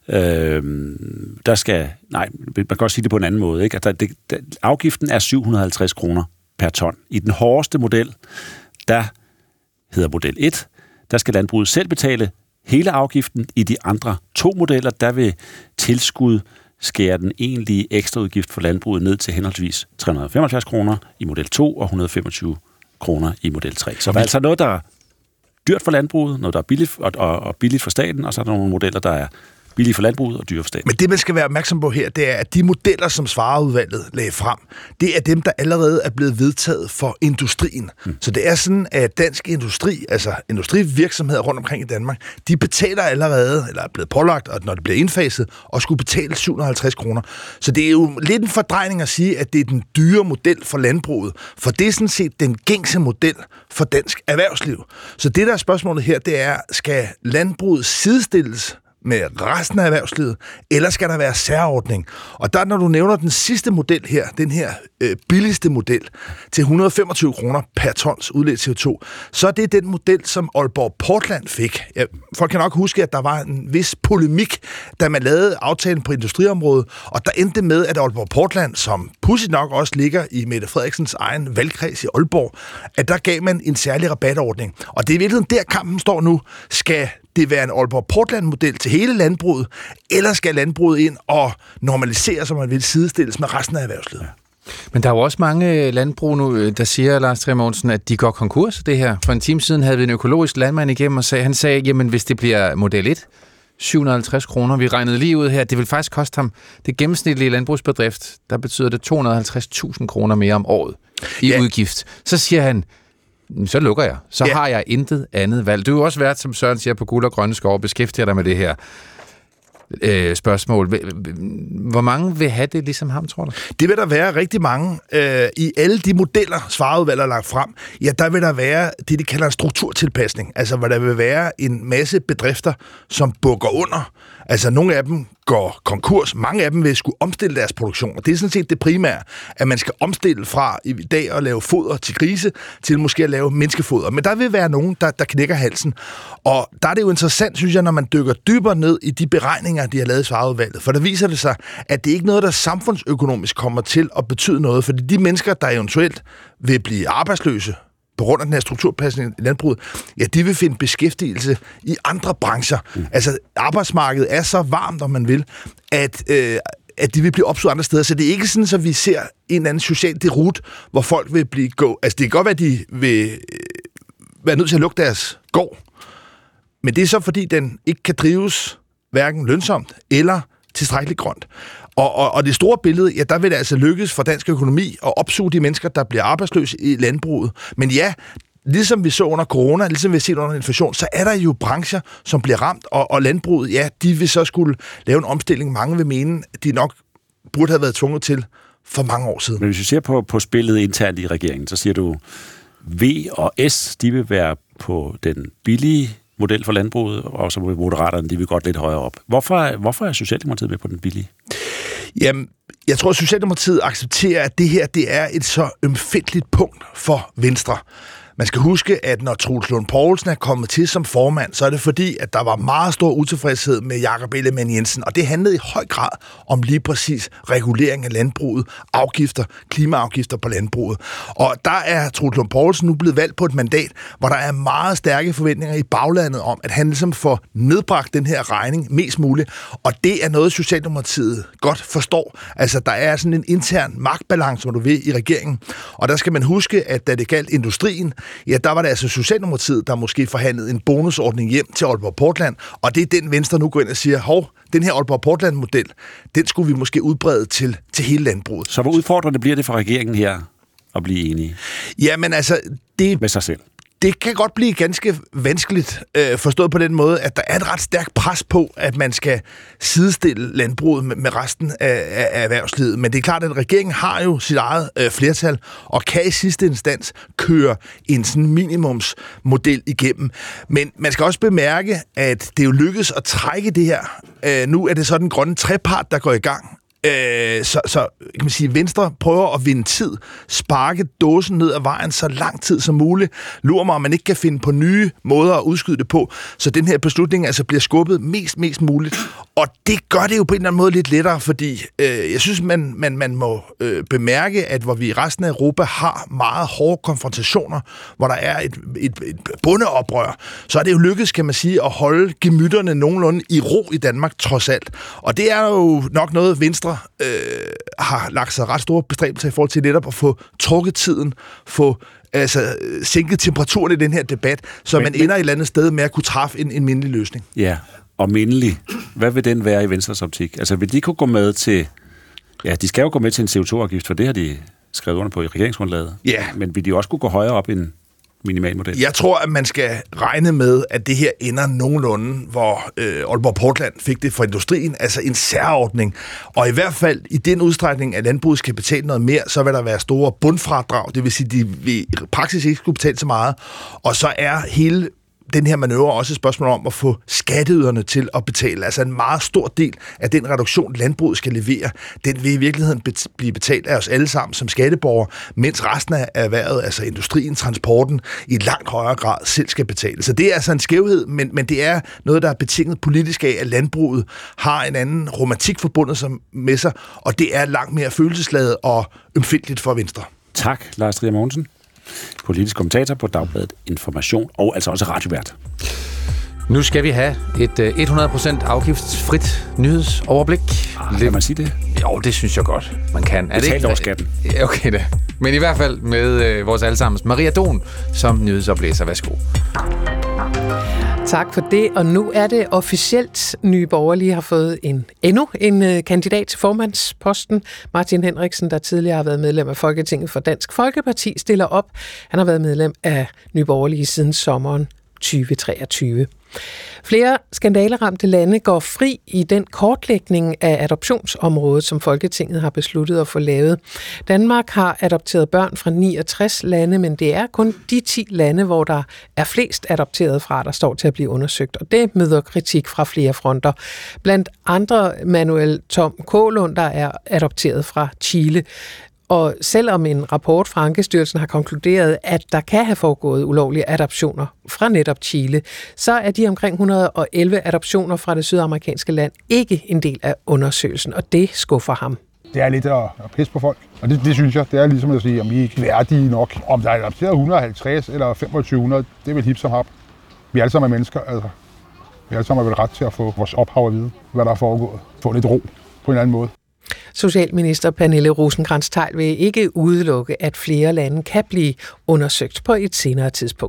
Man kan også sige det på en anden måde. Ikke? Afgiften er 750 kroner per ton. I den hårdeste model, der hedder model 1, der skal landbruget selv betale hele afgiften. I de andre to modeller, der vil tilskud skære den egentlige ekstraudgift for landbruget ned til henholdsvis 375 kroner i model 2 og 125 kroner i model 3. Så der er altså noget, der er dyrt for landbruget, noget der er billigt og billigt for staten, og så er der nogle modeller, der er billige for landbruget og dyre for staten. Men det, man skal være opmærksom på her, det er, at de modeller, som Svarerudvalget lagde frem, det er dem, der allerede er blevet vedtaget for industrien. Så det er sådan, at dansk industri, altså industrivirksomheder rundt omkring i Danmark, de betaler allerede, eller er blevet pålagt, og når det bliver indfaset, og skulle betale 750 kroner. Så det er jo lidt en fordrejning at sige, at det er den dyre model for landbruget, for det er sådan set den gængse model for dansk erhvervsliv. Så det, der er spørgsmålet her, det er, skal landbruget sidestilles med resten af erhvervslivet, eller skal der være særordning? Og der, når du nævner den sidste model her, den her billigste model, til 125 kroner per tons udledt CO2, så er det den model, som Aalborg Portland fik. Ja, folk kan nok huske, at der var en vis polemik, da man lavede aftalen på industriområdet, og der endte med, at Aalborg Portland, som pudsigt nok også ligger i Mette Frederiksens egen valgkreds i Aalborg, at der gav man en særlig rabatordning. Og det er i virkeligheden der kampen står nu. Skal det være en Aalborg Portland-model til hele landbruget, eller skal landbruget ind og normalisere, som man vil, sidestilles med resten af erhvervslivet? Men der er jo også mange landbrug nu, der siger, Lars Trier Mogensen, at de går konkurs, det her. For en time siden havde vi en økologisk landmand igennem, og han sagde, jamen hvis det bliver model 1, 750 kroner, vi regnede lige ud her, det vil faktisk koste ham, det gennemsnitlige landbrugsbedrift, der betyder det 250.000 kroner mere om året i udgift. Så siger han, så lukker jeg. Så har jeg intet andet valg. Du er jo også været, som Søren siger, på Guld og Grønne Skove, beskæftiger dig med det her spørgsmål. Hvor mange vil have det ligesom ham, tror du? Det vil der være rigtig mange. I alle de modeller, Svarerudvalget har lagt frem, ja, der vil der være det, de kalder en strukturtilpasning. Altså, hvor der vil være en masse bedrifter, som bukker under. Altså, nogle af dem går konkurs. Mange af dem vil skulle omstille deres produktion. Og det er sådan set det primære, at man skal omstille fra i dag at lave foder til grise, til måske at lave menneskefoder. Men der vil være nogen, der knækker halsen. Og der er det jo interessant, synes jeg, når man dykker dybere ned i de beregninger, de har lavet i Svarerudvalget. For der viser det sig, at det ikke er noget, der samfundsøkonomisk kommer til at betyde noget. Fordi de mennesker, der eventuelt vil blive arbejdsløse på grund af den her strukturpasning i landbruget, ja, de vil finde beskæftigelse i andre brancher. Altså, arbejdsmarkedet er så varmt, om man vil, at de vil blive opstået andre steder. Så det er ikke sådan, at vi ser en eller anden social derut, hvor folk vil blive Altså, det kan godt være, at de vil være nødt til at lukke deres gård. Men det er så, fordi den ikke kan drives hverken lønsomt eller tilstrækkeligt grønt. Og det store billede, ja, der vil det altså lykkes for dansk økonomi at opsuge de mennesker, der bliver arbejdsløse i landbruget. Men ja, ligesom vi så under corona, ligesom vi har set under inflation, så er der jo brancher, som bliver ramt, og landbruget, ja, de vil så skulle lave en omstilling. Mange vil mene, de nok burde have været tvunget til for mange år siden. Men hvis vi ser på spillet internt i regeringen, så siger du, V og S, de vil være på den billige model for landbruget, og så vil Moderaterne, de vil godt lidt højere op. Hvorfor er Socialdemokratiet med på den billige? Jamen, jeg tror, at Socialdemokratiet accepterer, at det her, det er et så ømfindtligt punkt for Venstre. Man skal huske, at når Troels Lund Poulsen er kommet til som formand, så er det fordi, at der var meget stor utilfredshed med Jakob Ellemann-Jensen, og det handlede i høj grad om lige præcis regulering af landbruget, afgifter, klimaafgifter på landbruget. Og der er Troels Lund Poulsen nu blevet valgt på et mandat, hvor der er meget stærke forventninger i baglandet om, at han ligesom får nedbragt den her regning mest muligt, og det er noget, Socialdemokratiet godt forstår. Altså, der er sådan en intern magtbalance, som du vil, i regeringen, og der skal man huske, at da det galt industrien, ja, der var det altså Socialdemokratiet, der måske forhandlede en bonusordning hjem til Aalborg Portland, og det er den Venstre nu går ind og siger, hov, den her Aalborg Portland-model, den skulle vi måske udbrede til hele landbruget. Så hvor udfordrende bliver det for regeringen her at blive enige? Jamen altså, det med sig selv. Det kan godt blive ganske vanskeligt, forstået på den måde, at der er et ret stærkt pres på, at man skal sidestille landbruget med resten af erhvervslivet. Men det er klart, at regeringen har jo sit eget flertal, og kan i sidste instans køre en sådan minimumsmodel igennem. Men man skal også bemærke, at det jo lykkes at trække det her. Nu er det så den grønne trepart, der går i gang. Så kan man sige, Venstre prøver at vinde tid, sparke dåsen ned ad vejen så lang tid som muligt. Lurer mig, om man ikke kan finde på nye måder at udskyde det på, så den her beslutning altså bliver skubbet mest muligt. Og det gør det jo på en eller anden måde lidt lettere, fordi jeg synes, man må bemærke, at hvor vi i resten af Europa har meget hårde konfrontationer, hvor der er et bondeoprør, så er det jo lykkedes, kan man sige, at holde gemytterne nogenlunde i ro i Danmark, trods alt. Og det er jo nok noget, Venstre har lagt sig ret store bestræbelser i forhold til netop at få trukket tiden, få sænket temperaturen i den her debat, så man ender et eller andet sted med at kunne træffe en mindelig løsning. Ja, og mindelig. Hvad vil den være i Venstres optik? Altså, vil de kunne gå med til... Ja, de skal jo gå med til en CO2-afgift, for det har de skrevet under på i regeringsgrundlaget. Ja. Men vil de også kunne gå højere op end minimalmodel? Jeg tror, at man skal regne med, at det her ender nogenlunde, hvor Aalborg Portland fik det for industrien, altså en særordning. Og i hvert fald i den udstrækning, at landbruget skal betale noget mere, så vil der være store bundfradrag, det vil sige, at de vil i praksis ikke skulle betale så meget. Og så er hele den her manøvre også et spørgsmål om at få skatteyderne til at betale. Altså en meget stor del af den reduktion, landbruget skal levere, den vil i virkeligheden blive betalt af os alle sammen som skatteborgere, mens resten af erhvervet, altså industrien, transporten, i langt højere grad selv skal betale. Så det er altså en skævhed, men det er noget, der er betinget politisk af, at landbruget har en anden romantik forbundet med sig, og det er langt mere følelsesladet og ømfindtligt for Venstre. Tak, Lars Trier Mogensen. Politisk kommentator på Dagbladet Information, og altså også radiovært. Nu skal vi have et 100% afgiftsfrit nyhedsoverblik. Kan man sige det? Jo, det synes jeg godt, man kan. Betalt over skatten. Okay da. Men i hvert fald med vores allesammens Maria Don som nyhedsoplæser. Værsgo. Tak for det, og nu er det officielt. Nye Borgerlige har fået endnu en kandidat til formandsposten. Martin Henriksen, der tidligere har været medlem af Folketinget for Dansk Folkeparti, stiller op. Han har været medlem af Nye Borgerlige siden sommeren 2023. Flere skandaleramte lande går fri i den kortlægning af adoptionsområdet, som Folketinget har besluttet at få lavet. Danmark har adopteret børn fra 69 lande, men det er kun de 10 lande, hvor der er flest adopterede fra, der står til at blive undersøgt. Og det møder kritik fra flere fronter. Blandt andre Manuel Tom Kålund, der er adopteret fra Chile. Og selvom en rapport fra Ankestyrelsen har konkluderet, at der kan have foregået ulovlige adoptioner fra netop Chile, så er de omkring 111 adoptioner fra det sydamerikanske land ikke en del af undersøgelsen, og det skuffer ham. Det er lidt at pisse på folk, og det synes jeg, det er ligesom at sige, om vi ikke er værdige nok. Om der er adopteret 150 eller 2500, det er vel hip som hap. Vi er alle sammen mennesker, altså. Vi er alle sammen vel ret til at få vores ophav at vide, hvad der er foregået. Få lidt ro på en eller anden måde. Socialminister Pernille Rosenkrantz-Theil vil ikke udelukke, at flere lande kan blive undersøgt på et senere tidspunkt.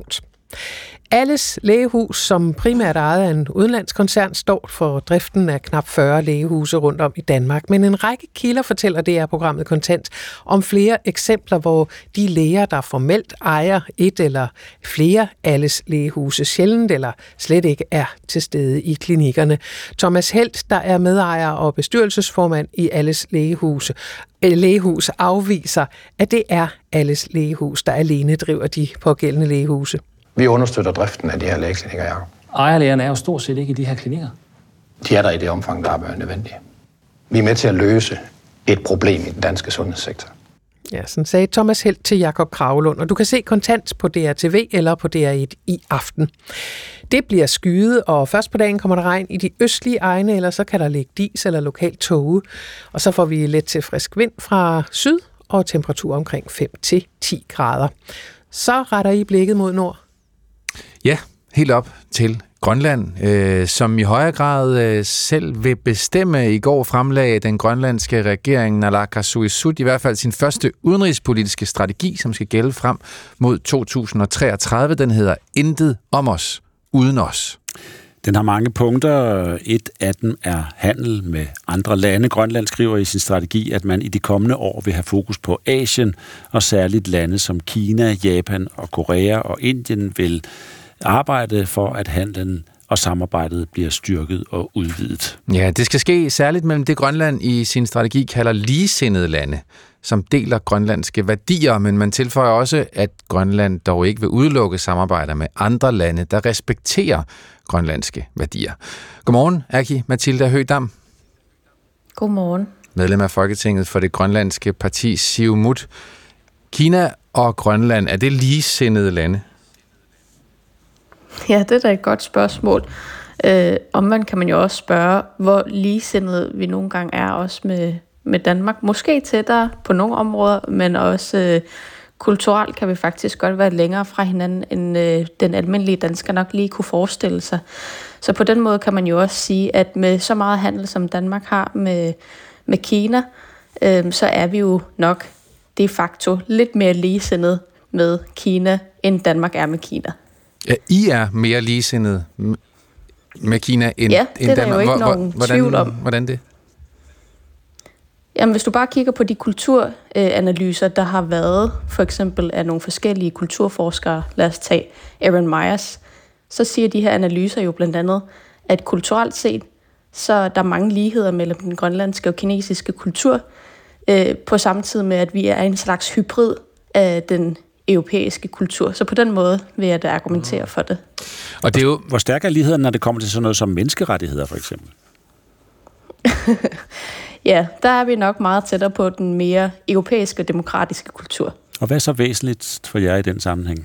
Alles Lægehus, som primært er ejet af en udenlandskoncern, står for driften af knap 40 lægehuse rundt om i Danmark. Men en række kilder fortæller DR-programmet Kontant om flere eksempler, hvor de læger, der formelt ejer et eller flere Alles Lægehuse, sjældent eller slet ikke er til stede i klinikkerne. Thomas Helt, der er medejer og bestyrelsesformand i Alles Lægehus, afviser, at det er Alles Lægehus, der alene driver de pågældende lægehuse. Vi understøtter driften af de her lægeklinikker, Jacob. Ejerlægerne er jo stort set ikke i de her klinikker. De er der i det omfang, der er nødvendige. Vi er med til at løse et problem i den danske sundhedssektor. Ja, sådan sagde Thomas Helt til Jakob Kragelund, og du kan se Kontant på DRTV eller på DR1 i aften. Det bliver skyet, og først på dagen kommer der regn i de østlige egne, eller så kan der ligge dis eller lokalt tåge. Og så får vi let til frisk vind fra syd og temperatur omkring 5-10 grader. Så retter I blikket mod nord. Ja, helt op til Grønland, som i højere grad selv vil bestemme. I går fremlagde den grønlandske regering Naalakkersuisut i hvert fald sin første udenrigspolitiske strategi, som skal gælde frem mod 2033. Den hedder Intet om os, uden os. Den har mange punkter. Et af dem er handel med andre lande. Grønland skriver i sin strategi, at man i de kommende år vil have fokus på Asien, og særligt lande som Kina, Japan og Korea og Indien vil arbejde for, at handlen og samarbejdet bliver styrket og udvidet. Ja, det skal ske særligt mellem det Grønland i sin strategi kalder ligesindede lande, som deler grønlandske værdier, men man tilføjer også, at Grønland dog ikke vil udelukke samarbejder med andre lande, der respekterer grønlandske værdier. Godmorgen, Aki-Matilda Høgh-Dam. Godmorgen. Medlem af Folketinget for det grønlandske parti Siumut. Kina og Grønland, er det ligesindede lande? Ja, det er da et godt spørgsmål. Omvendt kan man jo også spørge, hvor ligesindede vi nogle gange er også med Danmark. Måske tættere på nogle områder, men også kulturelt kan vi faktisk godt være længere fra hinanden, end den almindelige dansker nok lige kunne forestille sig. Så på den måde kan man jo også sige, at med så meget handel, som Danmark har med Kina, så er vi jo nok de facto lidt mere ligesindede med Kina, end Danmark er med Kina. Ja, I er mere ligesindede med Kina end Danmark? Ja, det er der jo ikke nogen tvivl om. Hvordan det? Jamen, hvis du bare kigger på de kulturanalyser, der har været, for eksempel af nogle forskellige kulturforskere, lad os tage Aaron Myers, så siger de her analyser jo blandt andet, at kulturelt set, så er der mange ligheder mellem den grønlandske og kinesiske kultur, på samme tid med, at vi er en slags hybrid af den europæiske kultur. Så på den måde vil jeg da argumentere for det. Og det er jo, hvor stærk er ligheden, når det kommer til sådan noget som menneskerettigheder, for eksempel? Ja, der er vi nok meget tættere på den mere europæiske demokratiske kultur. Og hvad er så væsentligt for jer i den sammenhæng?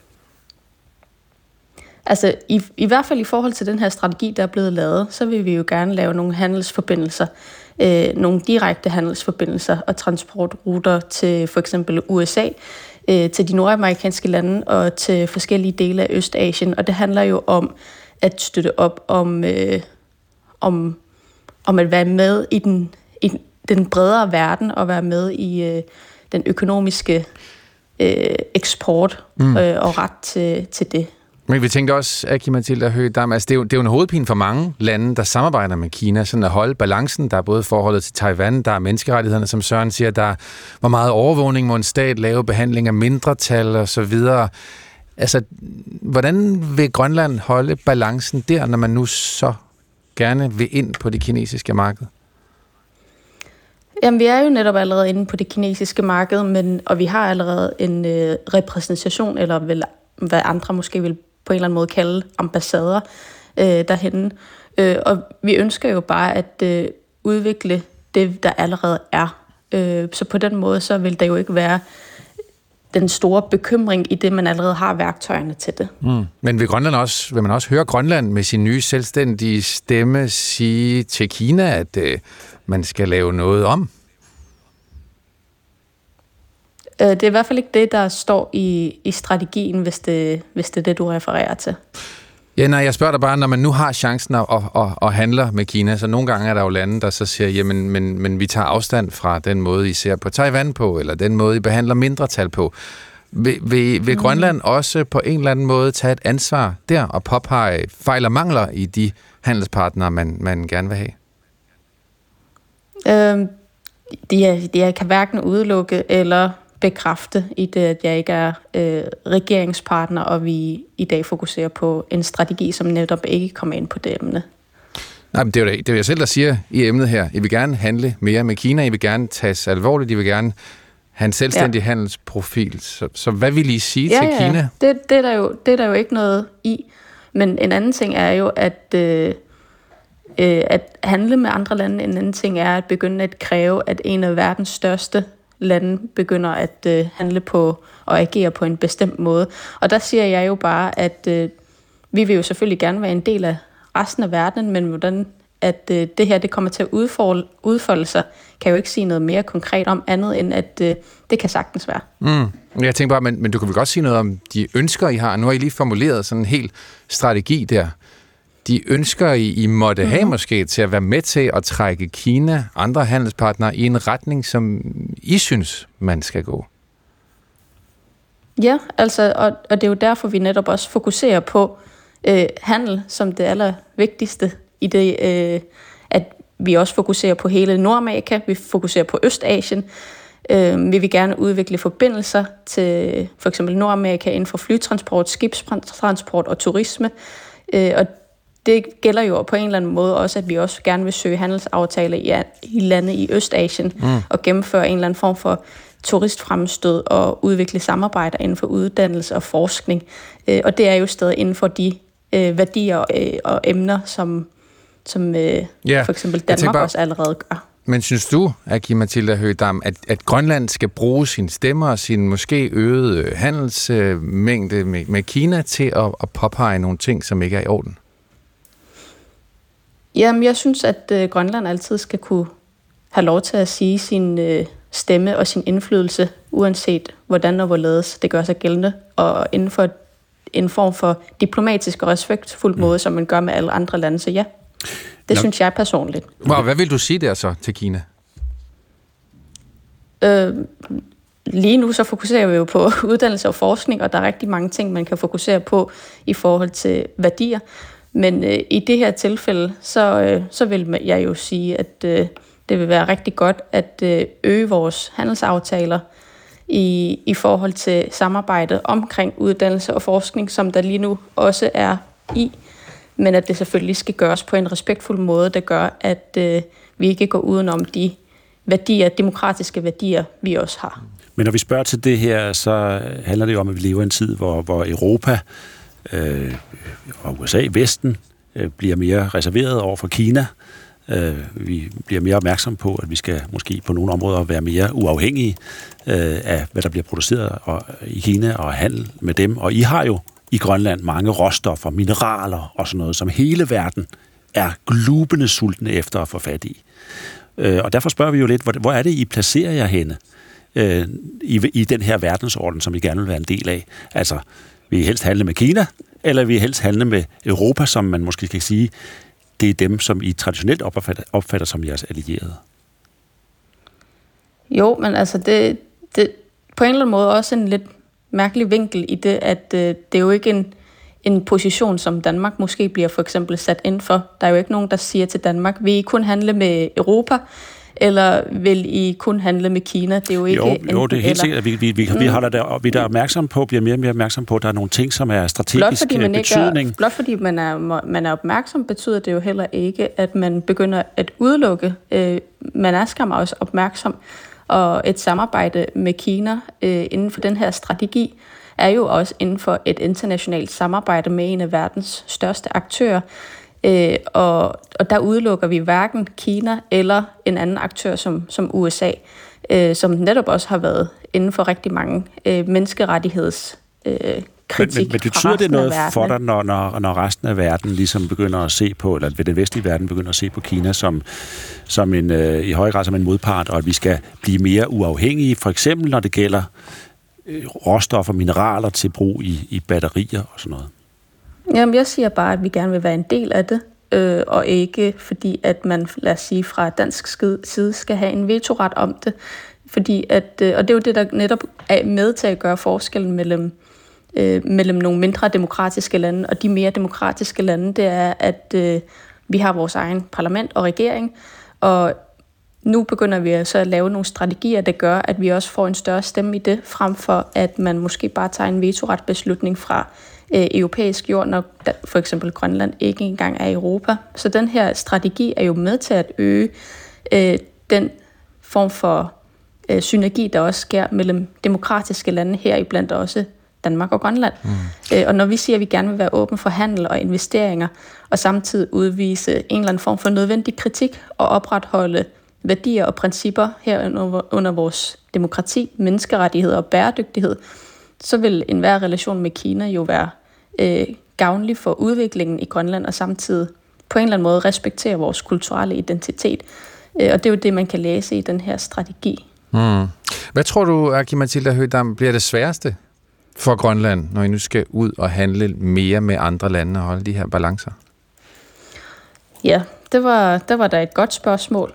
Altså, i hvert fald i forhold til den her strategi, der er blevet lavet, så vil vi jo gerne lave nogle handelsforbindelser, nogle direkte handelsforbindelser og transportruter til for eksempel USA, til de nordamerikanske lande og til forskellige dele af Østasien. Og det handler jo om at støtte op om at være med i den bredere verden og være med i den økonomiske eksport og ret til det. Men vi tænkte også, Aki-Matilda Høgh-Dam, altså det er jo en hovedpine for mange lande, der samarbejder med Kina, sådan at holde balancen. Der er både forholdet til Taiwan, der er menneskerettighederne, som Søren siger, der var meget overvågning, må en stat lave behandling af mindretal og så videre. Altså, hvordan vil Grønland holde balancen der, når man nu så gerne vil ind på det kinesiske marked? Jamen, vi er jo netop allerede inde på det kinesiske marked, og vi har allerede en repræsentation, eller vel, hvad andre måske vil på en eller anden måde kalde ambassader derhenne. Og vi ønsker jo bare at udvikle det, der allerede er. Så på den måde, så vil der jo ikke være den store bekymring i det, man allerede har værktøjerne til det. Men vil man også høre Grønland med sin nye selvstændige stemme sige til Kina, at man skal lave noget om? Det er i hvert fald ikke det, der står i strategien, hvis det er det, du refererer til. Ja, nej, jeg spørger dig bare, når man nu har chancen at handle med Kina, så nogle gange er der jo lande, der så siger, jamen, men vi tager afstand fra den måde, I ser på Taiwan på, eller den måde, I behandler mindretal på. Vil Grønland også på en eller anden måde tage et ansvar der og påpege fejl og mangler i de handelspartnere, man gerne vil have? Jeg kan hverken udelukke eller bekræfte i det, at jeg ikke er regeringspartner, og vi i dag fokuserer på en strategi, som netop ikke kommer ind på det emne. Nej, men det er jo jeg selv, der siger i emnet her. I vil gerne handle mere med Kina, I vil gerne tages alvorligt, I vil gerne have en selvstændig handelsprofil. Så hvad vil I sige til Kina? Det er der jo ikke noget i. Men en anden ting er jo, at handle med andre lande. En anden ting er at begynde at kræve, at en af verdens største lande begynder at handle på og agere på en bestemt måde. Og der siger jeg jo bare, at vi vil jo selvfølgelig gerne være en del af resten af verdenen, men hvordan at det her det kommer til at udfolde sig, kan jeg jo ikke sige noget mere konkret om andet, end at det kan sagtens være. Jeg tænker bare, men du kan vel godt sige noget om de ønsker, I har. Nu har I lige formuleret sådan en hel strategi der. De ønsker, I måtte have måske til at være med til at trække Kina, andre handelspartnere, i en retning, som I synes, man skal gå. Ja, altså, og det er jo derfor, vi netop også fokuserer på handel som det allervigtigste i det, at vi også fokuserer på hele Nordamerika, vi fokuserer på Østasien. Vi vil gerne udvikle forbindelser til for eksempel Nordamerika inden for flytransport, skibstransport og turisme. Og det gælder jo på en eller anden måde også, at vi også gerne vil søge handelsaftaler i lande i Østasien og gennemføre en eller anden form for turistfremstød og udvikle samarbejder inden for uddannelse og forskning. Og det er jo stadig inden for de værdier og emner, som for eksempel Danmark også allerede gør. Men synes du, Aki-Matilda Høegh-Dam, at Grønland skal bruge sine stemmer og sin måske øgede handelsmængde med Kina til at påpege nogle ting, som ikke er i orden? Jamen, jeg synes, at Grønland altid skal kunne have lov til at sige sin stemme og sin indflydelse, uanset hvordan og hvorledes det gør sig gældende, og inden for en form for diplomatisk og respektfuld måde, som man gør med alle andre lande. Så ja, det synes jeg personligt. Hvad vil du sige der så til Kina? Lige nu så fokuserer vi jo på uddannelse og forskning, og der er rigtig mange ting, man kan fokusere på i forhold til værdier. Men i det her tilfælde, så vil jeg jo sige, at det vil være rigtig godt at øge vores handelsaftaler i forhold til samarbejdet omkring uddannelse og forskning, som der lige nu også er i. Men at det selvfølgelig skal gøres på en respektfuld måde, der gør, at vi ikke går udenom de værdier, demokratiske værdier, vi også har. Men når vi spørger til det her, så handler det jo om, at vi lever i en tid, hvor Europa og USA, Vesten, bliver mere reserveret over for Kina. Vi bliver mere opmærksom på, at vi skal måske på nogle områder være mere uafhængige af, hvad der bliver produceret i Kina og handel med dem. Og I har jo i Grønland mange råstoffer, mineraler og sådan noget, som hele verden er glubende sultne efter at få fat i. Og derfor spørger vi jo lidt, hvor er det, I placerer jer henne i den her verdensorden, som I gerne vil være en del af? Altså, vil I helst handle med Kina, eller vil I helst handle med Europa, som man måske kan sige, det er dem, som I traditionelt opfatter som jeres allierede? Jo, men altså, det på en eller anden måde også en lidt mærkelig vinkel i det, at det er jo ikke en position, som Danmark måske bliver for eksempel sat ind for. Der er jo ikke nogen, der siger til Danmark, vil I kun handle med Europa, eller vil I kun handle med Kina? Det er jo ikke jo, det er helt sikkert, at vi holder der, vi er opmærksom på, bliver mere og mere opmærksom på, at der er nogle ting, som er strategisk betydning. Blot fordi man er opmærksom, betyder det jo heller ikke, at man begynder at udelukke. Man er skam også opmærksom, og et samarbejde med Kina inden for den her strategi er jo også inden for et internationalt samarbejde med en af verdens største aktører. Og der udelukker vi hverken Kina eller en anden aktør som USA, som netop også har været inden for rigtig mange menneskerettigheds kritik. Men betyder det noget for dig, når resten af verden ligesom begynder at se på, eller den vestlige verden begynder at se på Kina som en, i høj grad som en modpart, og at vi skal blive mere uafhængige, for eksempel når det gælder råstoffer, mineraler til brug i batterier og sådan noget? Jamen, jeg siger bare, at vi gerne vil være en del af det, og ikke fordi, at man, lad os sige, fra dansk side skal have en vetoret om det. Fordi og det er jo det, der netop er med til at gøre forskellen mellem nogle mindre demokratiske lande og de mere demokratiske lande, det er, at vi har vores egen parlament og regering, og nu begynder vi så at lave nogle strategier, der gør, at vi også får en større stemme i det, frem for at man måske bare tager en vetoretbeslutning fra europæisk jord, når for eksempel Grønland ikke engang er i Europa. Så den her strategi er jo med til at øge den form for synergi, der også sker mellem demokratiske lande, heriblandt også Danmark og Grønland. Og når vi siger, at vi gerne vil være åbne for handel og investeringer, og samtidig udvise en eller anden form for nødvendig kritik og opretholde værdier og principper her under vores demokrati, menneskerettigheder og bæredygtighed, så vil enhver relation med Kina jo være gavnlig for udviklingen i Grønland, og samtidig på en eller anden måde respektere vores kulturelle identitet. Og det er jo det, man kan læse i den her strategi. Hvad tror du, Aki-Matilda Høegh-Dam, bliver det sværeste for Grønland, når I nu skal ud og handle mere med andre lande og holde de her balancer? Ja, det var da et godt spørgsmål.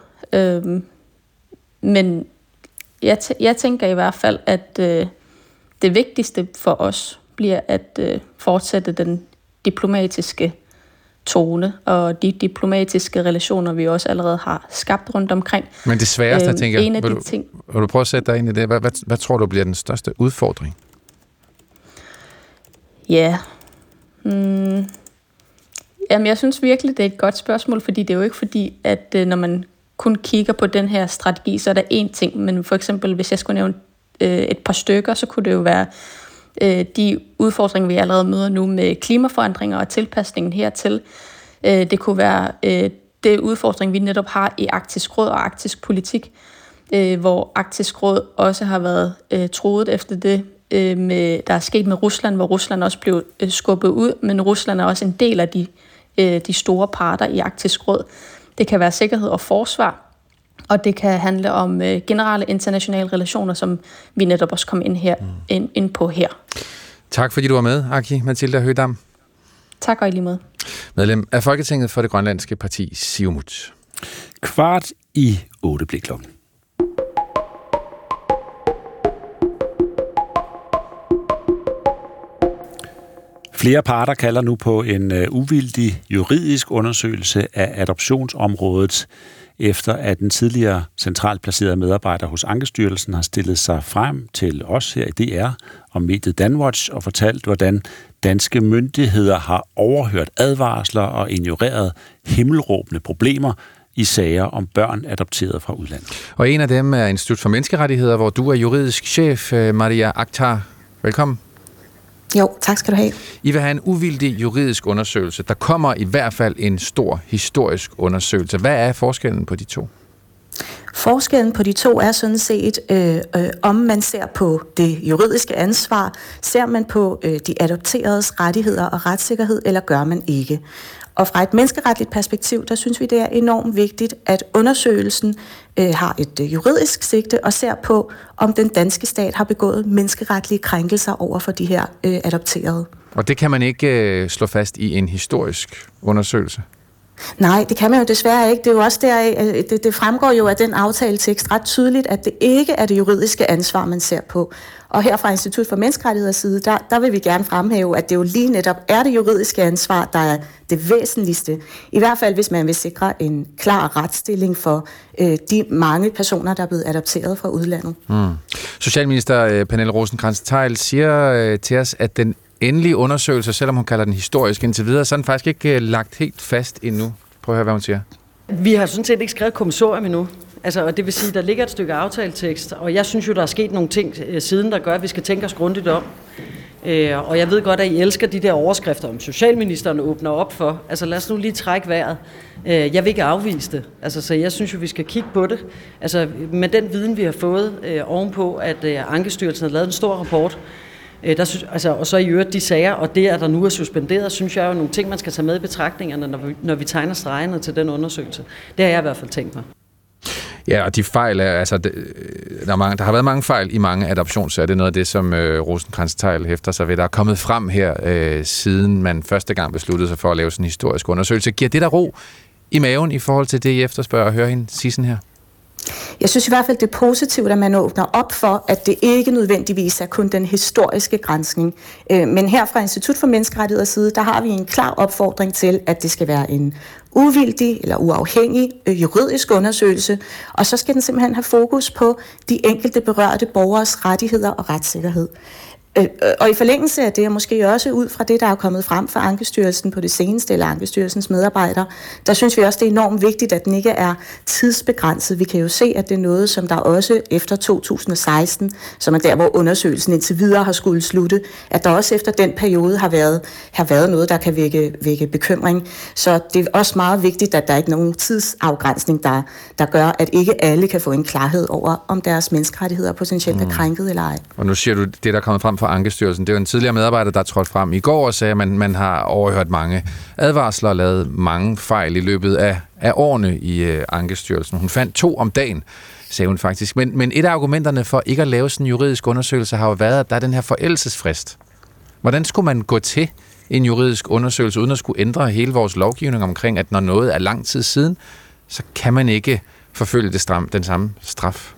Men jeg tænker i hvert fald, at det vigtigste for os bliver at fortsætte den diplomatiske tone og de diplomatiske relationer, vi også allerede har skabt rundt omkring. Men det sværeste, tænker jeg, vil du prøve at sætte dig ind i det? Hvad tror du bliver den største udfordring? Ja. Jamen, jeg synes virkelig, det er et godt spørgsmål, fordi det er jo ikke fordi, at når man kun kigger på den her strategi, så er der én ting, men for eksempel, hvis jeg skulle nævne et par stykker, så kunne det jo være de udfordringer, vi allerede møder nu med klimaforandringer og tilpasningen hertil. Det kunne være det udfordring, vi netop har i Arktisk Råd og arktisk politik, hvor Arktisk Råd også har været truet efter det, der er sket med Rusland, hvor Rusland også blev skubbet ud, men Rusland er også en del af de store parter i Arktisk Råd. Det kan være sikkerhed og forsvar, og det kan handle om generelle internationale relationer, som vi netop også kom ind på her. Tak fordi du var med, Aki-Matilda Høegh-Dam. Tak og i lige måde. Medlem af Folketinget for det grønlandske parti Siumut. 7:15 blev klokken. Flere parter kalder nu på en uvildig juridisk undersøgelse af adoptionsområdet, efter at den tidligere centralt placerede medarbejder hos Ankestyrelsen har stillet sig frem til os her i DR og mediet Danwatch og fortalt, hvordan danske myndigheder har overhørt advarsler og ignoreret himmelråbende problemer i sager om børn adopteret fra udlandet. Og en af dem er Institut for Menneskerettigheder, hvor du er juridisk chef, Maria Akhtar. Velkommen. Jo, tak skal du have. I vil have en uvildig juridisk undersøgelse. Der kommer i hvert fald en stor historisk undersøgelse. Hvad er forskellen på de to? Forskellen på de to er sådan set, om man ser på det juridiske ansvar, ser man på de adopteredes rettigheder og retssikkerhed, eller gør man ikke. Og fra et menneskeretligt perspektiv, der synes vi, det er enormt vigtigt, at undersøgelsen har et juridisk sigte og ser på, om den danske stat har begået menneskeretlige krænkelser over for de her adopterede. Og det kan man ikke slå fast i en historisk undersøgelse? Nej, det kan man jo desværre ikke. Det er jo også det fremgår jo af den aftaletekst ret tydeligt, at det ikke er det juridiske ansvar, man ser på. Og her fra Institut for Menneskerettigheders side, der vil vi gerne fremhæve, at det jo lige netop er det juridiske ansvar, der er det væsentligste. I hvert fald, hvis man vil sikre en klar retsstilling for de mange personer, der er blevet adopteret fra udlandet. Socialminister Pernille Rosenkrantz-Theil siger til os, at den endelige undersøgelse, selvom hun kalder den historisk indtil videre, så er den faktisk ikke lagt helt fast endnu. Prøv at høre, hvad hun siger. Vi har sådan set ikke skrevet kommissorium endnu. Altså, og det vil sige, der ligger et stykke aftaletekst, og jeg synes jo, der er sket nogle ting siden, der gør, at vi skal tænke os grundigt om. Og jeg ved godt, at I elsker de der overskrifter, om socialministeren åbner op for. Altså, lad os nu lige trække vejret. Jeg vil ikke afvise det. Altså, så jeg synes jo, vi skal kigge på det. Altså, med den viden, vi har fået ovenpå, at Ankestyrelsen har lavet en stor rapport, og så i øvrigt de sager, og det, at der nu er suspenderet, synes jeg jo nogle ting, man skal tage med i betragtningerne, når vi tegner stregerne til den undersøgelse. Det har jeg i hvert fald tænkt mig. Ja, og de fejl er, altså, der har været mange fejl i mange adoptionssager. Det er noget af det, som Rosenkrantz-Theil hæfter sig ved. Der er kommet frem her, siden man første gang besluttede sig for at lave sådan en historisk undersøgelse. Giver det der ro i maven i forhold til det, I efterspørger, og høre hende sige sådan her? Jeg synes i hvert fald, det er positivt, at man åbner op for, at det ikke nødvendigvis er kun den historiske granskning. Men her fra Institut for Menneskerettigheders side, der har vi en klar opfordring til, at det skal være en uvildig eller uafhængig juridisk undersøgelse, og så skal den simpelthen have fokus på de enkelte berørte borgeres rettigheder og retssikkerhed. Og i forlængelse af det, og måske også ud fra det, der er kommet frem fra Ankestyrelsen på det seneste, eller Ankestyrelsens medarbejdere, der synes vi også, det er enormt vigtigt, at den ikke er tidsbegrænset. Vi kan jo se, at det er noget, som der også efter 2016, som er der, hvor undersøgelsen indtil videre har skulle slutte, at der også efter den periode har været noget, der kan vække bekymring. Så det er også meget vigtigt, at der ikke er nogen tidsafgrænsning, der gør, at ikke alle kan få en klarhed over, om deres menneskerettigheder potentielt er krænket eller ej. Og nu siger du, det der er kommet frem fra Ankestyrelsen, det er jo en tidligere medarbejder, der trådte frem i går og sagde, at man har overhørt mange advarsler og lavet mange fejl i løbet af årene i Ankestyrelsen. Hun fandt 2 om dagen, sagde hun faktisk. Men et af argumenterne for ikke at lave sådan en juridisk undersøgelse har jo været, at der er den her forældelsesfrist. Hvordan skulle man gå til en juridisk undersøgelse, uden at skulle ændre hele vores lovgivning omkring, at når noget er lang tid siden, så kan man ikke forfølge den samme straf?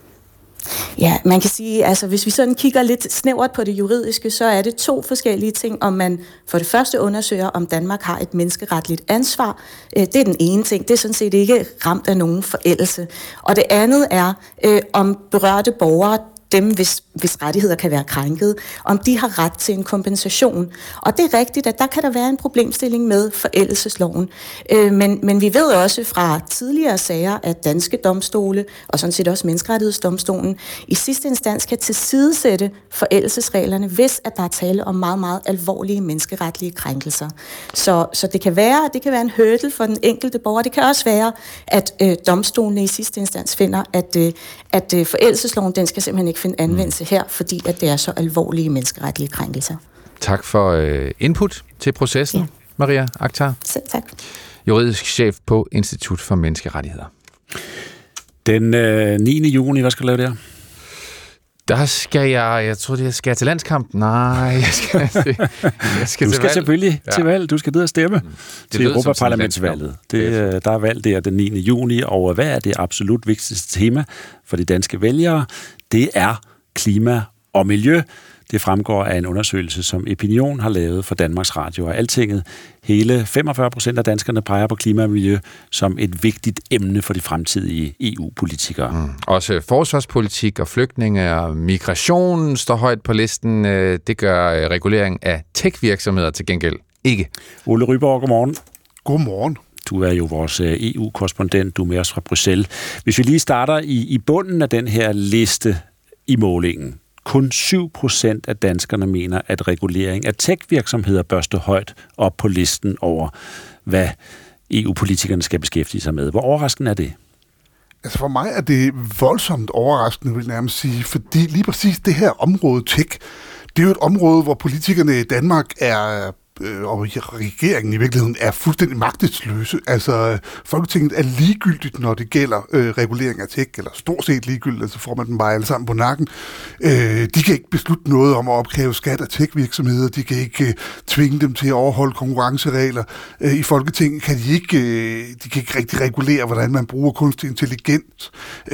Ja, man kan sige, altså hvis vi sådan kigger lidt snævert på det juridiske, så er det 2 forskellige ting, om man for det første undersøger, om Danmark har et menneskeretligt ansvar. Det er den ene ting. Det er sådan set ikke ramt af nogen forældelse. Og det andet er, om berørte borgere, dem, hvis rettigheder kan være krænket, om de har ret til en kompensation. Og det er rigtigt, at der kan der være en problemstilling med forældelsesloven. Men vi ved også fra tidligere sager, at danske domstole, og sådan set også menneskerettighedsdomstolen, i sidste instans kan tilsidesætte forældelsesreglerne, hvis at der er tale om meget, meget alvorlige menneskeretlige krænkelser. Så det kan være en hurdle for den enkelte borger. Det kan også være, at domstolene i sidste instans finder, at forældelsesloven, den skal simpelthen ikke finde anvendelse her, fordi at det er så alvorlige menneskeretlige krænkelser. Tak for input til processen, ja. Maria Akhtar. Selv tak. Juridisk chef på Institut for Menneskerettigheder. Den 9. juni, hvad skal du lave der? Der skal jeg troede, jeg skal til landskamp. Nej, jeg skal du skal selvfølgelig til valg. Du skal ned og stemme til Europaparlamentsvalget. Der er valg der den 9. juni, og hvad er det absolut vigtigste tema for de danske vælgere? Det er klima og miljø. Det fremgår af en undersøgelse, som Epinion har lavet for Danmarks Radio og Altinget. Hele 45% af danskerne peger på klima og miljø som et vigtigt emne for de fremtidige EU-politikere. Også forsvarspolitik og flygtninge og migration står højt på listen. Det gør regulering af tech-virksomheder til gengæld ikke. Ole Ryborg, godmorgen. Godmorgen. Du er jo vores EU-korrespondent, du er med os fra Bruxelles. Hvis vi lige starter i bunden af den her liste i målingen. Kun 7% af danskerne mener, at regulering af tech-virksomheder bør stå højt op på listen over, hvad EU-politikerne skal beskæftige sig med. Hvor overraskende er det? Altså for mig er det voldsomt overraskende, vil jeg nærmest sige, fordi lige præcis det her område tech, det er jo et område, hvor politikerne i Danmark og regeringen i virkeligheden er fuldstændig magtesløse. Altså, Folketinget er ligegyldigt, når det gælder regulering af tech, eller stort set ligegyldigt, så får man dem bare alle sammen på nakken. De kan ikke beslutte noget om at opkræve skat af tech-virksomheder, de kan ikke tvinge dem til at overholde konkurrenceregler. I Folketinget kan de kan ikke rigtig regulere, hvordan man bruger kunstig intelligens,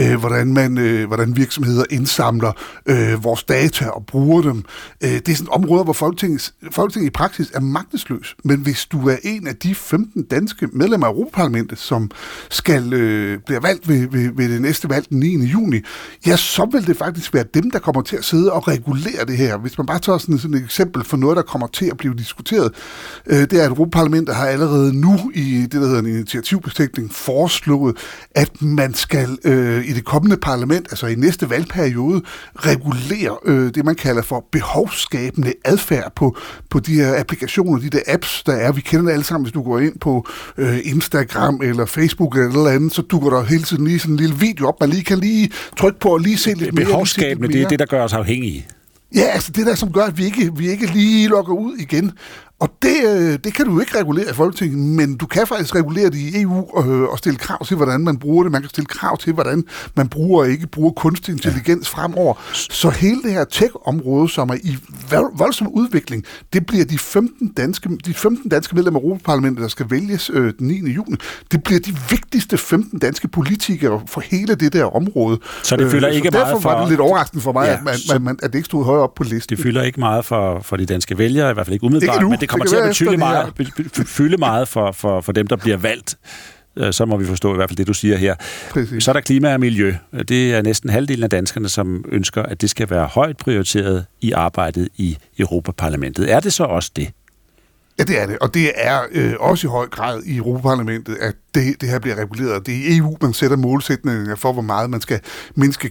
hvordan virksomheder indsamler vores data og bruger dem. Det er sådan et område, hvor Folketinget i praksis er magtesløs. Men hvis du er en af de 15 danske medlemmer af Europaparlamentet, som skal blive valgt ved det næste valg den 9. juni, ja, så vil det faktisk være dem, der kommer til at sidde og regulere det her. Hvis man bare tager sådan et eksempel for noget, der kommer til at blive diskuteret, det er, at Europaparlamentet har allerede nu i det, der hedder en initiativbesætning, foreslået, at man skal i det kommende parlament, altså i næste valgperiode, regulere det, man kalder for behovsskabende adfærd på de her applikationer, de der apps, der er. Vi kender det alle sammen, hvis du går ind på Instagram eller Facebook eller andet, så dukker der hele tiden lige sådan en lille video op, man lige kan trykke på og lige se lidt mere. Behovsskabende, det er det, der gør os afhængige. Ja, altså det der, som gør, at vi ikke lige logger ud igen. Og det kan du ikke regulere i Folketinget, men du kan faktisk regulere det i EU og stille krav til, hvordan man bruger det. Man kan stille krav til, hvordan man bruger og ikke bruger kunstig intelligens fremover. Så hele det her tech-område, som er i voldsom udvikling, det bliver de 15 danske medlemmer af Europaparlamentet, der skal vælges den 9. juni. Det bliver de vigtigste 15 danske politikere for hele det der område. Så det fylder ikke meget for... Derfor var det lidt overraskende for mig, at det ikke stod højere op på listen. Det fylder ikke meget for de danske vælgere, i hvert fald ikke umiddelbart, men det kommer til at fylde meget for dem, der bliver valgt. Så må vi forstå i hvert fald det, du siger her. Præcis. Så er der klima og miljø. Det er næsten halvdelen af danskerne, som ønsker, at det skal være højt prioriteret i arbejdet i Europaparlamentet. Er det så også det? Ja, det er det. Og det er også i høj grad i Europaparlamentet, at det her bliver reguleret. Det er i EU, man sætter målsætninger for, hvor meget man skal mindske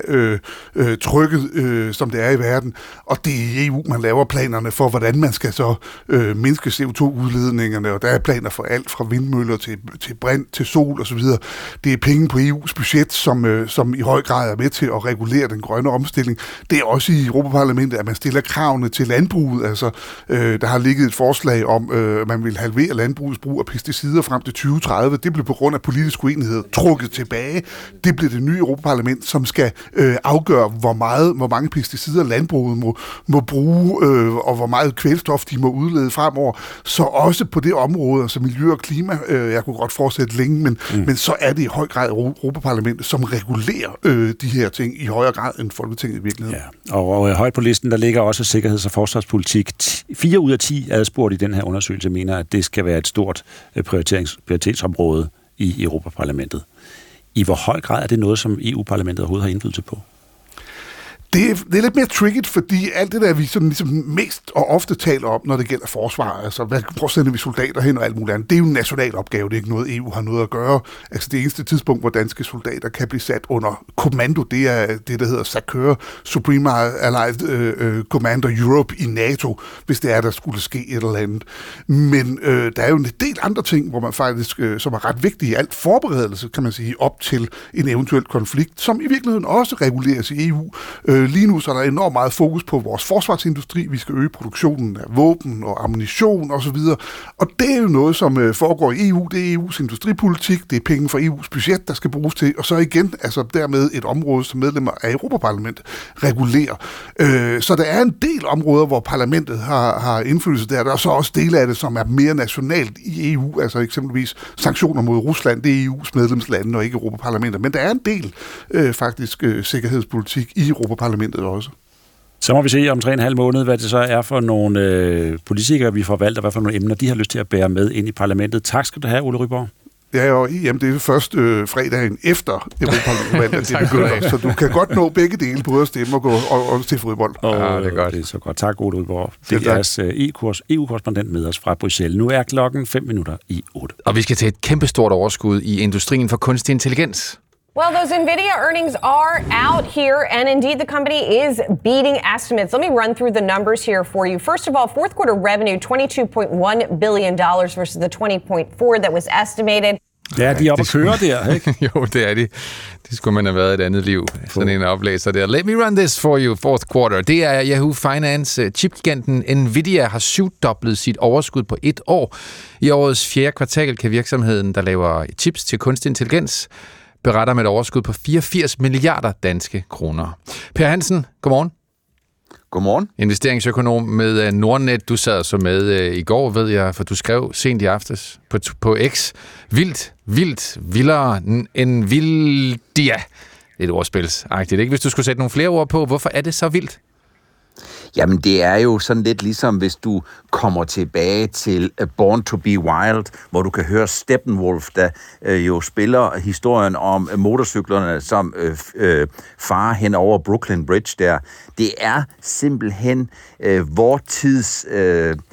klimatrykket, som det er i verden. Og det er i EU, man laver planerne for, hvordan man skal så mindske CO2-udledningerne. Og der er planer for alt, fra vindmøller til brint, til sol osv. Det er penge på EU's budget, som i høj grad er med til at regulere den grønne omstilling. Det er også i Europaparlamentet, at man stiller kravene til landbruget. Altså, der har ligget et forslag om, at man vil halvere landbrugets brug af pesticider frem til 2030. Det blev på grund af politisk uenighed trukket tilbage. Det bliver det nye Europaparlament, som skal afgøre, hvor mange pesticider landbruget må bruge, og hvor meget kvælstof de må udlede fremover. Så også på det område, altså miljø og klima, jeg kunne godt fortsætte længe, men så er det i høj grad Europaparlamentet, som regulerer de her ting i højere grad end Folketinget i virkeligheden. Ja. Og højt på listen, der ligger også sikkerheds- og forsvarspolitik. 4 ud af 10 adspurgt i den her undersøgelse mener, at det skal være et stort prioritetsområde i Europaparlamentet. I hvor høj grad er det noget, som EU-parlamentet overhovedet har indflydelse på? Det er lidt mere tricky, fordi alt det der, vi sådan ligesom mest og ofte taler om, når det gælder forsvar, altså hvor sender vi soldater hen og alt muligt andet, det er jo en national opgave, det er ikke noget, EU har noget at gøre. Altså det eneste tidspunkt, hvor danske soldater kan blive sat under kommando, det er det, der hedder SACEUR, Supreme Allied Commander Europe i NATO, hvis det er, der skulle ske et eller andet. Men der er jo en del andre ting, hvor man faktisk, som er ret vigtige, alt forberedelse, kan man sige, op til en eventuel konflikt, som i virkeligheden også reguleres i EU. Lige nu så er der enormt meget fokus på vores forsvarsindustri. Vi skal øge produktionen af våben og ammunition osv. Og det er jo noget, som foregår i EU. Det er EU's industripolitik. Det er penge fra EU's budget, der skal bruges til. Og så igen, altså dermed et område, som medlemmer af Europaparlamentet regulerer. Så der er en del områder, hvor parlamentet har indflydelse der. Der er så også dele af det, som er mere nationalt i EU. Altså eksempelvis sanktioner mod Rusland. Det er EU's medlemslande og ikke Europaparlamentet. Men der er en del faktisk sikkerhedspolitik i Europaparlamentet også. Så må vi se om 3,5 måneder, hvad det så er for nogle politikere, vi får valgt, og hvad for nogle emner, de har lyst til at bære med ind i parlamentet. Tak skal du have, Ole Ryborg. Ja, og EM, det er først fredagen efter Europaparlamentet, det begynder, så du kan godt nå begge dele, både at stemme og til fodbold. Ja, det er godt. Det er så godt. Tak, Ole Ryborg. Det er jeres EU-korrespondent med os fra Bruxelles. Nu er klokken 7:05. Og vi skal til et kæmpestort overskud i industrien for kunstig intelligens. Well, those NVIDIA earnings are out here, and indeed the company is beating estimates. Let me run through the numbers here for you. First of all, fourth quarter revenue, $22.1 billion versus the 20.4 that was estimated. Ja, de er oppe at køre der, ikke? Jo, det er de. Det skulle man have været et andet liv, sådan en oplæser der. Let me run this for you, fourth quarter. Det er Yahoo Finance. Chipgiganten NVIDIA har 7-doblet sit overskud på 1 år. I årets 4. kvartal kan virksomheden, der laver chips til kunstig intelligens, beretter med et overskud på 84 milliarder danske kroner. Per Hansen, godmorgen. Godmorgen. Investeringsøkonom med Nordnet. Du sad så med i går, ved jeg, for du skrev sent i aftes på X. Vildere end vildia. Et ordspilsagtigt, ikke? Hvis du skulle sætte nogle flere ord på, hvorfor er det så vildt? Jamen, det er jo sådan lidt ligesom, hvis du kommer tilbage til Born to be Wild, hvor du kan høre Steppenwolf, der jo spiller historien om motorcyklerne, som farer hen over Brooklyn Bridge der. Det er simpelthen vor tids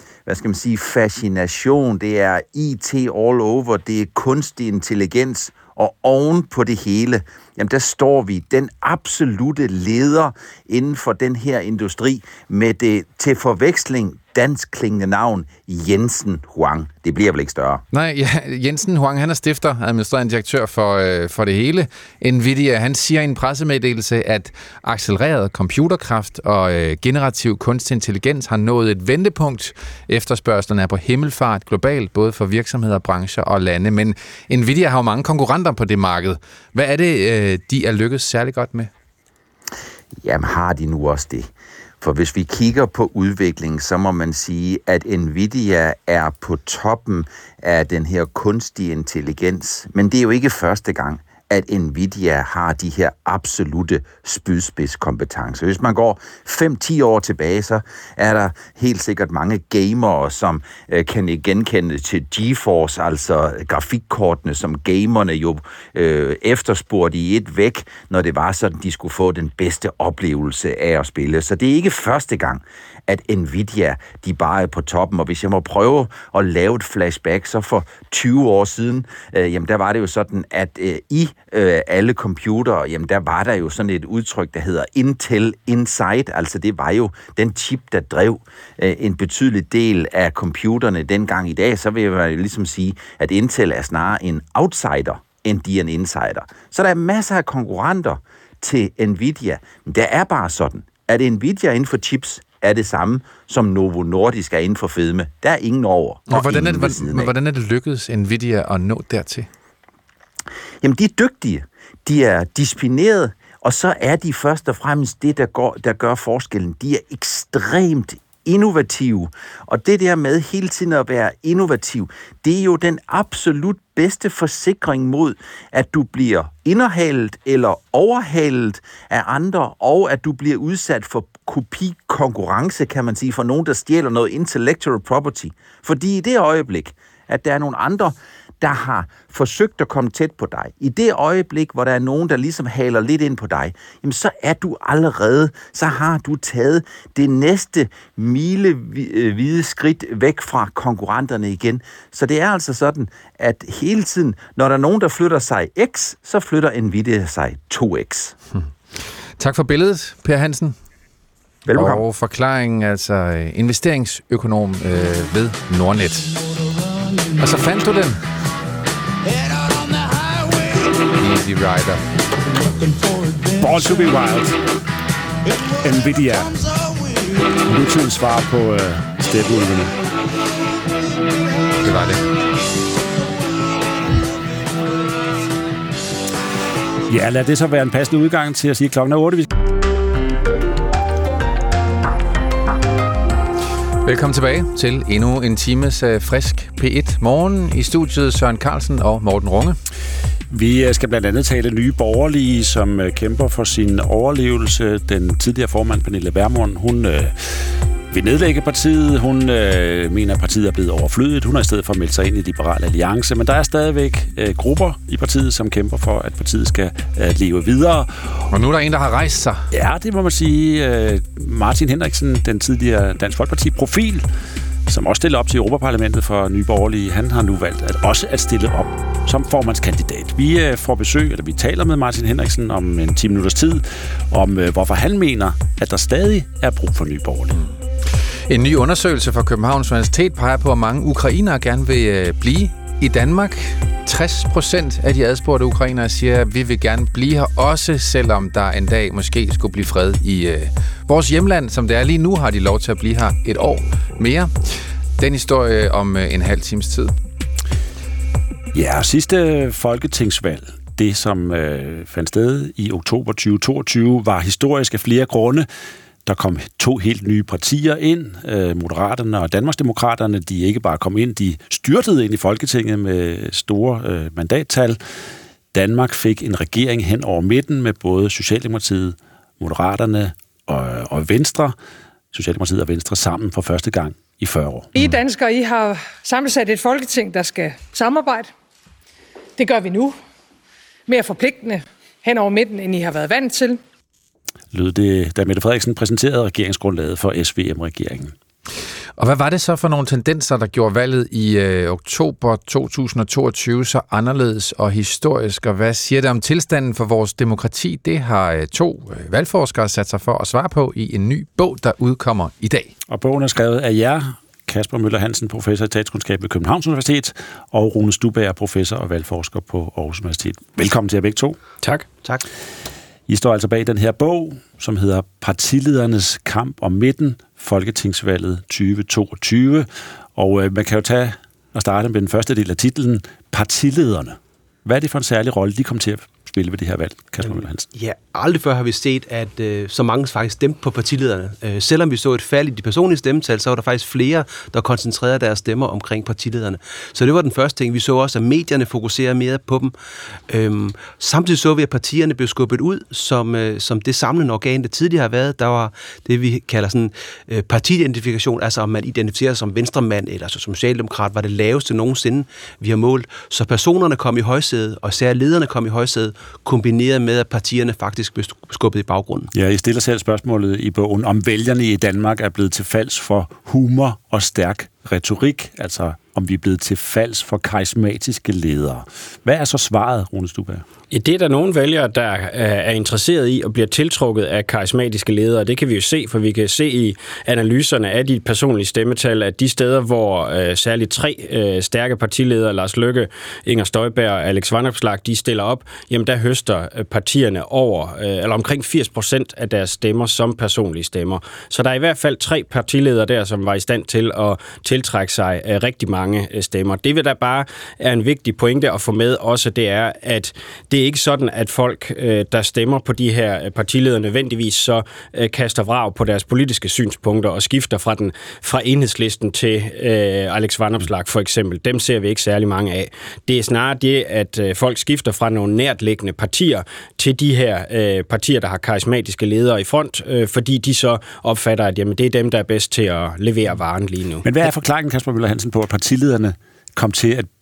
fascination. Det er IT all over, det er kunstig intelligens Og oven på det hele, jamen der står vi den absolute leder inden for den her industri med det til forveksling danskklingende navn Jensen Huang. Det bliver vel ikke større? Nej, ja, Jensen Huang, han er stifter, administrerende direktør for det hele. Nvidia, han siger i en pressemeddelelse, at accelereret computerkraft og generativ kunstig intelligens har nået et vendepunkt. Efterspørgselen er på himmelfart globalt, både for virksomheder, brancher og lande. Men Nvidia har jo mange konkurrenter på det marked. Hvad er det, de er lykkedes særlig godt med? Jamen har de nu også det? For hvis vi kigger på udviklingen, så må man sige, at Nvidia er på toppen af den her kunstige intelligens. Men det er jo ikke første gang, at Nvidia har de her absolute spydspidskompetencer. Hvis man går 5-10 år tilbage, så er der helt sikkert mange gamere, som kan genkende til GeForce, altså grafikkortene, som gamerne jo efterspurgte i et væk, når det var sådan, de skulle få den bedste oplevelse af at spille. Så det er ikke første gang, at Nvidia, de bare er på toppen. Og hvis jeg må prøve at lave et flashback, så for 20 år siden, jamen der var det jo sådan, at i alle computere, jamen der var der jo sådan et udtryk, der hedder Intel Inside, altså det var jo den chip, der drev en betydelig del af computerne dengang. I dag, så vil jeg ligesom sige, at Intel er snarere en outsider, end de er en insider. Så der er masser af konkurrenter til Nvidia, men der er bare sådan, at Nvidia inden for chips er det samme, som Novo Nordisk er inden for fedme. Der er ingen over. Hvordan er det lykkedes Nvidia at nå dertil? Jamen, de er dygtige. De er disciplineret, og så er de først og fremmest det, der gør forskellen. De er ekstremt innovative. Og det der med hele tiden at være innovativ, det er jo den absolut bedste forsikring mod, at du bliver inderhalet eller overhalet af andre, og at du bliver udsat for kopikonkurrence, kan man sige, for nogen, der stjæler noget intellectual property. Fordi i det øjeblik, at der er nogle andre, der har forsøgt at komme tæt på dig, i det øjeblik, hvor der er nogen, der ligesom haler lidt ind på dig, jamen så er du allerede, så har du taget det næste milevide skridt væk fra konkurrenterne igen. Så det er altså sådan, at hele tiden, når der er nogen, der flytter sig X, så flytter Nvidia sig 2X. Tak for billedet, Per Hansen. Velkommen. Og forklaringen, altså investeringsøkonom ved Nordnet. Og så fandt du den. Easy Rider. Born to be wild. Nvidia. Nutidens svar på steppeulvene. Det var det. Ja, lad det så være en passende udgang til at sige klokken 8. Velkommen tilbage til endnu en times frisk P1 morgen. I studiet Søren Carlsen og Morten Runge. Vi skal blandt andet tale Nye Borgerlige, som kæmper for sin overlevelse. Den tidligere formand, Pernille Vermund, hun vil nedlægge partiet. Hun mener, at partiet er blevet overflødet. Hun har i stedet for meldt sig ind i Liberal Alliance. Men der er stadigvæk grupper i partiet, som kæmper for, at partiet skal leve videre. Og nu er der en, der har rejst sig. Ja, det må man sige. Martin Henriksen, den tidligere Dansk Folkeparti-profil, som også stiller op til Europaparlamentet for Nye Borgerlige, han har nu valgt at stille op som formandskandidat. Vi får besøg, eller vi taler med Martin Henriksen om en 10 minutters tid, om hvorfor han mener, at der stadig er brug for Nye Borgerlige. En ny undersøgelse fra Københavns Universitet peger på, at mange ukrainere gerne vil blive i Danmark. 60% af de adspurgte ukrainere siger, at vi vil gerne blive her, også selvom der en dag måske skulle blive fred i vores hjemland. Som det er lige nu, har de lov til at blive her et år mere. Den historie om en halv times tid. Ja, sidste folketingsvalg, det som fandt sted i oktober 2022, var historisk af flere grunde. Der kom 2 helt nye partier ind, Moderaterne og Danmarksdemokraterne. De ikke bare kom ind, de styrtede ind i Folketinget med store mandattal. Danmark fik en regering hen over midten med både Socialdemokratiet, Moderaterne og Venstre. Socialdemokratiet og Venstre sammen for første gang i 40 år. I danskere, I har sammensat et folketing, der skal samarbejde. Det gør vi nu. Mere forpligtende hen over midten, end I har været vant til. Lød det, da Mette Frederiksen præsenterede regeringsgrundlaget for SVM-regeringen. Og hvad var det så for nogle tendenser, der gjorde valget i oktober 2022 så anderledes og historisk? Og hvad siger det om tilstanden for vores demokrati? Det har 2 valgforskere sat sig for at svare på i en ny bog, der udkommer i dag. Og bogen er skrevet af jer, Kasper Møller Hansen, professor i statskundskab ved Københavns Universitet, og Rune Stubager, professor og valgforsker på Aarhus Universitet. Velkommen til jer begge to. Tak. Tak. I står altså bag den her bog, som hedder Partiledernes kamp om midten, Folketingsvalget 2022. Og man kan jo tage og starte med den første del af titlen, Partilederne. Hvad er det for en særlig rolle, de kommer til at spille ved det her valg, Kasper Møller Hansen? Ja, aldrig før har vi set, at så mange faktisk stemte på partilederne. Selvom vi så et fald i de personlige stemmetal, så var der faktisk flere, der koncentrerede deres stemmer omkring partilederne. Så det var den første ting. Vi så også, at medierne fokuserer mere på dem. Samtidig så vi, at partierne blev skubbet ud som det samlende organ, det tidligere har været. Der var det, vi kalder sådan partidentifikation, altså om man identificerer som venstremand eller som socialdemokrat, var det laveste nogensinde, vi har målt. Så personerne kom i højsædet, og især lederne kom i højsædet, kombineret med, at partierne faktisk blev skubbet i baggrunden. Ja, I stiller selv spørgsmålet i bogen, om vælgerne i Danmark er blevet til falds for humor og stærk retorik, altså om vi er blevet til falds for karismatiske ledere. Hvad er så svaret, Rune Stubager? Ja, det er der nogle vælgere, der er interesseret i og bliver tiltrukket af karismatiske ledere. Det kan vi jo se, for vi kan se i analyserne af de personlige stemmetal, at de steder, hvor særligt 3 stærke partiledere, Lars Løkke, Inger Støjberg og Alex Vanopslagh, de stiller op, jamen der høster partierne eller omkring 80% af deres stemmer som personlige stemmer. Så der er i hvert fald 3 partiledere der, som var i stand til at tiltrække sig rigtig mange stemmer. Det vil der bare er en vigtig pointe at få med også, det er, at det er ikke sådan, at folk, der stemmer på de her partiledere nødvendigvis, så kaster vrag på deres politiske synspunkter og skifter fra Enhedslisten til Alex Vanopslagh for eksempel. Dem ser vi ikke særlig mange af. Det er snarere det, at folk skifter fra nogle nærtliggende partier til de her partier, der har karismatiske ledere i front, fordi de så opfatter, at jamen, det er dem, der er bedst til at levere varen lige nu. Men hvad er forklaringen, Kasper Møller Hansen, på, at partilederne kom til at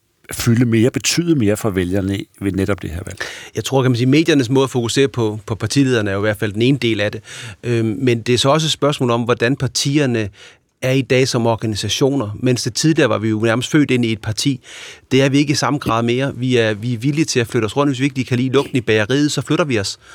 betyde mere for vælgerne ved netop det her valg? Jeg tror, kan man sige, mediernes måde at fokusere på partilederne er jo i hvert fald den ene del af det. Men det er så også et spørgsmål om, hvordan partierne er i dag som organisationer, mens det tidligere var vi jo nærmest født ind i et parti. Det er vi ikke i samme grad mere. Vi er villige til at flytte os rundt. Hvis vi ikke kan lide lugten i bageriet, så flytter vi os.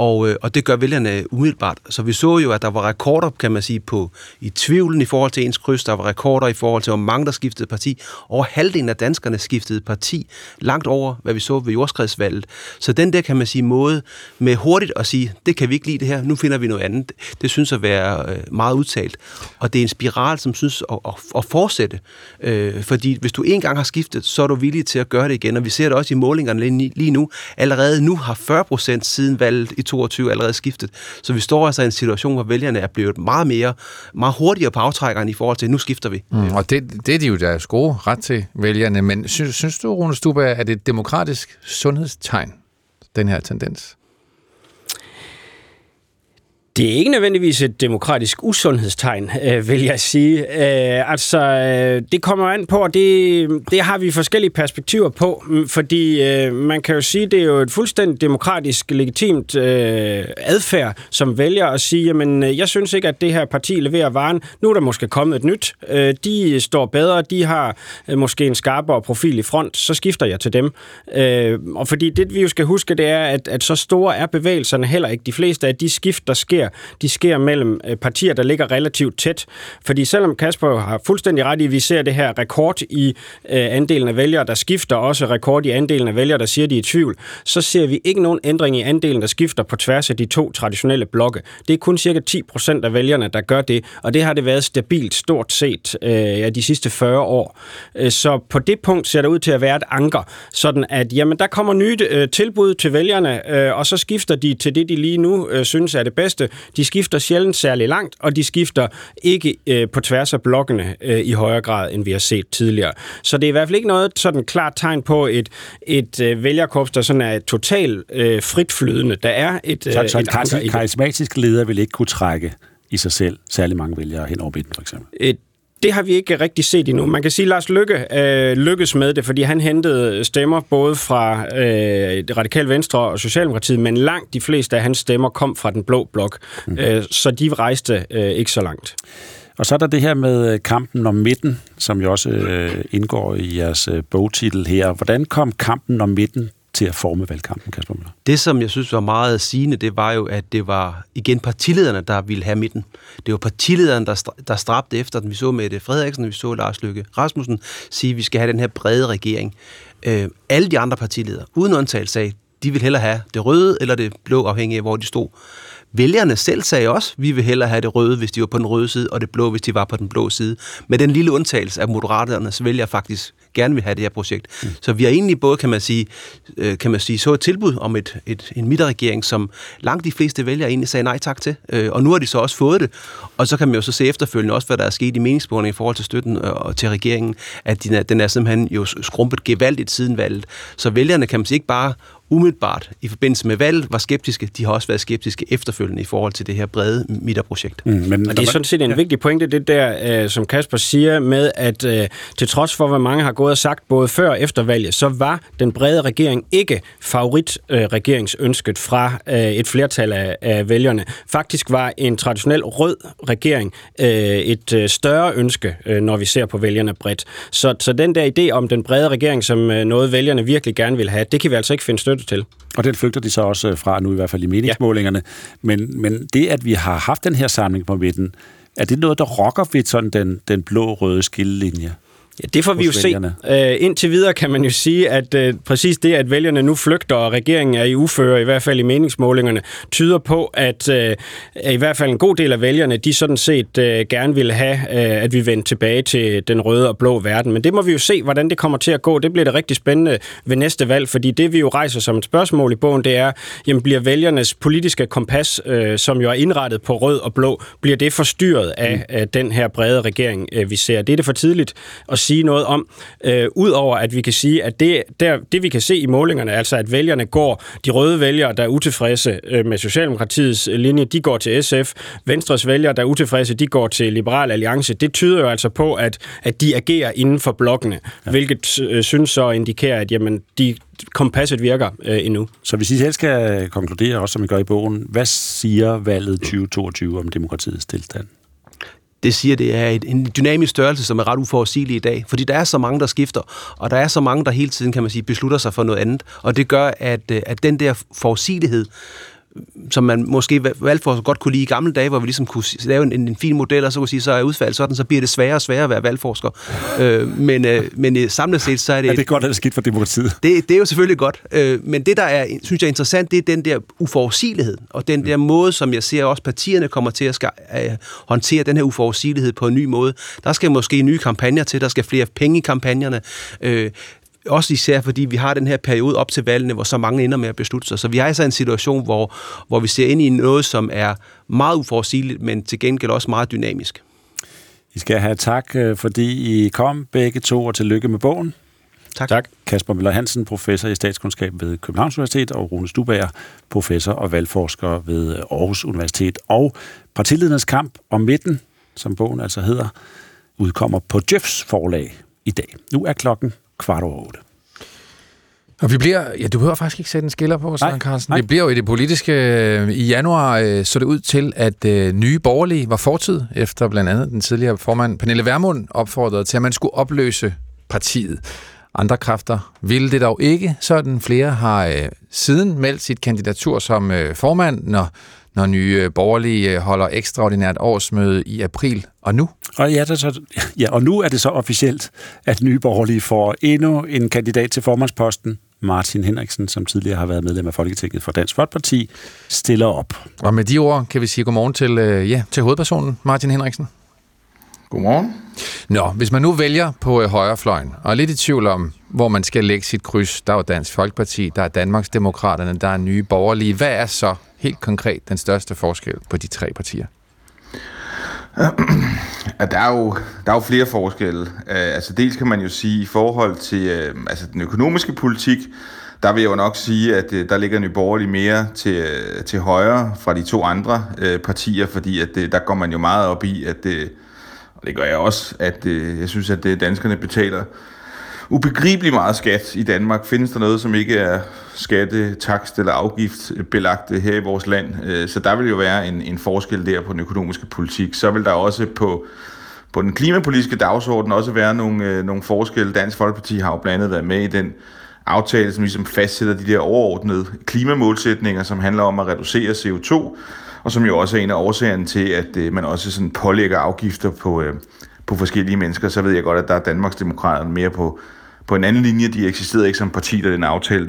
Og det gør vælgerne umiddelbart. Så vi så jo, at der var rekorder, kan man sige, i tvivlen i forhold til ens kryds. Der var rekorder i forhold til, hvor mange der skiftede parti. Over halvdelen af danskerne skiftede parti, langt over, hvad vi så ved jordskredsvalget. Så den der, kan man sige, måde med hurtigt at sige, det kan vi ikke lide det her, nu finder vi noget andet, det synes at være meget udtalt. Og det er en spiral, som synes at fortsætte. Fordi hvis du en gang har skiftet, så er du villig til at gøre det igen. Og vi ser det også i målingerne lige nu. Allerede nu har 40% siden valget i 22 allerede skiftet. Så vi står altså i en situation, hvor vælgerne er blevet meget hurtigere på aftrækkeren i forhold til, nu skifter vi. Og det er de jo deres gode ret til, vælgerne. Men synes du, Rune Stubager, er det et demokratisk sundhedstegn, den her tendens? Det er ikke nødvendigvis et demokratisk usundhedstegn, vil jeg sige. Det kommer an på, og det har vi forskellige perspektiver på, fordi man kan jo sige, det er jo et fuldstændig demokratisk, legitimt adfærd, som vælger at sige, jamen, jeg synes ikke, at det her parti leverer varen. Nu er der måske kommet et nyt. De står bedre, de har måske en skarpere profil i front, så skifter jeg til dem. Og fordi det, vi jo skal huske, det er, at så store er bevægelserne heller ikke. De fleste af de skift, der sker mellem partier, der ligger relativt tæt. Fordi selvom Kasper har fuldstændig ret i, at vi ser det her rekord i andelen af vælgere, der skifter, også rekord i andelen af vælgere, der siger, de er i tvivl, så ser vi ikke nogen ændring i andelen, der skifter på tværs af de 2 traditionelle blokke. Det er kun cirka 10% af vælgerne, der gør det, og det har det været stabilt stort set de sidste 40 år. Så på det punkt ser det ud til at være et anker, sådan at jamen, der kommer nye tilbud til vælgerne, og så skifter de til det, de lige nu synes er det bedste. De skifter sjældent særlig langt, og de skifter ikke på tværs af blokkene i højere grad, end vi har set tidligere. Så det er i hvert fald ikke noget sådan klart tegn på et vælgerkorps, der sådan er totalt fritflydende. Der er et anker i det. Karismatiske ledere vil ikke kunne trække i sig selv særlig mange vælgere hen over midten, for eksempel. Det har vi ikke rigtig set endnu. Man kan sige, at Lars Løkke lykkes med det, fordi han hentede stemmer både fra det radikale Venstre og Socialdemokratiet, men langt de fleste af hans stemmer kom fra den blå blok. Så de rejste ikke så langt. Og så er der det her med kampen om midten, som jo også indgår i jeres bogtitel her. Hvordan kom kampen om midten til at forme valgkampen, Kasper Møller? Det, som jeg synes var meget sigende, det var jo, at det var igen partilederne, der ville have midten. Det var partilederne, der stræbte efter den. Vi så Mette Frederiksen, vi så Lars Løkke Rasmussen sige, at vi skal have den her brede regering. Alle de andre partiledere, uden undtagelse, sagde, de vil hellere have det røde eller det blå, afhængig af, hvor de stod. Vælgerne selv sagde også, at vi vil hellere have det røde, hvis de var på den røde side, og det blå, hvis de var på den blå side. Med den lille undtagelse af moderaternes vælgere faktisk gerne vil have det her projekt. Så vi har egentlig både, kan man sige, så et tilbud om en midterregering, som langt de fleste vælgere egentlig sagde nej tak til. Og nu har de så også fået det. Og så kan man jo så se efterfølgende også, hvad der er sket i meningsmålingen i forhold til støtten og til regeringen, at den er simpelthen jo skrumpet gevaldigt siden valget. Så vælgerne kan man sige ikke bare umiddelbart i forbindelse med valget var skeptiske. De har også været skeptiske efterfølgende i forhold til det her brede midterprojekt. Og det er sådan set en vigtig pointe, det der, som Kasper siger, med at til trods for, hvad mange har gået og sagt, både før og efter valget, så var den brede regering ikke favoritregeringsønsket fra et flertal af vælgerne. Faktisk var en traditionel rød regering et større ønske, når vi ser på vælgerne bredt. Så den der idé om den brede regering, som noget vælgerne virkelig gerne vil have, det kan vi altså ikke finde støtte til. Og den flygter de så også fra nu, i hvert fald i meningsmålingerne. Ja. Men det, at vi har haft den her samling på midten, er det noget, der rokker ved sådan den blå-røde skillelinje? Ja, det får vi jo se. Indtil videre kan man jo sige, at præcis det, at vælgerne nu flygter, og regeringen er i uføre, i hvert fald i meningsmålingerne, tyder på, at i hvert fald en god del af vælgerne, de sådan set gerne vil have, at vi vender tilbage til den røde og blå verden. Men det må vi jo se, hvordan det kommer til at gå. Det bliver det rigtig spændende ved næste valg, fordi det, vi jo rejser som et spørgsmål i bogen, det er, jamen bliver vælgernes politiske kompas, som jo er indrettet på rød og blå, bliver det forstyrret af den her brede regering, vi ser? Det er det for tidligt at sige noget om, udover at vi kan sige, at det vi kan se i målingerne, altså at vælgerne går, de røde vælgere, der er utilfredse med Socialdemokratiets linje, de går til SF, Venstres vælgere, der er utilfredse, de går til Liberal Alliance. Det tyder jo altså på, at de agerer inden for blokkene, hvilket synes så indikerer, at jamen, kompasset virker endnu. Så hvis I selv skal konkludere, også som I gør i bogen, hvad siger valget 2022 om demokratiets tilstand? Det siger, det er en dynamisk størrelse, som er ret uforudsigelig i dag. Fordi der er så mange, der skifter, og der er så mange, der hele tiden, kan man sige, beslutter sig for noget andet. Og det gør, at den der forudsigelighed, som man måske valgforsker godt kunne lide i gamle dage, hvor vi ligesom kunne lave en fin model, og så kunne sige, så er udfaldet sådan, så bliver det sværere og sværere at være valgforsker. Men samlet set, så er det... Er det godt eller skidt for demokratiet? Det er jo selvfølgelig godt. Men det, der er, synes jeg er interessant, det er den der uforudsigelighed, og den der måde, som jeg ser også partierne kommer til at håndtere den her uforudsigelighed på en ny måde. Der skal måske nye kampagner til, der skal flere penge i kampagnerne, også især fordi vi har den her periode op til valgene, hvor så mange ender med at beslutte sig. Så vi har altså en situation, hvor vi ser ind i noget, som er meget uforudsigeligt, men til gengæld også meget dynamisk. I skal have tak, fordi I kom begge to, og tillykke med bogen. Tak. Kasper Møller Hansen, professor i statskundskab ved Københavns Universitet, og Rune Stubager, professor og valgforsker ved Aarhus Universitet. Og Partiledernes kamp om midten, som bogen altså hedder, udkommer på Djøfs forlag i dag. Nu er klokken 7:15. Og vi bliver, du behøver faktisk ikke sætte en skiller på, Søren Carlsen. Vi bliver jo i det politiske. I januar så det ud til, at Nye Borgerlige var fortid, efter blandt andet den tidligere formand Pernille Vermund opfordrede til, at man skulle opløse partiet. Andre kræfter ville det dog ikke. Sådan flere har siden meldt sit kandidatur som formand, når Nye Borgerlige holder ekstraordinært årsmøde i april. Og nu? Og nu er det så officielt, at Nye Borgerlige får endnu en kandidat til formandsposten. Martin Henriksen, som tidligere har været medlem af Folketinget for Dansk Folkeparti, stiller op. Og med de ord kan vi sige godmorgen til hovedpersonen, Martin Henriksen. Godmorgen. Nå, hvis man nu vælger på højrefløjen, og er lidt i tvivl om, hvor man skal lægge sit kryds, der er jo Dansk Folkeparti, der er Danmarksdemokraterne, der er Nye Borgerlige. Hvad er så helt konkret den største forskel på de tre partier? Der er jo flere forskelle. Altså dels kan man jo sige, i forhold til den økonomiske politik, der vil jeg jo nok sige, at der ligger Nye Borgerlige mere til højre fra de to andre partier, fordi at der går man jo meget op i, at og det gør jeg også, at jeg synes, at danskerne betaler ubegribeligt meget skat i Danmark. Findes der noget, som ikke er takst eller afgiftsbelagte her i vores land. Så der vil jo være en forskel der på den økonomiske politik. Så vil der også på den klimapolitiske dagsorden også være nogle forskelle. Dansk Folkeparti har jo blandt andet været med i den aftale, som ligesom fastsætter de der overordnede klimamålsætninger, som handler om at reducere CO2, og som jo også er en af årsagerne til, at man også sådan pålægger afgifter på forskellige mennesker. Så ved jeg godt, at der er Danmarksdemokraterne mere på en anden linje. De eksisterede ikke som parti, da den aftale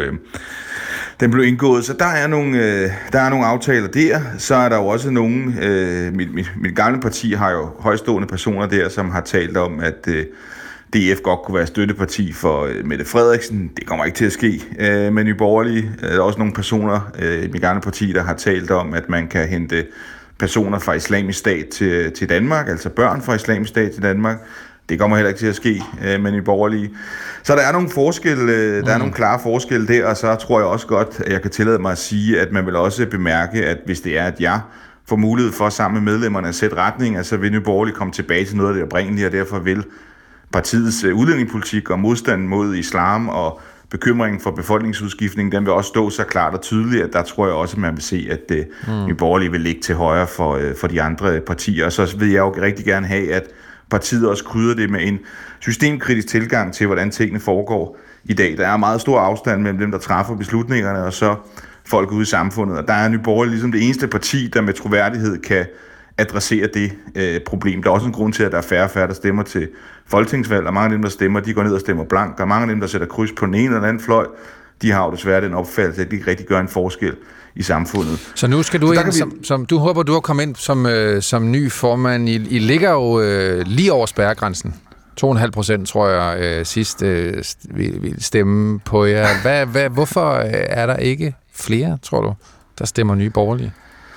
den blev indgået. Så der er nogle aftaler der. Så er der jo også nogle... Mit gamle parti har jo højstående personer der, som har talt om, at DF godt kunne være støtteparti for Mette Frederiksen. Det kommer ikke til at ske. Men Nye Borgerlige er der også nogle personer i mit gamle parti, der har talt om, at man kan hente personer fra Islamisk Stat til Danmark, altså børn fra Islamisk Stat til Danmark. Det kommer heller ikke til at ske med Nye Borgerlige. Så der er nogle forskelle, der er nogle klare forskelle der, og så tror jeg også godt, at jeg kan tillade mig at sige, at man vil også bemærke, at hvis det er, at jeg får mulighed for sammen med medlemmerne at sætte retning, så vil Nye Borgerlige komme tilbage til noget af det oprindelige, og derfor vil partiets udlændingepolitik og modstand mod islam og bekymringen for befolkningsudskiftning, den vil også stå så klart og tydeligt, at der tror jeg også, at man vil se, at Nye Borgerlige vil ligge til højre for de andre partier. Og så vil jeg jo rigtig gerne have, at partiet også krydder det med en systemkritisk tilgang til, hvordan tingene foregår i dag. Der er meget stor afstand mellem dem, der træffer beslutningerne, og så folk ude i samfundet. Og der er Nye Borgerlige ligesom det eneste parti, der med troværdighed kan adressere det problem. Der er også en grund til, at der er færre og færre, der stemmer til folketingsvalg, og mange af dem, der stemmer, de går ned og stemmer blank. Der er mange af dem, der sætter kryds på den ene eller den anden fløj. De har jo desværre den opfattelse, at de ikke rigtig gør en forskel i samfundet. Så nu skal du ind, som du håber, du har kommet ind som ny formand. I ligger jo lige over spærregrænsen. 2,5% tror jeg sidst vil stemme på jer. Hvorfor er der ikke flere, tror du, der stemmer Nye Borgerlige?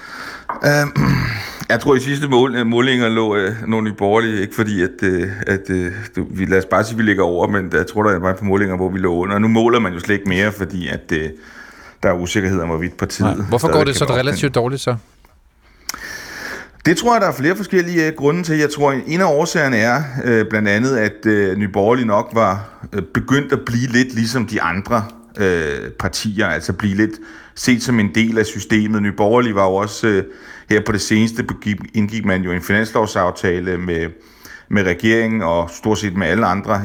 Jeg tror, i sidste målinger lå nogle Nye Borgerlige, ikke fordi, lad os bare sige, at vi ligger over, men jeg tror, der er bare på målinger, hvor vi lå under. Og nu måler man jo slet ikke mere, fordi at der er usikkerhed om, hvorvidt partiet... Nej. Hvorfor går det så relativt dårligt så? Det tror jeg, der er flere forskellige grunde til. Jeg tror, en af årsagerne er blandt andet, at Nye Borgerlige nok var begyndt at blive lidt ligesom de andre partier, altså blive lidt set som en del af systemet. Nye Borgerlige var jo også her på det seneste indgik man jo en finanslovsaftale med regeringen og stort set med alle andre.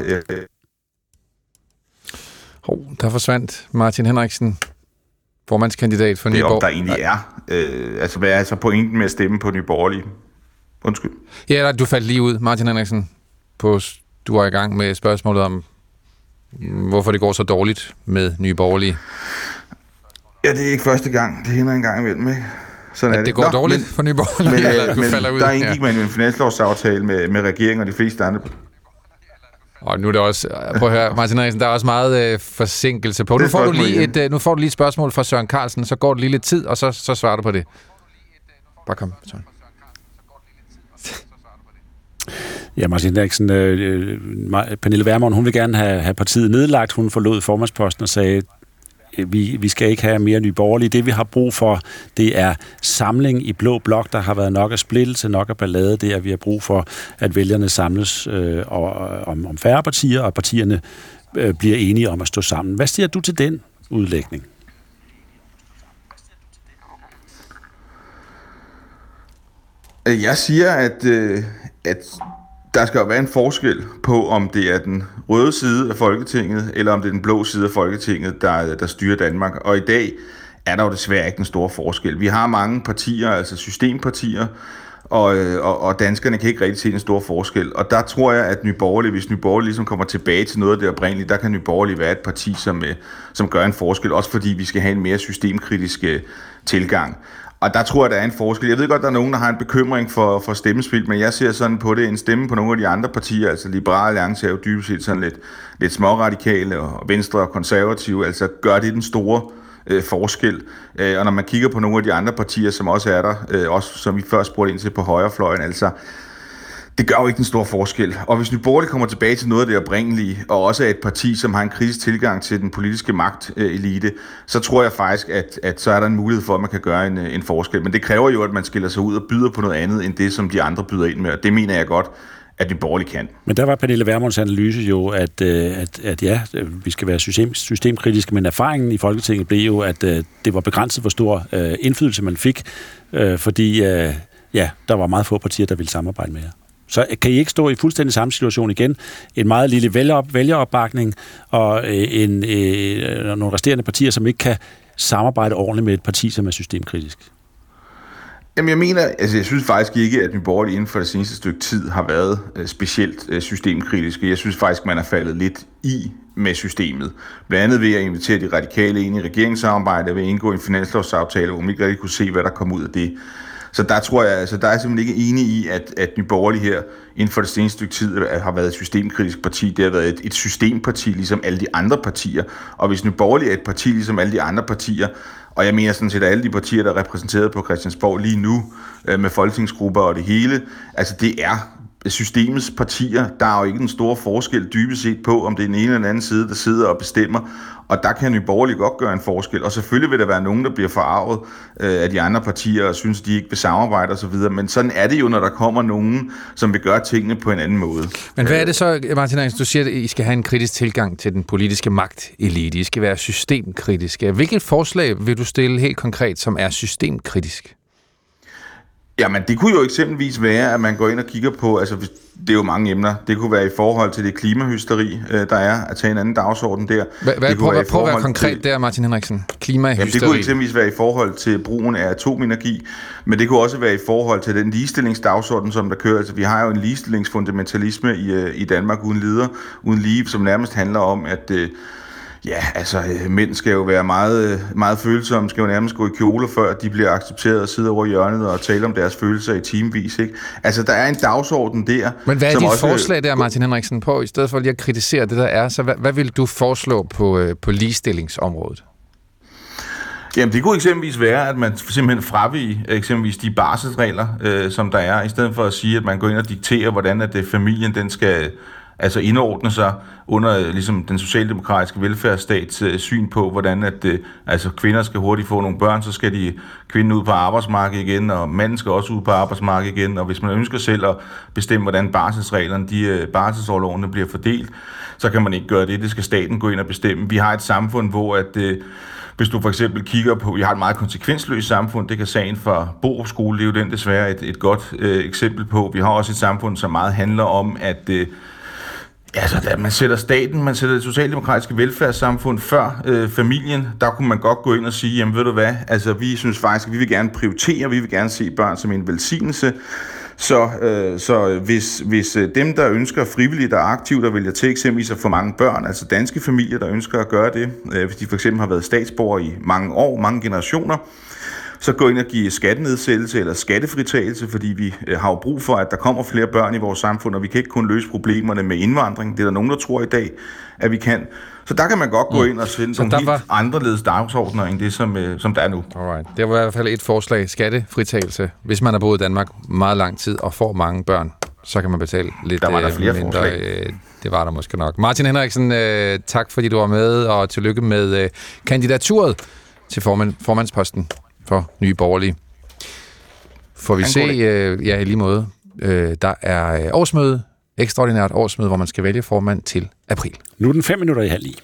Der forsvandt Martin Henriksen, formandskandidat for Nye Borgerlige. Det der egentlig er. Hvad er så pointen med at stemme på Nye Borgerlige? Undskyld. Ja, du faldt lige ud, Martin Henriksen. Du var i gang med spørgsmålet om, hvorfor det går så dårligt med Nye Borgerlige. Ja, det er ikke første gang. Det hænder en gang imellem, ikke? Sådan at det går dårligt for Nye Borgerlige, men der indgik man jo en finanslovsaftale med regeringen og de fleste andre. Og nu er det også, prøv at høre, Martin Henriksen, der er også meget forsinkelse på. Nu får du lige et spørgsmål fra Søren Carlsen, så går det lige lidt tid, og så svarer du på det. Bare kom, Søren. Ja, Martin Henriksen, Pernille Vermund, hun vil gerne have partiet nedlagt. Hun forlod formandsposten og sagde, vi skal ikke have mere Nye Borgerlige. Det, vi har brug for, det er samling i blå blok. Der har været nok af splittelse, nok af ballade. Det er, vi har brug for, at vælgerne samles om færre partier, og partierne bliver enige om at stå sammen. Hvad siger du til den udlægning? Jeg siger, at der skal jo være en forskel på, om det er den røde side af Folketinget, eller om det er den blå side af Folketinget, der styrer Danmark. Og i dag er der jo desværre ikke en stor forskel. Vi har mange partier, altså systempartier, og danskerne kan ikke rigtig se en stor forskel. Og der tror jeg, at Nye Borgerlige, hvis Nye Borgerlige ligesom kommer tilbage til noget af det oprindelige, der kan Nye Borgerlige være et parti, som gør en forskel, også fordi vi skal have en mere systemkritisk tilgang. Og der tror jeg, der er en forskel. Jeg ved godt, der er nogen, der har en bekymring for stemmespil, men jeg ser sådan på det, en stemme på nogle af de andre partier, altså Liberal Alliance er jo dybest set sådan lidt småradikale, og Venstre og Konservative, altså gør det den store forskel. Og når man kigger på nogle af de andre partier, som også er der, også som vi først spurgte ind til på højrefløjen, altså det gør jo ikke en stor forskel. Og hvis Nye Borgerlige kommer tilbage til noget af det oprindelige, og også er et parti, som har en kritisk tilgang til den politiske magtelite, så tror jeg faktisk, at så er der en mulighed for, at man kan gøre en forskel. Men det kræver jo, at man skiller sig ud og byder på noget andet, end det, som de andre byder ind med. Og det mener jeg godt, at Nye Borgerlige kan. Men der var Pernille Vermunds analyse jo, at ja, vi skal være systemkritiske, men erfaringen i Folketinget blev jo, at det var begrænset, hvor stor indflydelse man fik, fordi der var meget få partier, der ville samarbejde med jer. Så kan I ikke stå i fuldstændig samme situation igen? En meget lille vælgeropbakning og nogle resterende partier, som ikke kan samarbejde ordentligt med et parti, som er systemkritisk? Jamen jeg synes faktisk ikke, at Nye Borgerlige inden for det seneste stykke tid har været specielt systemkritiske. Jeg synes faktisk, man er faldet lidt i med systemet. Blandt andet ved at invitere de radikale ind i regeringssamarbejdet, ved at indgå en finanslovsaftale, hvor man ikke rigtig kunne se, hvad der kom ud af det. Så der tror jeg, altså der er simpelthen ikke enig i, at Nye Borgerlige her inden for det seneste stykke tid har været et systemkritisk parti. Det har været et systemparti, ligesom alle de andre partier. Og hvis Nye Borgerlige er et parti, ligesom alle de andre partier, og jeg mener sådan set, at alle de partier, der er repræsenteret på Christiansborg lige nu, med folketingsgrupper og det hele, altså det er systemets partier. Der er jo ikke en stor forskel dybest set på, om det er den ene eller den anden side, der sidder og bestemmer. Og der kan Nye Borgerlige godt gøre en forskel. Og selvfølgelig vil der være nogen, der bliver forarvet af de andre partier og synes, de ikke vil samarbejde osv. Men sådan er det jo, når der kommer nogen, som vil gøre tingene på en anden måde. Men hvad er det så, Martin Henriksen, du siger, at I skal have en kritisk tilgang til den politiske magtelite. I skal være systemkritiske. Hvilket forslag vil du stille helt konkret, som er systemkritisk? Jamen, det kunne jo eksempelvis være, at man går ind og kigger på, altså det er jo mange emner. Det kunne være i forhold til det klimahysteri, der er, at tage en anden dagsorden der. Prøv at være konkret der, Martin Henriksen. Klimahysteri. Jamen, det kunne eksempelvis være i forhold til brugen af atomenergi, men det kunne også være i forhold til den ligestillingsdagsorden, som der kører. Altså, vi har jo en ligestillingsfundamentalisme i Danmark uden lige, som nærmest handler om, at mænd skal jo være meget, meget følsomme, skal jo nærmest gå i kjoler, før de bliver accepteret og sidde over hjørnet og tale om deres følelser i timevis, ikke? Altså, der er en dagsorden der. Men hvad er dit forslag der, Martin Henriksen, på, i stedet for lige at kritisere det, der er? Så hvad vil du foreslå på ligestillingsområdet? Jamen, det kunne eksempelvis være, at man simpelthen fravige eksempelvis de barselsregler, som der er, i stedet for at sige, at man går ind og dikterer, hvordan at familien den skal indordne sig under ligesom den socialdemokratiske velfærdsstats syn på, hvordan at kvinder skal hurtigt få nogle børn, så skal kvinden ud på arbejdsmarkedet igen, og manden skal også ud på arbejdsmarkedet igen, og hvis man ønsker selv at bestemme, hvordan barselsorlovene bliver fordelt, så kan man ikke gøre det. Det skal staten gå ind og bestemme. Vi har et samfund, hvor hvis du for eksempel kigger på, vi har et meget konsekvensløst samfund, det kan sagen for Borup Skole, det er jo den desværre et godt eksempel på. Vi har også et samfund, som meget handler om, at man sætter det socialdemokratiske velfærdssamfund før familien. Der kunne man godt gå ind og sige, jamen ved du hvad, altså vi synes faktisk, at vi vil gerne prioritere, vi vil gerne se børn som en velsignelse. Så hvis dem, der ønsker frivilligt og aktivt at vælge til eksempelvis at få mange børn, altså danske familier, der ønsker at gøre det, hvis de for eksempel har været statsborgere i mange år, mange generationer, så gå ind og give skattenedsættelse eller skattefritagelse, fordi vi har jo brug for, at der kommer flere børn i vores samfund, og vi kan ikke kun løse problemerne med indvandring. Det er der nogen, der tror i dag, at vi kan. Så der kan man godt gå ind og finde nogle helt anderledes dagsordner, end det, som der er nu. Alright. Det var i hvert fald et forslag. Skattefritagelse. Hvis man har boet i Danmark meget lang tid og får mange børn, så kan man betale lidt der var der flere mindre. Forslag. Det var der måske nok. Martin Henriksen, tak fordi du var med, og tillykke med kandidaturet til formandsposten for Nye Borgerlige. Får vi se, i lige måde. Der er årsmøde, ekstraordinært årsmøde, hvor man skal vælge formand til april. Nu er den 5:05.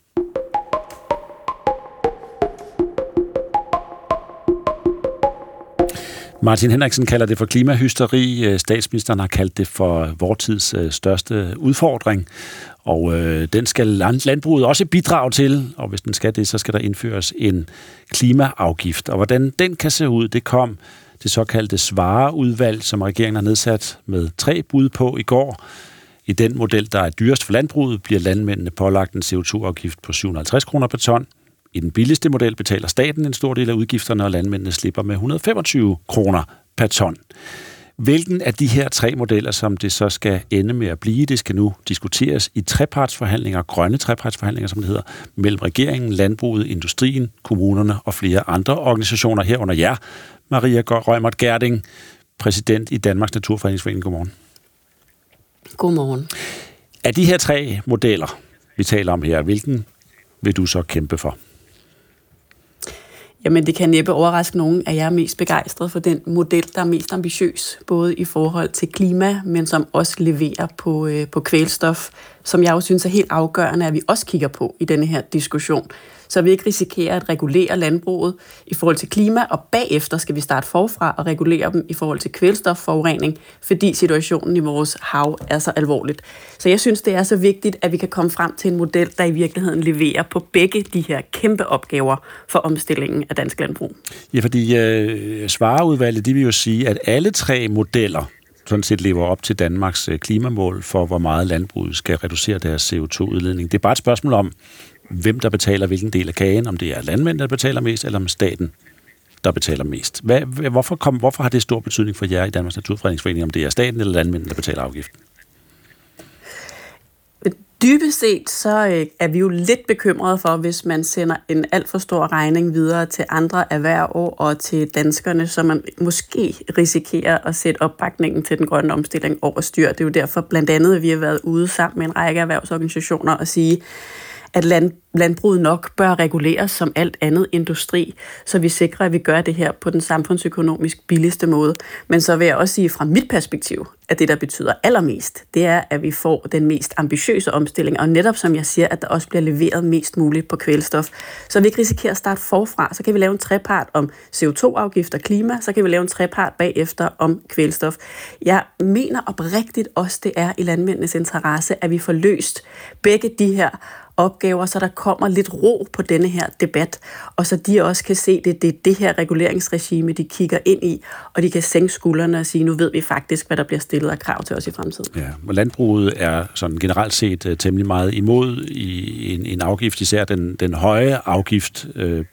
Martin Henriksen kalder det for klimahysteri. Statsministeren har kaldt det for vor tids største udfordring. Og den skal landbruget også bidrage til, og hvis den skal det, så skal der indføres en klimaafgift. Og hvordan den kan se ud, det kom det såkaldte Svareudvalg, som regeringen har nedsat med 3 bud på i går. I den model, der er dyrest for landbruget, bliver landmændene pålagt en CO2-afgift på 750 kroner per ton. I den billigste model betaler staten en stor del af udgifterne, og landmændene slipper med 125 kroner per ton. Hvilken af de her 3 modeller, som det så skal ende med at blive, det skal nu diskuteres i trepartsforhandlinger, grønne trepartsforhandlinger, som det hedder, mellem regeringen, landbruget, industrien, kommunerne og flere andre organisationer herunder jer. Maria Reumert Gjerding, præsident i Danmarks Naturfredningsforening. Godmorgen. Godmorgen. Af de her 3 modeller, vi taler om her, hvilken vil du så kæmpe for? Jamen, det kan næppe overraske nogen, at jeg er mest begejstret for den model, der er mest ambitiøs, både i forhold til klima, men som også leverer på kvælstof, som jeg jo synes er helt afgørende, at vi også kigger på i denne her diskussion. Så vi ikke risikerer at regulere landbruget i forhold til klima, og bagefter skal vi starte forfra og regulere dem i forhold til kvælstofforurening, fordi situationen i vores hav er så alvorligt. Så jeg synes, det er så vigtigt, at vi kan komme frem til en model, der i virkeligheden leverer på begge de her kæmpe opgaver for omstillingen af dansk landbrug. Ja, fordi Svareudvalget, de vil jo sige, at alle 3 modeller sådan set lever op til Danmarks klimamål for, hvor meget landbruget skal reducere deres CO2-udledning. Det er bare et spørgsmål om, hvem der betaler hvilken del af kagen, om det er landmænd, der betaler mest, eller om staten, der betaler mest. Hvorfor har det stor betydning for jer i Danmarks Naturfredningsforening, om det er staten eller landmænden, der betaler afgiften? Dybest set så er vi jo lidt bekymrede for, hvis man sender en alt for stor regning videre til andre erhverv og til danskerne, så man måske risikerer at sætte opbakningen til den grønne omstilling over styr. Det er jo derfor blandt andet, at vi har været ude sammen med en række erhvervsorganisationer og sige, at landbruget nok bør reguleres som alt andet industri, så vi sikrer, at vi gør det her på den samfundsøkonomisk billigste måde. Men så vil jeg også sige fra mit perspektiv, at det, der betyder allermest, det er, at vi får den mest ambitiøse omstilling, og netop som jeg siger, at der også bliver leveret mest muligt på kvælstof. Så vi ikke risikerer at starte forfra, så kan vi lave en trepart om CO2-afgift og klima, så kan vi lave en trepart bagefter om kvælstof. Jeg mener oprigtigt også, det er i landmændenes interesse, at vi får løst begge de her opgaver, så der kommer lidt ro på denne her debat, og så de også kan se, det er det her reguleringsregime, de kigger ind i, og de kan sænke skuldrene og sige, nu ved vi faktisk, hvad der bliver stillet af krav til os i fremtiden. Ja, og landbruget er sådan generelt set temmelig meget imod i en afgift, især den høje afgift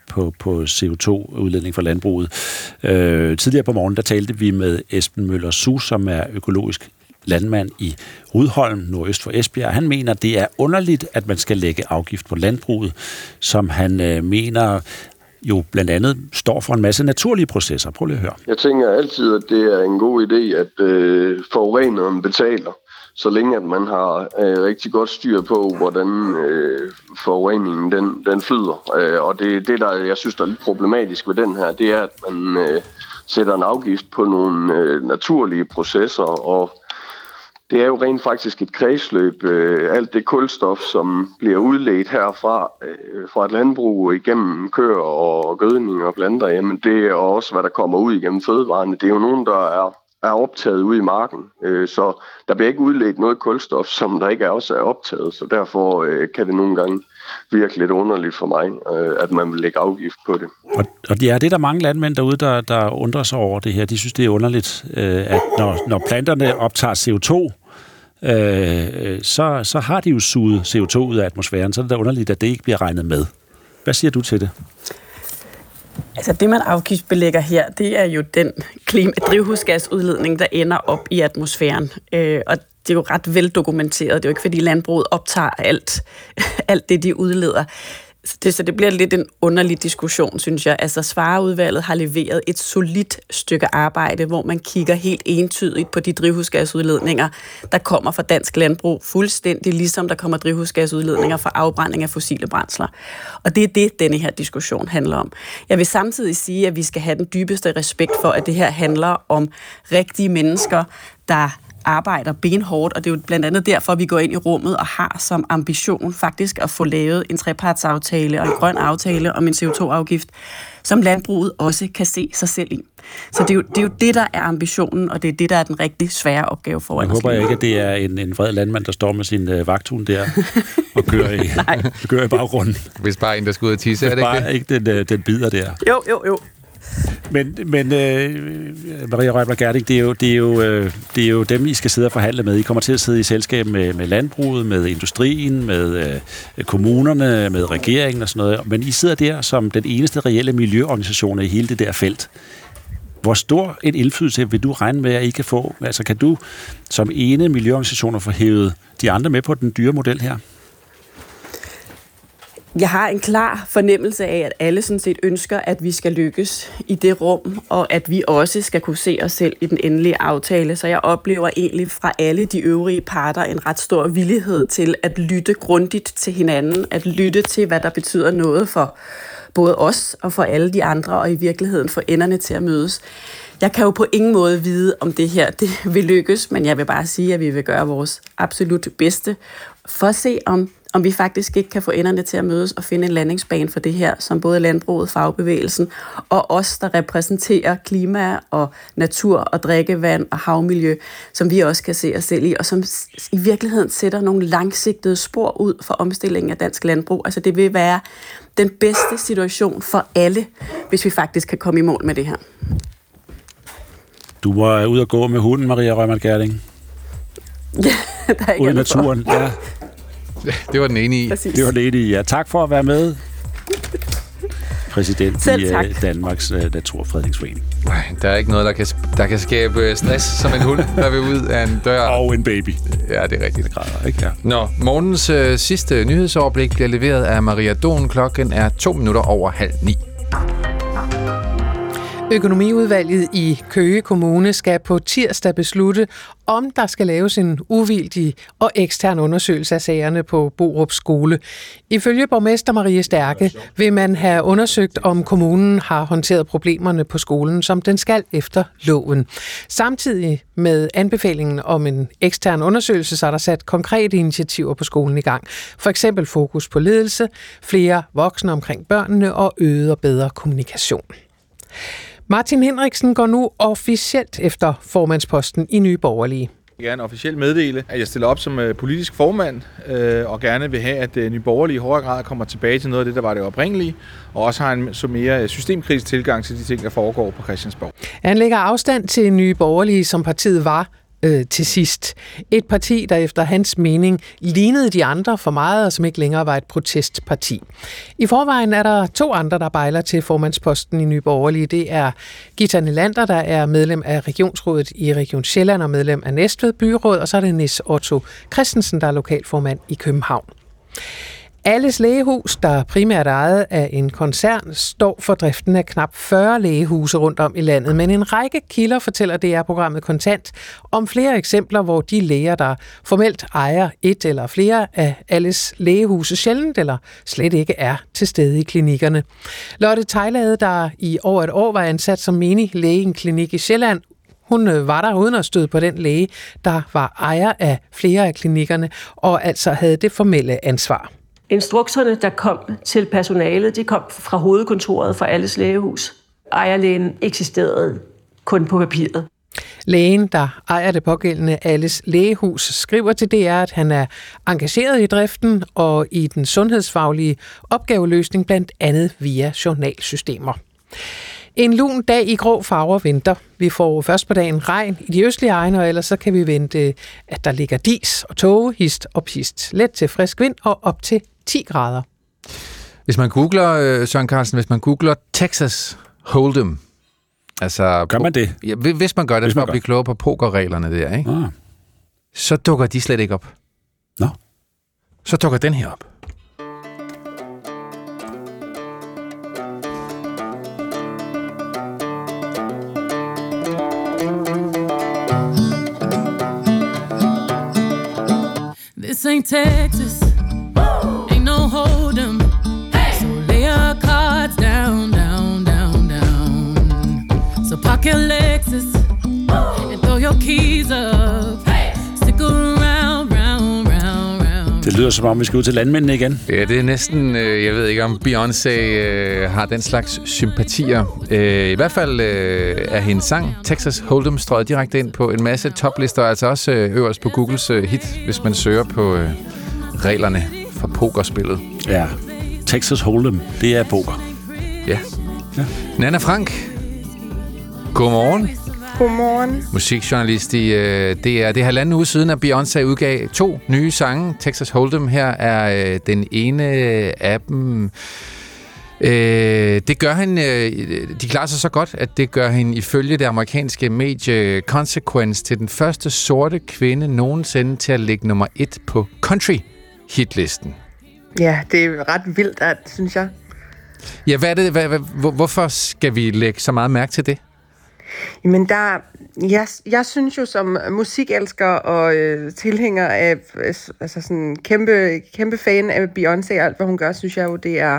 på CO2-udledning fra landbruget. Tidligere på morgen, der talte vi med Esben Møller Sus, som er økologisk landmand i Rudholm, nordøst for Esbjerg. Han mener, det er underligt, at man skal lægge afgift på landbruget, som han mener jo blandt andet står for en masse naturlige processer. Prøv lige at høre. Jeg tænker altid, at det er en god idé, at forureneren betaler, så længe at man har rigtig godt styr på, hvordan forureningen den flyder. Og det der, jeg synes, der er lidt problematisk ved den her, det er, at man sætter en afgift på nogle naturlige processer, og det er jo rent faktisk et kredsløb. Alt det kulstof, som bliver udledt herfra fra et landbrug igennem køer og gødning og planter, jamen det er også, hvad der kommer ud igennem fødevarene. Det er jo nogen, der er optaget ude i marken. Så der bliver ikke udledt noget kulstof, som der ikke også er optaget. Så derfor kan det nogle gange virke lidt underligt for mig, at man vil lægge afgift på det. Og det er der mange landmænd derude, der undrer sig over det her. De synes, det er underligt, at når planterne optager CO2, så har de jo suget CO2 ud af atmosfæren, så er det da underligt, at det ikke bliver regnet med. Hvad siger du til det? Altså det, man afgiftsbelægger her, det er jo den drivhusgasudledning, der ender op i atmosfæren. Og det er jo ret veldokumenteret. Det er jo ikke, fordi landbruget optager alt det, de udleder. Så det bliver lidt en underlig diskussion, synes jeg. Altså Svareudvalget har leveret et solidt stykke arbejde, hvor man kigger helt entydigt på de drivhusgasudledninger, der kommer fra dansk landbrug, fuldstændig ligesom der kommer drivhusgasudledninger fra afbrænding af fossile brændsler. Og det er det, denne her diskussion handler om. Jeg vil samtidig sige, at vi skal have den dybeste respekt for, at det her handler om rigtige mennesker, der arbejder benhårdt, og det er jo blandt andet derfor, vi går ind i rummet og har som ambition faktisk at få lavet en trepartsaftale og en grøn aftale om en CO2-afgift, som landbruget også kan se sig selv i. Så det er jo det, der er ambitionen, og det er det, der er den rigtig svære opgave foran os. Jeg håber ikke, at det er en vred landmand, der står med sin vagthund der og kører i baggrunden. Hvis bare en, der skal ud og tisse, er det ikke det? Ikke den bider der. Jo. Men Maria Reumert Gjerding, det er jo dem, I skal sidde og forhandle med. I kommer til at sidde i selskab med landbruget, med industrien, med kommunerne, med regeringen og sådan noget. Men I sidder der som den eneste reelle miljøorganisation i hele det der felt. Hvor stor en indflydelse vil du regne med, at I kan få? Altså kan du som ene miljøorganisationer få hævet de andre med på den dyre model her? Jeg har en klar fornemmelse af, at alle sådan set ønsker, at vi skal lykkes i det rum, og at vi også skal kunne se os selv i den endelige aftale. Så jeg oplever egentlig fra alle de øvrige parter en ret stor villighed til at lytte grundigt til hinanden, at lytte til, hvad der betyder noget for både os og for alle de andre, og i virkeligheden få enderne til at mødes. Jeg kan jo på ingen måde vide, om det her det vil lykkes, men jeg vil bare sige, at vi vil gøre vores absolut bedste for at se, om vi faktisk ikke kan få enderne til at mødes og finde en landingsbane for det her, som både landbruget, fagbevægelsen og os, der repræsenterer klima og natur og drikkevand og havmiljø, som vi også kan se os selv i, og som i virkeligheden sætter nogle langsigtede spor ud for omstillingen af dansk landbrug. Altså det vil være den bedste situation for alle, hvis vi faktisk kan komme i mål med det her. Du var ude at gå med hunden, Maria Rømer Gerding. Ja, der er ikke ude i naturen, ja. Det var den ene i. Præcis. Det var den ene i, ja. Tak for at være med. Præsident i Danmarks Naturfredningsforening. Nej, der er ikke noget, der kan skabe stress som en hund, der vil ud af en dør. Og en baby. Ja, det er rigtigt. Grader, ikke? Ja. Nå, morgens sidste nyhedsoverblik bliver leveret af Maria Don. Klokken er 8:02. Økonomiudvalget i Køge Kommune skal på tirsdag beslutte, om der skal laves en uvildig og ekstern undersøgelse af sagerne på Borup Skole. Ifølge borgmester Marie Stærke vil man have undersøgt, om kommunen har håndteret problemerne på skolen, som den skal efter loven. Samtidig med anbefalingen om en ekstern undersøgelse, så er der sat konkrete initiativer på skolen i gang. For eksempel fokus på ledelse, flere voksne omkring børnene og øget og bedre kommunikation. Martin Henriksen går nu officielt efter formandsposten i Nye Borgerlige. Jeg vil gerne officielt meddele, at jeg stiller op som politisk formand og gerne vil have, at Nye Borgerlige i højere grad kommer tilbage til noget af det, der var det oprindelige, og også har en så mere systemkritisk tilgang til de ting, der foregår på Christiansborg. Han lægger afstand til Nye Borgerlige, som partiet var til sidst. Et parti, der efter hans mening lignede de andre for meget, og som ikke længere var et protestparti. I forvejen er der 2 andre, der bejler til formandsposten i Nye Borgerlige. Det er Gita Nylander, der er medlem af Regionsrådet i Region Sjælland og medlem af Næstved Byråd, og så er det Nis Otto Christensen, der er lokalformand i København. Alles Lægehus, der primært er ejet af en koncern, står for driften af knap 40 lægehuse rundt om i landet. Men en række kilder fortæller DR-programmet Kontant om flere eksempler, hvor de læger, der formelt ejer et eller flere af Alles Lægehuse, sjældent eller slet ikke er til stede i klinikkerne. Lotte Tejlade, der i over et år var ansat som menig læge i en klinik i Sjælland, hun var der uden at støde på den læge, der var ejer af flere af klinikkerne og altså havde det formelle ansvar. Instrukserne, der kom til personalet, de kom fra hovedkontoret for Alles Lægehus. Ejerlægen eksisterede kun på papiret. Lægen, der ejer det pågældende Alles Lægehus, skriver til DR, at han er engageret i driften og i den sundhedsfaglige opgaveløsning, blandt andet via journalsystemer. En lun dag i grå farver venter. Vi får først på dagen regn i de østlige egne, og ellers så kan vi vente, at der ligger dis og tåge, hist og pist. Let til frisk vind og op til 10 grader. Hvis man googler, Søren Carlsen, hvis man googler Texas Hold'em, altså... Gør man det? Ja, hvis man gør det, for at blive klogere på pokerreglerne der, ikke? Så dukker de slet ikke op. Nå. Så dukker den her op. This ain't Texas, ain't no hold'em. Hey. So lay your cards down, down, down, down. So park your Lexus and throw your keys up. Hey. Stick around, round, round, round. Det lyder som om, vi skal ud til landmændene igen. Ja, det er næsten, jeg ved ikke om Beyoncé har den slags sympatier. I hvert fald er hendes sang, Texas Hold'em, strøget direkte ind på en masse toplister, altså også øverst på Googles hit, hvis man søger på reglerne for pokerspillet. Ja, Texas Hold'em, det er poker. Ja. Nana Frank, godmorgen. Godmorgen. Musikjournalist i DR. Det er 1,5 uge siden, at Beyoncé udgav 2 nye sange. Texas Hold'em her er den ene af dem. Det gør hende, de klarer sig så godt, at det gør hende ifølge det amerikanske medie Consequence til den første sorte kvinde nogensinde til at ligge nummer 1 på country-hitlisten. Ja, det er ret vildt, synes jeg. Ja, hvorfor skal vi lægge så meget mærke til det? Jamen, jeg synes jo som musikelsker og tilhænger af, altså sådan kæmpe fan af Beyoncé og alt, hvad hun gør, synes jeg jo, det er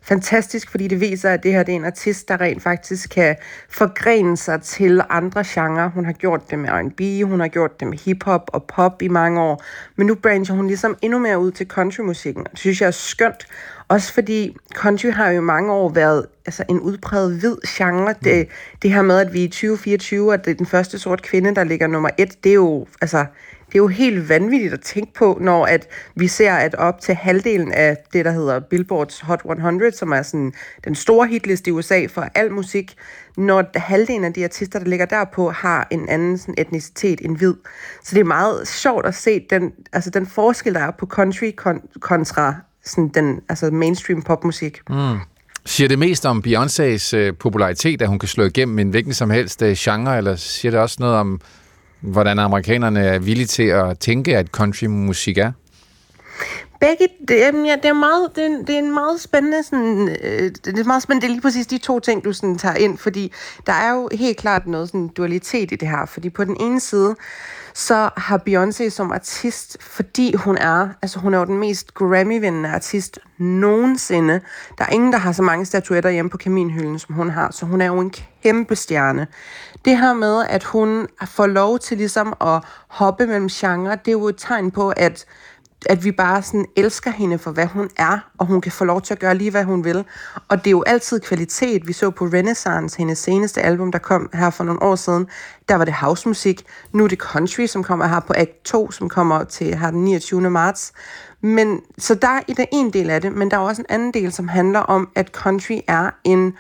fantastisk, fordi det viser, at det her det er en artist, der rent faktisk kan forgrene sig til andre genrer. Hun har gjort det med R&B, hun har gjort det med hiphop og pop i mange år, men nu brancher hun ligesom endnu mere ud til countrymusikken. Det synes jeg er skønt, også fordi country har jo i mange år været altså en udpræget hvid genre. Det her med, at vi i 2024, at det er den første sort kvinde, der ligger nummer 1, det er jo helt vanvittigt at tænke på, når at vi ser, at op til halvdelen af det, der hedder Billboards Hot 100, som er sådan den store hitliste i USA for al musik, når halvdelen af de artister, der ligger derpå, har en anden sådan etnicitet end hvid. Så det er meget sjovt at se den forskel, der er på country kontra sådan den mainstream popmusik. Siger det mest om Beyoncés popularitet, at hun kan slå igennem en hvilken som helst genre, eller siger det også noget om, hvordan amerikanerne er villige til at tænke, at countrymusik er? Begge, det er en meget spændende sådan, det er meget spændende, det er lige præcis de to ting, du sådan tager ind, fordi der er jo helt klart noget sådan dualitet i det her, fordi på den ene side, så har Beyoncé som artist, fordi hun er jo den mest Grammy-vindende artist nogensinde. Der er ingen, der har så mange statuetter hjemme på kaminhylden, som hun har, så hun er jo en kæmpe stjerne. Det her med, at hun får lov til ligesom at hoppe mellem genre, det er jo et tegn på, at vi bare sådan elsker hende for, hvad hun er, og hun kan få lov til at gøre lige, hvad hun vil. Og det er jo altid kvalitet. Vi så på Renaissance, hendes seneste album, der kom her for nogle år siden, der var det housemusik. Nu er det country, som kommer her på Act 2, som kommer til her den 29. marts. Men, så der er en del af det, men der er også en anden del, som handler om, at country er en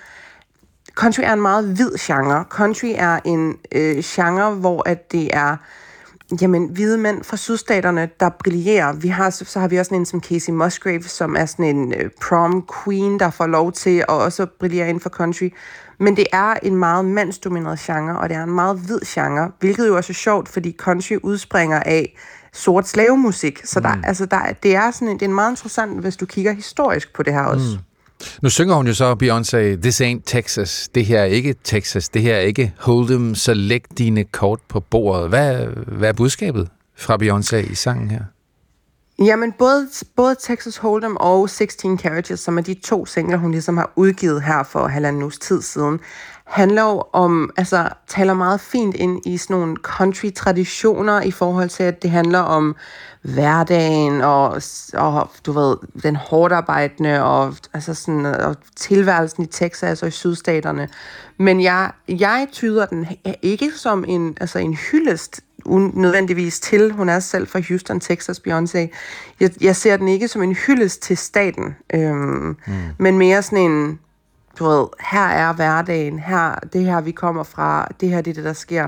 meget hvid genre. Country er en genre, hvor at det er hvide mænd fra sydstaterne, der brillerer. Så har vi også en som Casey Musgrave, som er sådan en prom queen, der får lov til at også brillere inden for country. Men det er en meget mandsdomineret genre, og det er en meget hvid genre, hvilket jo også er sjovt, fordi country udspringer af sort slavemusik. Så det er meget interessant, hvis du kigger historisk på det her også. Nu synger hun jo så, Beyoncé, This ain't Texas. Det her er ikke Texas. Det her er ikke Hold'em, så læg dine kort på bordet. Hvad er budskabet fra Beyoncé i sangen her? Jamen, både Texas Hold'em og 16 Carriages, som er de to singler, hun ligesom har udgivet her for 1,5 uges tid siden, handler jo om, taler meget fint ind i sådan nogle country-traditioner i forhold til, at det handler om hverdagen og du ved, den hårdt arbejdende og tilværelsen i Texas og i sydstaterne. Men jeg tyder den ikke som en hyldest nødvendigvis til. Hun er selv fra Houston, Texas, Beyoncé. Jeg ser den ikke som en hyldest til staten, men mere sådan en, du ved, her er hverdagen, det her vi kommer fra, det her det er det, der sker.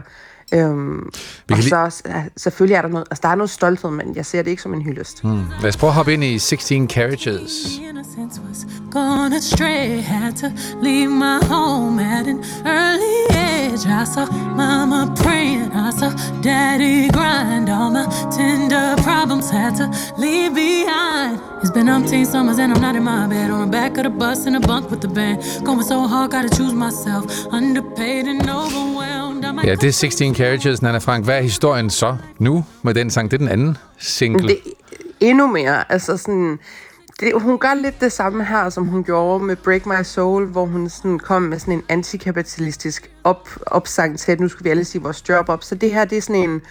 Og så selvfølgelig er der noget, der er noget stolthed, men jeg ser det ikke som en hyldest. Lad os prøve at hoppe ind i 16 Carriages. Gone astray, had to leave my home at an early age. I saw mama praying, I saw daddy grind. All my tender problems had to leave behind. It's been umpteen summers and I'm not in my bed, on the back of the bus in a bunk with the band. Going so hard, gotta choose myself, underpaid and overwhelmed. Ja, det er 16 Carriages, Nanna Frank. Hvad er historien så nu med den sang? Det er den anden single. Det endnu mere, hun gør lidt det samme her, som hun gjorde med Break My Soul, hvor hun sådan kom med sådan en antikapitalistisk opsang til, at nu skal vi alle sige vores job op. Så det her, det er sådan en...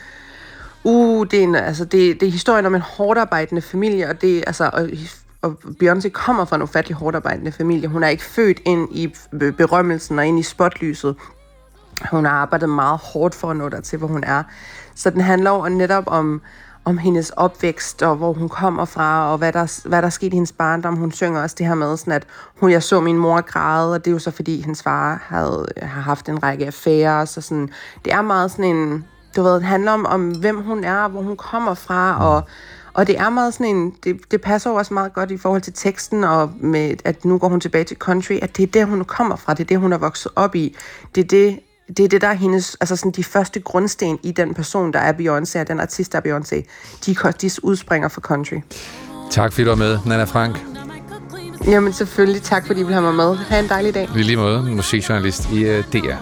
det er historien om en hårdarbejdende familie, og det og Beyoncé kommer fra en ufattelig hårdarbejdende familie. Hun er ikke født ind i berømmelsen og ind i spotlyset. Hun har arbejdet meget hårdt for at nå dertil, hvor hun er. Så den handler jo netop om hendes opvækst, og hvor hun kommer fra, og hvad der er sket i hendes barndom. Hun synger også det her med, sådan at jeg så min mor græde, og det er jo så fordi, hendes far har haft en række affærer, så sådan, det er meget sådan en, du ved, det handler om hvem hun er, hvor hun kommer fra, og det er meget sådan en, det passer jo også meget godt i forhold til teksten, og med, at nu går hun tilbage til country, at det er det, hun kommer fra, det er det, hun er vokset op i, det er det, der er hendes, de første grundsten i den person, der er Beyoncé, og den artist, der er Beyoncé. De udspringer fra country. Tak fordi du var med, Nanna Frank. Jamen selvfølgelig, tak fordi I vil have mig med. Ha' en dejlig dag. I lige måde, musikjournalist i DR.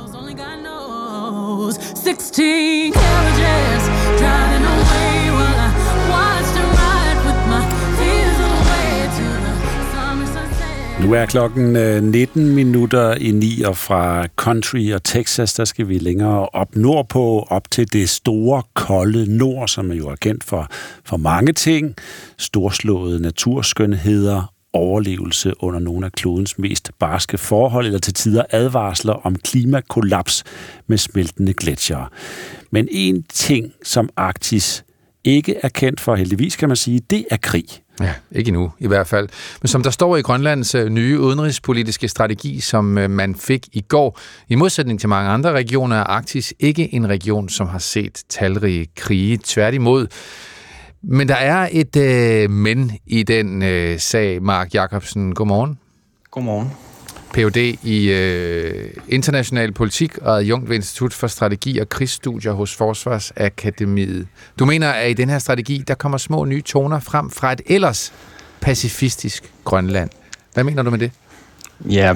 16 carriages driving away while I watched her ride with my fears away to the summer sunset. Nu er klokken 19 minutter i 9, og fra country og Texas, der skal vi længere op nordpå, op til det store, kolde nord, som jo er kendt for mange ting. Storslåede naturskønheder, overlevelse under nogle af klodens mest barske forhold, eller til tider advarsler om klimakollaps med smeltende gletsjere. Men en ting, som Arktis ikke er kendt for, heldigvis kan man sige, det er krig. Ja, ikke endnu i hvert fald. Men som der står i Grønlands nye udenrigspolitiske strategi, som man fik i går, i modsætning til mange andre regioner, er Arktis ikke en region, som har set talrige krige. Tværtimod. Men der er et men i den sag, Mark Jacobsen. Godmorgen. Godmorgen. Ph.D. i international politik og adjunkt ved Institut for Strategi og Krigsstudier hos Forsvarsakademiet. Du mener, at i den her strategi, der kommer små nye toner frem fra et ellers pacifistisk Grønland. Hvad mener du med det? Ja,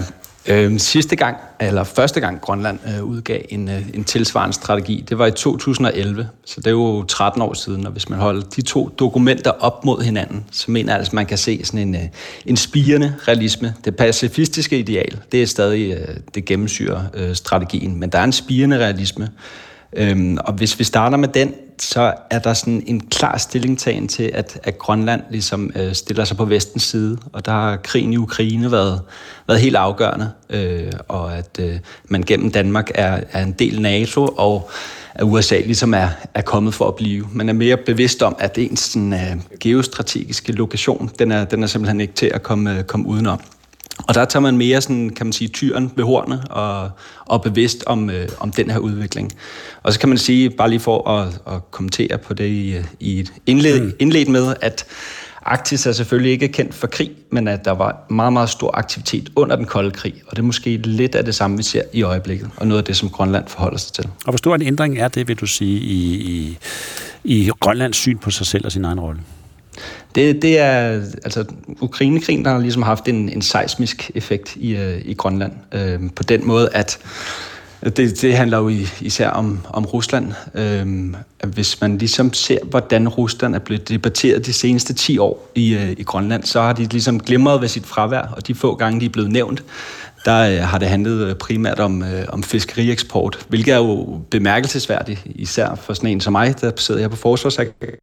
første gang Grønland udgav en tilsvarende strategi, det var i 2011, så det er jo 13 år siden, og hvis man holder de to dokumenter op mod hinanden, så mener jeg, at man kan se sådan en spirende realisme. Det pacifistiske ideal, det er stadig, det gennemsyrer strategien, men der er en spirende realisme. Og hvis vi starter med den, så er der sådan en klar stillingtagen til, at Grønland ligesom stiller sig på vestens side, og der har krigen i Ukraine været helt afgørende, og at man gennem Danmark er en del NATO, og at USA ligesom er kommet for at blive. Man er mere bevidst om, at ens sådan, geostrategiske lokation, den er simpelthen ikke til at komme udenom. Og der tager man mere sådan, kan man sige, tyren ved hornet og bevidst om den her udvikling. Og så kan man sige, bare lige for at kommentere på det i et indledt med, at Arktis er selvfølgelig ikke kendt for krig, men at der var meget, meget stor aktivitet under den kolde krig, og det er måske lidt af det samme, vi ser i øjeblikket, og noget af det, som Grønland forholder sig til. Og hvor stor en ændring er det, vil du sige, i Grønlands syn på sig selv og sin egen rolle? Det er, altså Ukrainekrigen, der har ligesom haft en seismisk effekt i Grønland. På den måde, at det handler jo især om Rusland. Hvis man ligesom ser, hvordan Rusland er blevet debatteret de seneste 10 år i Grønland, så har de ligesom glimret ved sit fravær, og de få gange, de er blevet nævnt, der har det handlet primært om fiskerieksport, hvilket er jo bemærkelsesværdigt, især for sådan en som mig, der sidder her på Forsvarsakademiet.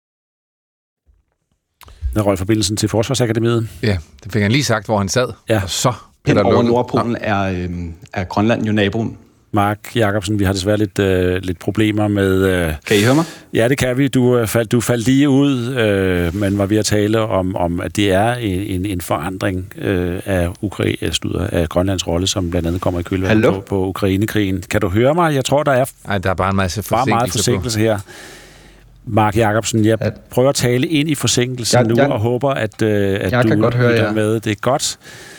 Der røg forbindelsen til Forsvarsakademiet. Ja, det fik han lige sagt, hvor han sad. Ja. Og så hen over Nordpolen er Grønland jo naboen. Mark Jacobsen, vi har desværre lidt problemer med... Kan I høre mig? Ja, det kan vi. Du faldt lige ud, men var ved at tale om at det er en forandring af Grønlands rolle, som blandt andet kommer i kølvandet på Ukrainekrigen. Kan du høre mig? Jeg tror, der er bare en masse forsinkelse her. Mark Jacobsen, jeg prøver at tale ind i forsinkelsen nu, og håber, at du lytter med. Det er godt.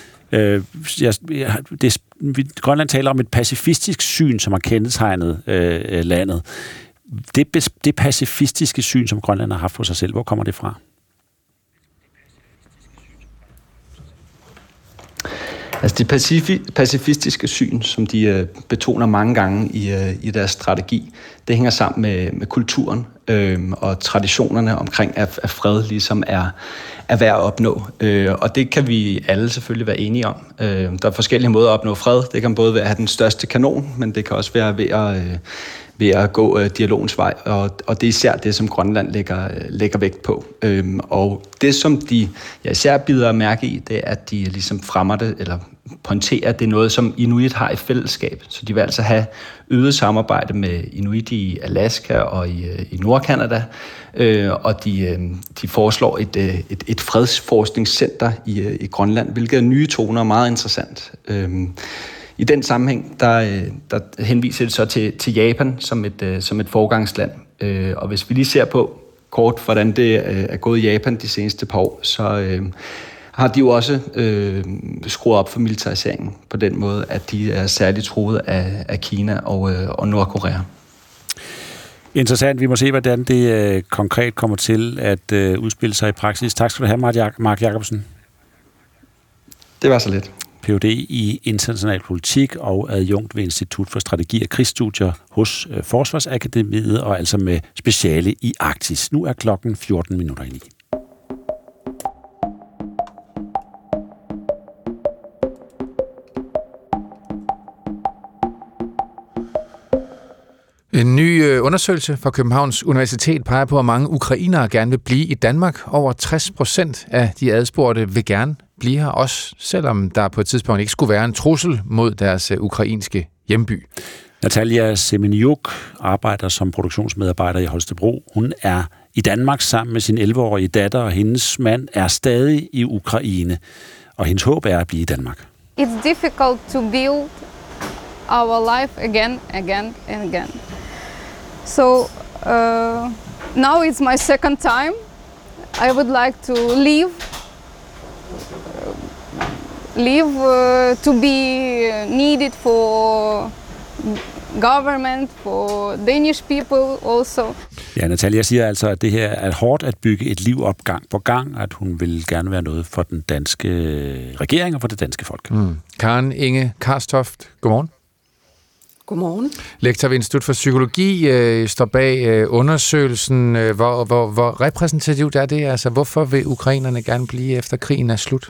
Grønland taler om et pacifistisk syn, som har kendetegnet landet. Det pacifistiske syn, som Grønland har haft på sig selv, hvor kommer det fra? Altså det pacifistiske syn, som de betoner mange gange i deres strategi, det hænger sammen med kulturen og traditionerne omkring, at fred ligesom er værd at opnå. Og det kan vi alle selvfølgelig være enige om. Der er forskellige måder at opnå fred. Det kan både være at have den største kanon, men det kan også være ved at gå dialogens vej, og det er især det, som Grønland lægger vægt på. Og det, som de især bider mærke i, det er, at de ligesom fremmer det, eller pointerer, at det er noget, som Inuit har i fællesskab. Så de vil altså have øget samarbejde med Inuit i Alaska og i Nordkanada, og de foreslår et fredsforskningscenter i Grønland, hvilket er nye toner og meget interessant. I den sammenhæng, der henviser det så til Japan som et foregangsland. Og hvis vi lige ser på kort, hvordan det er gået i Japan de seneste par år, så har de jo også skruet op for militariseringen på den måde, at de er særligt truet af Kina og Nordkorea. Interessant. Vi må se, hvordan det konkret kommer til at udspille sig i praksis. Tak skal du have, Mark Jacobsen. Det var så lidt. Ph.D. i international politik og adjunkt ved Institut for Strategi og Krigsstudier hos Forsvarsakademiet, og altså med speciale i Arktis. Nu er klokken 14 minutter i 9. En ny undersøgelse fra Københavns Universitet peger på, at mange ukrainere gerne vil blive i Danmark. Over 60% af de adspurgte vil gerne blive her, også selvom der på et tidspunkt ikke skulle være en trussel mod deres ukrainske hjemby. Natalia Semeniuk arbejder som produktionsmedarbejder i Holstebro. Hun er i Danmark sammen med sin 11-årige datter, og hendes mand er stadig i Ukraine. Og hendes håb er at blive i Danmark. It's difficult to build our life again and again. So now it's my second time. I would like to leave to be needed for government, for Danish people also. Ja, Natalia siger altså, at det her er hårdt at bygge et liv op gang på gang, at hun vil gerne være noget for den danske regering og for det danske folk. Karen Inge Karstoft, godmorgen. Godmorgen. Lektor ved Institut for Psykologi står bag undersøgelsen. Hvor repræsentativt er det? Altså, hvorfor vil ukrainerne gerne blive efter krigen er slut?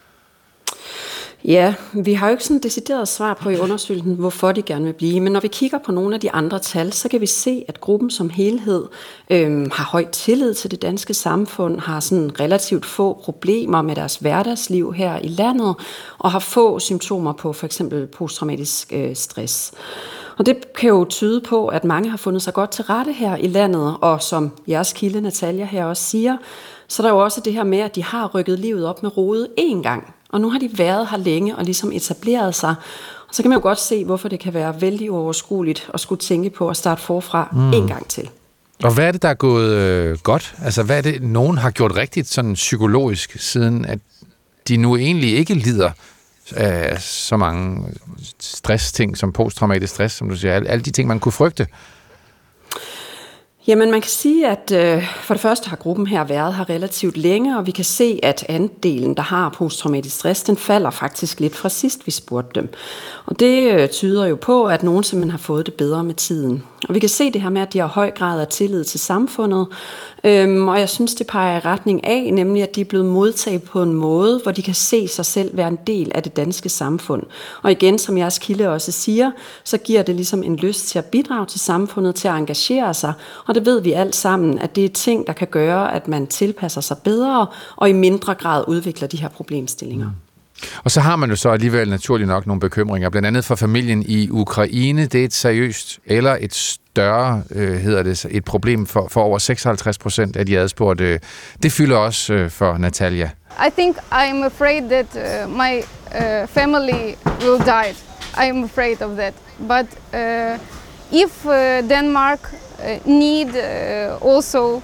Ja, vi har jo ikke sådan et decideret svar på i undersøgelsen, hvorfor de gerne vil blive. Men når vi kigger på nogle af de andre tal, så kan vi se, at gruppen som helhed har høj tillid til det danske samfund, har sådan relativt få problemer med deres hverdagsliv her i landet, og har få symptomer på for eksempel posttraumatisk stress. Og det kan jo tyde på, at mange har fundet sig godt til rette her i landet, og som jeres kilde Natalia her også siger, så der er jo også det her med, at de har rykket livet op med rode én gang. Og nu har de været her længe og ligesom etableret sig. Og så kan man jo godt se, hvorfor det kan være vældig uoverskueligt at skulle tænke på at starte forfra en gang til. Og hvad er det, der er gået godt? Altså, hvad er det, nogen har gjort rigtigt sådan psykologisk, siden at de nu egentlig ikke lider af så mange stressting som posttraumatisk stress, som du siger, alle de ting, man kunne frygte? Jamen, man kan sige, at for det første har gruppen her været her relativt længe, og vi kan se, at andelen, der har posttraumatisk stress, den falder faktisk lidt fra sidst, vi spurgte dem. Og det tyder jo på, at nogen simpelthen har fået det bedre med tiden. Og vi kan se det her med, at de har høj grad af tillid til samfundet, og jeg synes, det peger i retning af, nemlig at de er blevet modtaget på en måde, hvor de kan se sig selv være en del af det danske samfund. Og igen, som jeres kilde også siger, så giver det ligesom en lyst til at bidrage til samfundet, til at engagere sig, og det ved vi alt sammen, at det er ting, der kan gøre, at man tilpasser sig bedre, og i mindre grad udvikler de her problemstillinger. Og så har man jo så alligevel naturligt nok nogle bekymringer, blandt andet for familien i Ukraine. Det er et seriøst eller et større, hedder det, et problem for over 56% af de adspurgte. Det fylder også for Natalia. I think I'm afraid that my family will die. I'm afraid of that. But if Denmark need also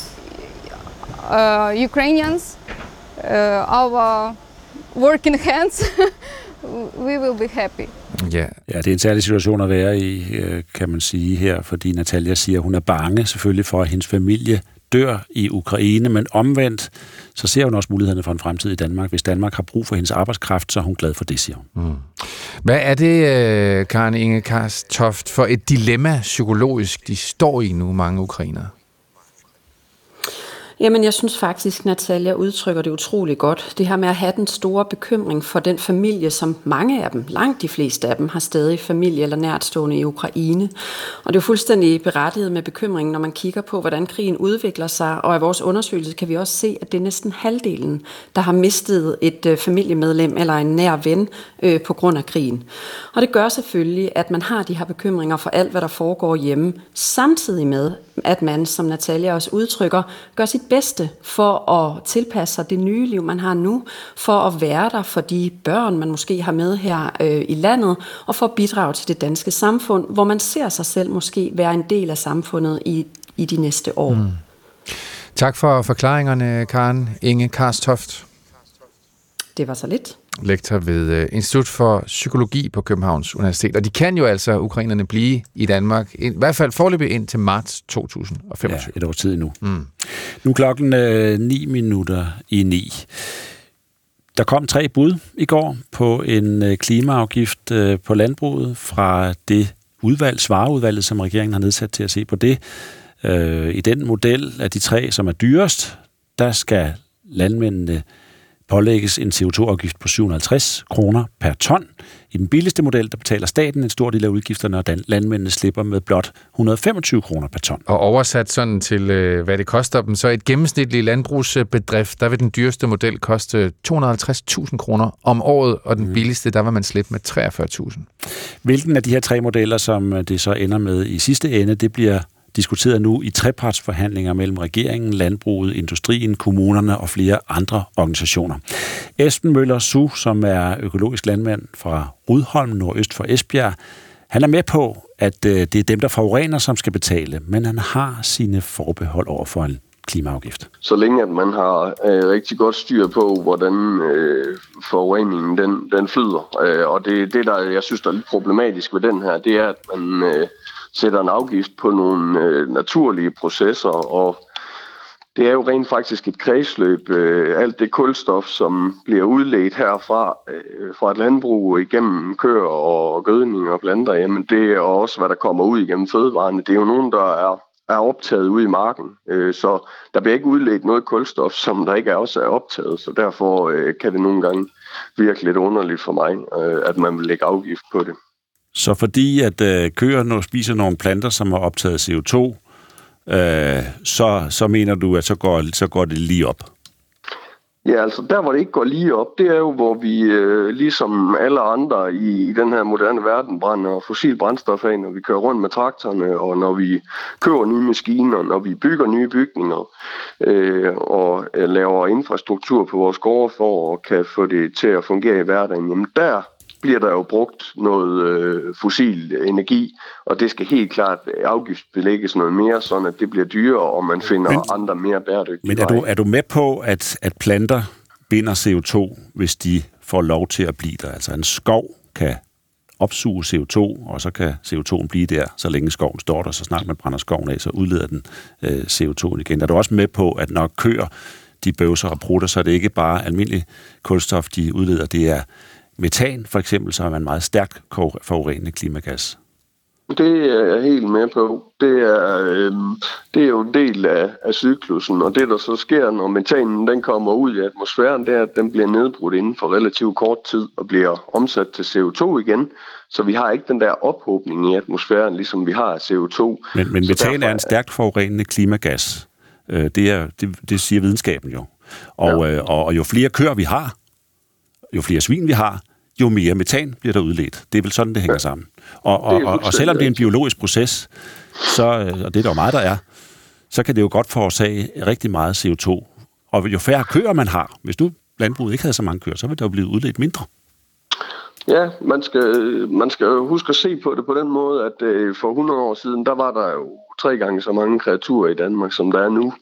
Ukrainians, our working hands, we will be happy. Ja, det er en særlig situation at være i, kan man sige her, fordi Natalia siger, at hun er bange selvfølgelig for, at hendes familie dør i Ukraine, men omvendt, så ser hun også mulighederne for en fremtid i Danmark. Hvis Danmark har brug for hendes arbejdskraft, så er hun glad for det, siger hun. Hvad er det, Karen Inge Karstoft, for et dilemma psykologisk, de står i nu, mange ukrainere? Jamen, jeg synes faktisk, Natalia udtrykker det utrolig godt. Det her med at have den store bekymring for den familie, som mange af dem, langt de fleste af dem, har stadig familie eller nærtstående i Ukraine. Og det er jo fuldstændig berettiget med bekymringen, når man kigger på, hvordan krigen udvikler sig. Og i vores undersøgelse kan vi også se, at det er næsten halvdelen, der har mistet et familiemedlem eller en nær ven på grund af krigen. Og det gør selvfølgelig, at man har de her bekymringer for alt, hvad der foregår hjemme, samtidig med, at man, som Natalia også udtrykker, gør sit bedste for at tilpasse sig det nye liv, man har nu, for at være der for de børn, man måske har med her i landet, og for at bidrage til det danske samfund, hvor man ser sig selv måske være en del af samfundet i de næste år. Tak for forklaringerne, Karen Inge Karstoft. Det var så lidt. Lektor ved Institut for Psykologi på Københavns Universitet. Og de kan jo altså, ukrainerne, blive i Danmark, i hvert fald foreløbig ind til marts 2025. Ja, et år tid nu. Nu er klokken 9:09. Der kom 3 bud i går på en klimaafgift på landbruget fra det udvalg, Svareudvalget, som regeringen har nedsat til at se på det. I den model af de 3, som er dyrest, der skal landmændene pålægges en CO2-afgift på 750 kroner per ton. I den billigste model, der betaler staten en stor del af udgifterne, og landmændene slipper med blot 125 kroner per ton. Og oversat sådan til, hvad det koster dem, så et gennemsnitligt landbrugsbedrift, der vil den dyreste model koste 250.000 kroner om året, og den billigste, der vil man slippe med 43.000. Hvilken af de her 3 modeller, som det så ender med i sidste ende, det bliver diskuteret nu i trepartsforhandlinger mellem regeringen, landbruget, industrien, kommunerne og flere andre organisationer. Esben Møller Su, som er økologisk landmand fra Rudholm, nordøst for Esbjerg, han er med på, at det er dem, der forurener, som skal betale, men han har sine forbehold over for en klimaafgift. Så længe at man har rigtig godt styr på, hvordan forureningen den flyder. Og det der, jeg synes, der er lidt problematisk ved den her, det er, at man sætter en afgift på nogle naturlige processer, og det er jo rent faktisk et kredsløb. Alt det kulstof, som bliver udledt herfra fra et landbrug igennem køer og gødning og planter, jamen det er også, hvad der kommer ud igennem fødevarene. Det er jo nogen, der er optaget ude i marken, så der bliver ikke udledt noget kulstof, som der ikke også er optaget, så derfor kan det nogle gange virke lidt underligt for mig, at man vil lægge afgift på det. Så fordi at køer spiser nogle planter, som har optaget CO2, så mener du, at så går det lige op? Ja, altså der, hvor det ikke går lige op, det er jo, hvor vi ligesom alle andre i den her moderne verden brænder fossil brændstof af, når vi kører rundt med traktorerne, og når vi køber nye maskiner, når vi bygger nye bygninger og laver infrastruktur på vores gårde for at kan få det til at fungere i hverdagen. Jamen der bliver der jo brugt noget fossil energi, og det skal helt klart afgiftsbelægges noget mere, sådan at det bliver dyrere, og man finder andre mere bæredygtige veje. Men er du med på, at planter binder CO2, hvis de får lov til at blive der? Altså en skov kan opsuge CO2, og så kan CO2'en blive der, så længe skoven står der, så snart man brænder skoven af, så udleder den CO2'en igen. Er du også med på, at når køer de bøvser og prutter, så er det ikke bare almindelig kulstof, de udleder, det er metan, for eksempel, så er man meget stærkt forurenende klimagas. Det er jeg helt med på. Det er jo en del af cyklusen, og det, der så sker, når metanen den kommer ud i atmosfæren, det er, at den bliver nedbrudt inden for relativt kort tid og bliver omsat til CO2 igen. Så vi har ikke den der ophobning i atmosfæren, ligesom vi har CO2. Men metan er en stærkt forurenende klimagas. Det siger videnskaben jo. Og jo flere køer vi har, jo flere svin vi har, jo mere metan bliver der udledt. Det er vel sådan, det hænger sammen. Og selvom det er en biologisk proces, og det er der jo meget, der er, så kan det jo godt forårsage rigtig meget CO2. Og jo færre køer man har, hvis nu landbruget ikke havde så mange køer, så vil der jo blive udledt mindre. Ja, man skal huske at se på det på den måde, at for 100 år siden, der var der jo 3 gange så mange kreaturer i Danmark, som der er nu.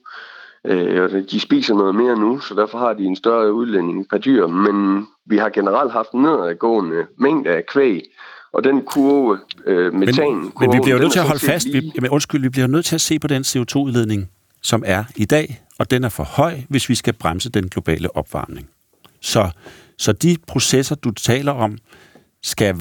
De spiser noget mere nu, så derfor har de en større udledning per dyr, men vi har generelt haft en nedadgående mængde af kvæg, og den kurve, metan... Men vi bliver jo nødt til at holde fast, vi bliver nødt til at se på den CO2-udledning, som er i dag, og den er for høj, hvis vi skal bremse den globale opvarmning. Så de processer, du taler om, skal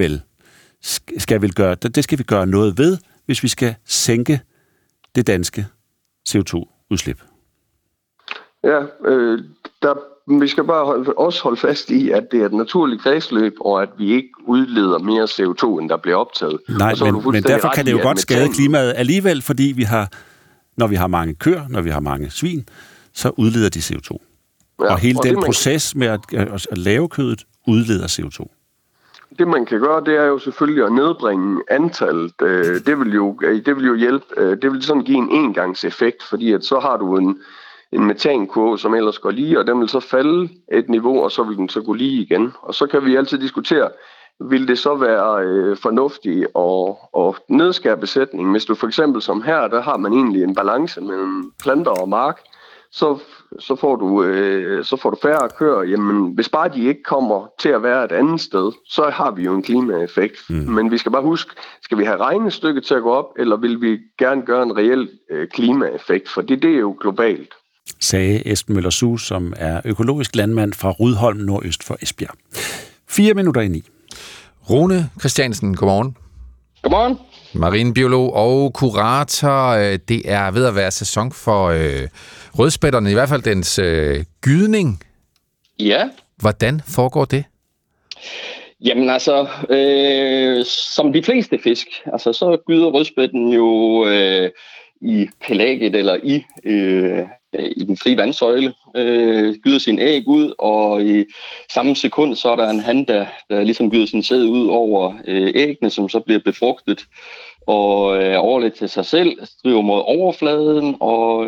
vi gøre noget ved, hvis vi skal sænke det danske CO2-udslip. Ja, vi skal bare holde fast i, at det er et naturligt kredsløb, og at vi ikke udleder mere CO2, end der bliver optaget. Nej, men derfor kan det jo godt skade klimaet alligevel, fordi når vi har mange køer, når vi har mange svin, så udleder de CO2. Ja, og hele den proces med at lave kødet udleder CO2. Det man kan gøre, det er jo selvfølgelig at nedbringe antallet. Det vil jo hjælpe. Det vil sådan give en engangseffekt, fordi at så har du en metankurve, som ellers går lige, og den vil så falde et niveau, og så vil den så gå lige igen. Og så kan vi altid diskutere, vil det så være fornuftigt at nedskære besætningen? Hvis du for eksempel som her, der har man egentlig en balance mellem planter og mark, så får du færre køer. Jamen, hvis bare de ikke kommer til at være et andet sted, så har vi jo en klimaeffekt. Men vi skal bare huske, skal vi have regnestykket til at gå op, eller vil vi gerne gøre en reel klimaeffekt? For det er jo globalt. Sagde Esben Møller Su, som er økologisk landmand fra Rudholm, nordøst for Esbjerg. 4:04. Rune Christiansen, godmorgen. Godmorgen. Marinebiolog og kurator. Det er ved at være sæson for rødspætterne, i hvert fald dens gydning. Ja. Hvordan foregår det? Jamen altså, som de fleste fisk, altså så gyder rødspætten jo i pelaget eller i den frie vandsøjle, gyder sin æg ud, og i samme sekund, så er der en han, der ligesom gyder sin sæd ud over æggene, som så bliver befrugtet og overladt til sig selv, driver mod overfladen, og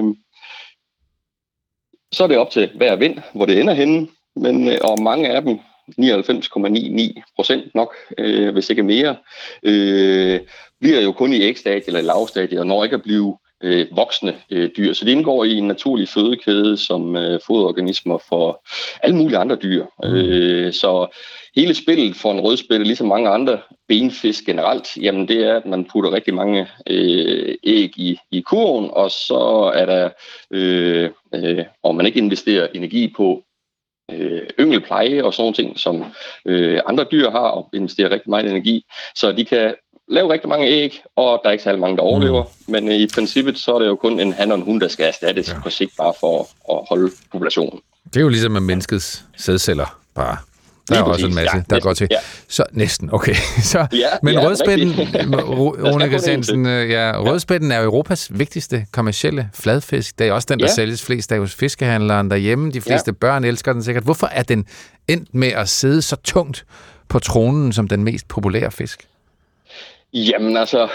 så er det op til hver vind, hvor det ender henne, og mange af dem, 99,99% nok, hvis ikke mere, bliver jo kun i ægstadiet eller lavstadiet, og når ikke at blive voksne dyr. Så det indgår i en naturlig fødekæde som foderorganismer for alle mulige andre dyr. Så hele spillet for en rødspætte, ligesom mange andre benfisk generelt, jamen det er, at man putter rigtig mange æg i kurven, og så er der, og man ikke investerer energi på yngelpleje og sådan ting, som andre dyr har, og investerer rigtig meget energi. Så de kan lave rigtig mange æg, og der er ikke særlig mange, der overlever. Men i princippet, så er det jo kun en han og en hun, der skal erstattes på sigt, bare for at holde populationen. Det er jo ligesom med menneskets sædceller, bare. Der er også en masse, der går til. Ja. Så næsten, okay. Så, men rødspætten, Rune Christiansen, rødspætten er jo Europas vigtigste kommercielle fladfisk. Det er også den, der sælges flest af hos fiskehandleren derhjemme. De fleste børn elsker den sikkert. Hvorfor er den endt med at sidde så tungt på tronen som den mest populære fisk? Jamen altså,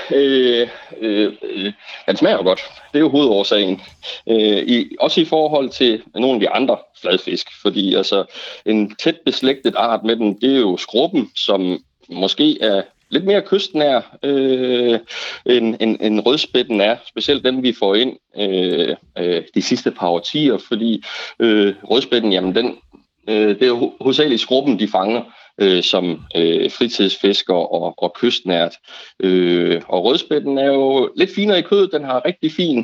den smager jo godt. Det er jo hovedårsagen. Også i forhold til nogle af de andre fladfisk, fordi altså en tæt beslægtet art med den, det er jo skrubben, som måske er lidt mere kystnær end rødspætten er. Specielt dem, vi får ind de sidste par årtier, fordi rødspætten, jamen det er jo hovedsageligt skrubben, de fanger som fritidsfisker og kystnært. Og rødspætten er jo lidt finere i kødet. Den har rigtig fin,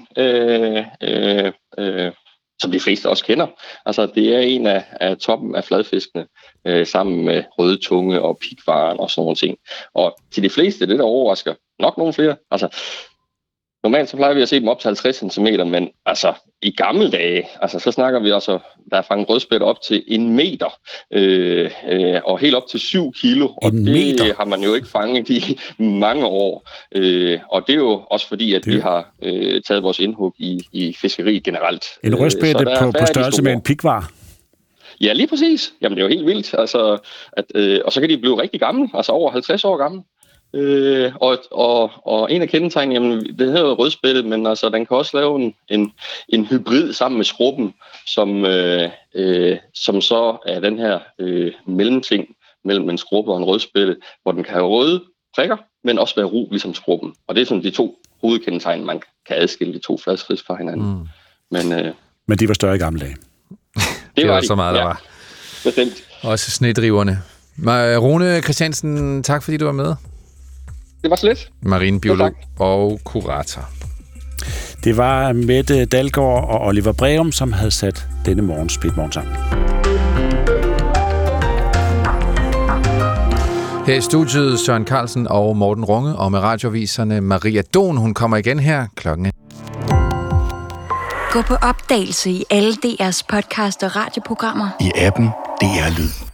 som de fleste også kender. Altså, det er en af toppen af fladfiskene, sammen med rødtunge og pikvaren og sådan nogle ting. Og til de fleste, det der overrasker nok nogle flere. Altså, normalt så plejer vi at se dem op til 50 cm, men altså i gamle dage, altså så snakker vi altså, der er fanget rødspætter op til 1 meter, og helt op til 7 kilo, og det har man jo ikke fanget i mange år. Og det er jo også fordi, at vi har taget vores indhug i fiskeri generelt. En rødspætte på størrelse med en pikvar? Ja, lige præcis. Jamen det er jo helt vildt, altså, og så kan de blive rigtig gamle, altså over 50 år gamle. Og en af kendetegnene, jamen, det hedder rødspætte, men altså, den kan også lave en hybrid sammen med skrubben, som så er den her mellemting mellem en skrubbe og en rødspætte, hvor den kan have røde prikker, men også være ru, ligesom skrubben. Og det er sådan de to hovedkendetegn, man kan adskille de to fladfisk fra hinanden. Men de var større i gamle dage. Det var så meget, der var. Bestemt. Også snedriverne. Rune Christiansen, tak fordi du var med. Det var så lidt. Marinebiolog og kurator. Det var Mette Dalgaard og Oliver Breum, som havde sat denne morgens Splitmorgen sammen. Her i studiet Søren Carlsen og Morten Runge, og med radioviserne Maria Don. Hun kommer igen her klokken. Gå på opdagelse i alle DR's podcast og radioprogrammer. I appen DR Lyd.